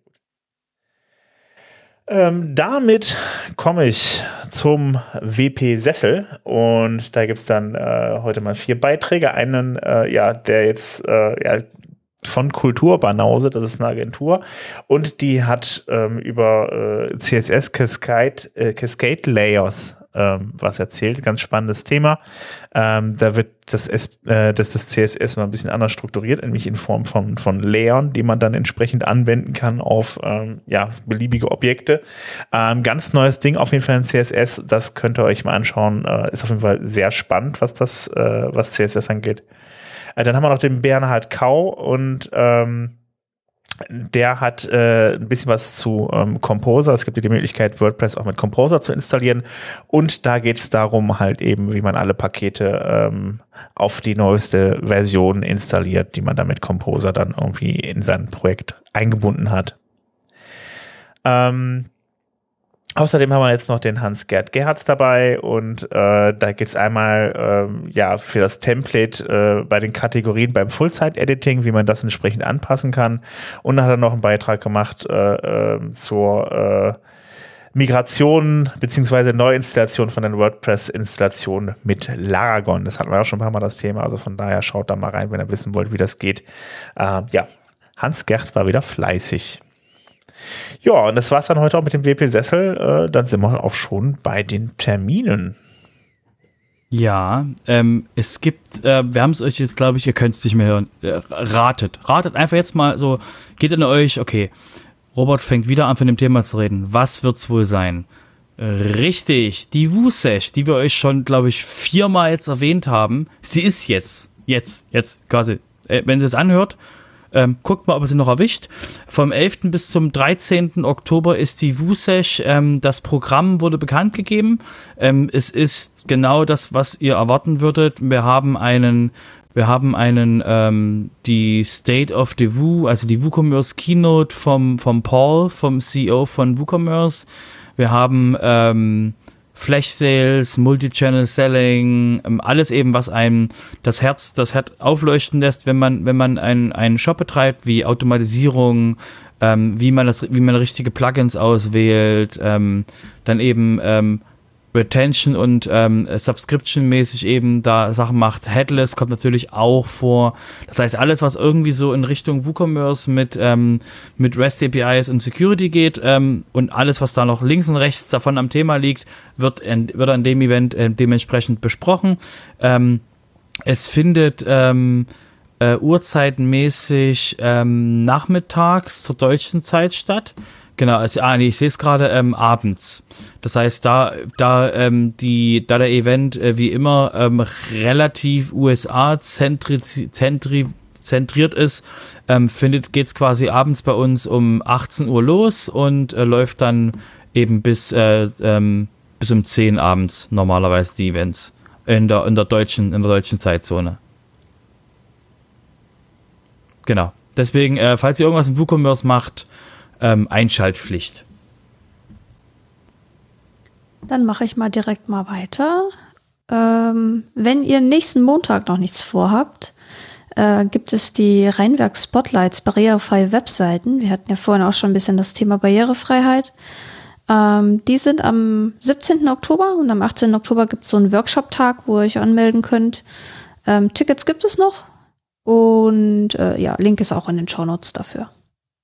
gut. Damit komme ich zum WP-Sessel und da gibt es dann heute mal 4 Beiträge. Einen, der jetzt von Kulturbanause, das ist eine Agentur, und die hat über CSS Cascade Layers was erzählt, ganz spannendes Thema. Da wird das CSS mal ein bisschen anders strukturiert, nämlich in Form von Layern, die man dann entsprechend anwenden kann auf beliebige Objekte. Ganz neues Ding auf jeden Fall in CSS, das könnt ihr euch mal anschauen, ist auf jeden Fall sehr spannend, was CSS angeht. Dann haben wir noch den Bernhard Kau und der hat ein bisschen was zu Composer. Es gibt ja die Möglichkeit, WordPress auch mit Composer zu installieren. Und da geht es darum, halt eben, wie man alle Pakete auf die neueste Version installiert, die man dann mit Composer dann irgendwie in sein Projekt eingebunden hat. Außerdem haben wir jetzt noch den Hans-Gerd Gerhards dabei und da geht es einmal für das Template bei den Kategorien beim Full-Site-Editing, wie man das entsprechend anpassen kann. Und dann hat er noch einen Beitrag gemacht zur Migration bzw. Neuinstallation von der WordPress-Installation mit Laragon. Das hatten wir auch schon ein paar Mal das Thema, also von daher schaut da mal rein, wenn ihr wissen wollt, wie das geht. Hans-Gerd war wieder fleißig. Ja, und das war's dann heute auch mit dem WP Sessel. Dann sind wir auch schon bei den Terminen. Ja, es gibt, wir haben es euch jetzt, glaube ich, ihr könnt es nicht mehr hören, ratet einfach jetzt mal so, geht in euch, okay, Robert fängt wieder an von dem Thema zu reden, was wird's wohl sein? Richtig, die WooSesh, die wir euch schon, glaube ich, 4-mal jetzt erwähnt haben, sie ist jetzt quasi, wenn sie es anhört, guckt mal, ob ihr sie noch erwischt. Vom 11. bis zum 13. Oktober ist die WooSesh. Das Programm wurde bekannt gegeben. Es ist genau das, was ihr erwarten würdet. Wir haben die State of the Woo, also die WooCommerce Keynote vom Paul, vom CEO von WooCommerce. Wir haben Flash Sales, Multi-Channel Selling, alles eben, was einem das Herz aufleuchten lässt, wenn man einen Shop betreibt, wie Automatisierung, wie man richtige Plugins auswählt, dann eben Retention und Subscription-mäßig eben da Sachen macht. Headless kommt natürlich auch vor. Das heißt, alles, was irgendwie so in Richtung WooCommerce mit REST APIs und Security geht und alles, was da noch links und rechts davon am Thema liegt, wird an dem Event dementsprechend besprochen. Es findet uhrzeitenmäßig nachmittags zur deutschen Zeit statt. Genau, also, ich sehe es gerade abends. Das heißt, da der Event wie immer relativ USA-zentriert ist, geht's quasi abends bei uns um 18 Uhr los und läuft dann eben bis um 10 abends normalerweise die Events in der deutschen Zeitzone. Genau. Deswegen, falls ihr irgendwas im WooCommerce macht, Einschaltpflicht. Dann mache ich mal direkt mal weiter. Wenn ihr nächsten Montag noch nichts vorhabt, gibt es die Rheinwerk Spotlights barrierefreie Webseiten. Wir hatten ja vorhin auch schon ein bisschen das Thema Barrierefreiheit. Die sind am 17. Oktober und am 18. Oktober gibt es so einen Workshop-Tag, wo ihr euch anmelden könnt. Tickets gibt es noch und Link ist auch in den Shownotes dafür.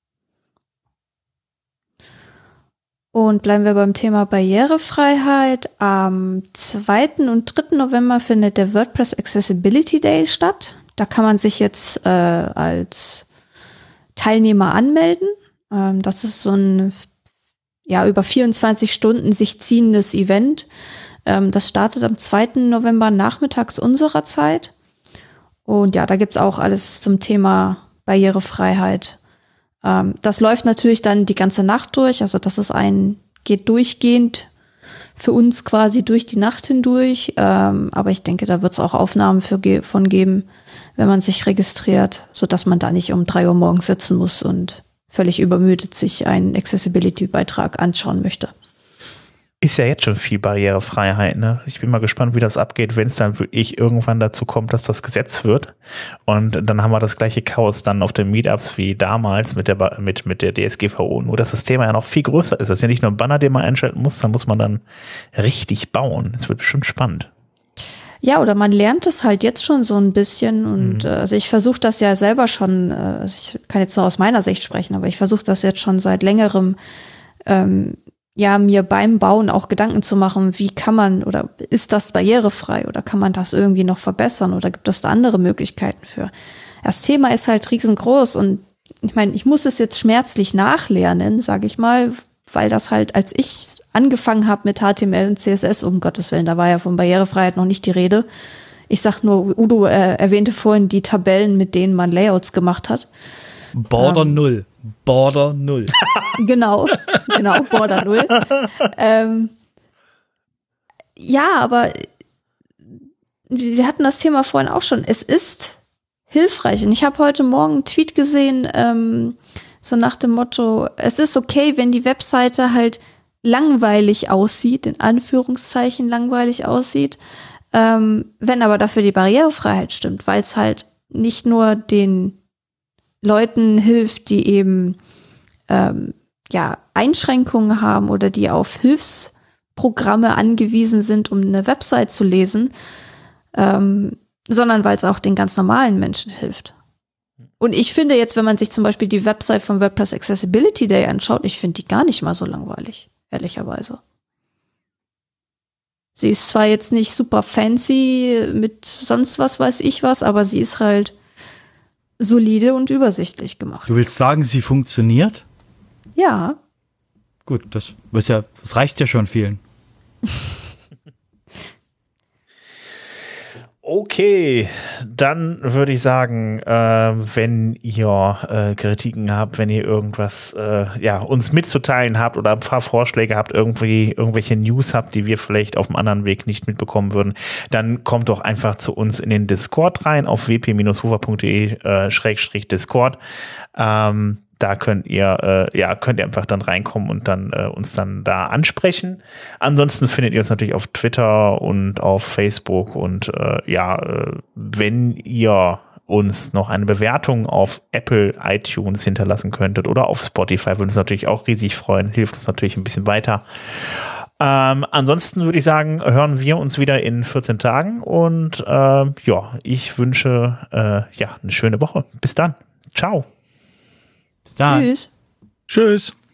Und bleiben wir beim Thema Barrierefreiheit. Am 2. und 3. November findet der WordPress Accessibility Day statt. Da kann man sich jetzt als Teilnehmer anmelden. Das ist so ein über 24 Stunden sich ziehendes Event. Das startet am 2. November nachmittags unserer Zeit. Und ja, da gibt's auch alles zum Thema Barrierefreiheit. Das läuft natürlich dann die ganze Nacht durch, also geht durchgehend für uns quasi durch die Nacht hindurch, aber ich denke, da wird es auch Aufnahmen von geben, wenn man sich registriert, sodass man da nicht um 3 Uhr morgens sitzen muss und völlig übermüdet sich einen Accessibility-Beitrag anschauen möchte. Ist ja jetzt schon viel Barrierefreiheit, ne? Ich bin mal gespannt, wie das abgeht, wenn es dann wirklich irgendwann dazu kommt, dass das Gesetz wird. Und dann haben wir das gleiche Chaos dann auf den Meetups wie damals mit der DSGVO. Nur, dass das Thema ja noch viel größer ist. Das ist ja nicht nur ein Banner, den man einschalten muss, dann muss man dann richtig bauen. Das wird bestimmt spannend. Ja, oder man lernt es halt jetzt schon so ein bisschen und also ich versuche das ja selber schon, ich kann jetzt nur aus meiner Sicht sprechen, aber ich versuche das jetzt schon seit längerem, ja, mir beim Bauen auch Gedanken zu machen, wie kann man oder ist das barrierefrei oder kann man das irgendwie noch verbessern oder gibt es da andere Möglichkeiten für? Das Thema ist halt riesengroß und ich meine, ich muss es jetzt schmerzlich nachlernen, sage ich mal, weil das halt, als ich angefangen habe mit HTML und CSS, um Gottes Willen, da war ja von Barrierefreiheit noch nicht die Rede. Ich sag nur, Udo erwähnte vorhin die Tabellen, mit denen man Layouts gemacht hat. Border 0. Border 0. Genau, Border 0. Ja, aber wir hatten das Thema vorhin auch schon. Es ist hilfreich. Und ich habe heute Morgen einen Tweet gesehen, so nach dem Motto, es ist okay, wenn die Webseite halt langweilig aussieht, in Anführungszeichen langweilig aussieht, wenn aber dafür die Barrierefreiheit stimmt, weil es halt nicht nur den Leuten hilft, die eben ja, Einschränkungen haben oder die auf Hilfsprogramme angewiesen sind, um eine Website zu lesen, sondern weil es auch den ganz normalen Menschen hilft. Und ich finde jetzt, wenn man sich zum Beispiel die Website von WordPress Accessibility Day anschaut, ich finde die gar nicht mal so langweilig, ehrlicherweise. Sie ist zwar jetzt nicht super fancy mit sonst was weiß ich was, aber sie ist halt solide und übersichtlich gemacht. Du willst sagen, sie funktioniert? Ja. Gut, das reicht ja schon vielen. Okay, dann würde ich sagen, wenn ihr Kritiken habt, wenn ihr irgendwas uns mitzuteilen habt oder ein paar Vorschläge habt, irgendwelche News habt, die wir vielleicht auf einem anderen Weg nicht mitbekommen würden, dann kommt doch einfach zu uns in den Discord rein auf wp-hofer.de/discord. Da könnt ihr einfach dann reinkommen und dann uns dann da ansprechen. Ansonsten findet ihr uns natürlich auf Twitter und auf Facebook und wenn ihr uns noch eine Bewertung auf Apple iTunes hinterlassen könntet oder auf Spotify, würde uns natürlich auch riesig freuen, hilft uns natürlich ein bisschen weiter. Ansonsten würde ich sagen, hören wir uns wieder in 14 Tagen und ich wünsche eine schöne Woche. Bis dann. Ciao. Bis dann. Tschüss. Tschüss.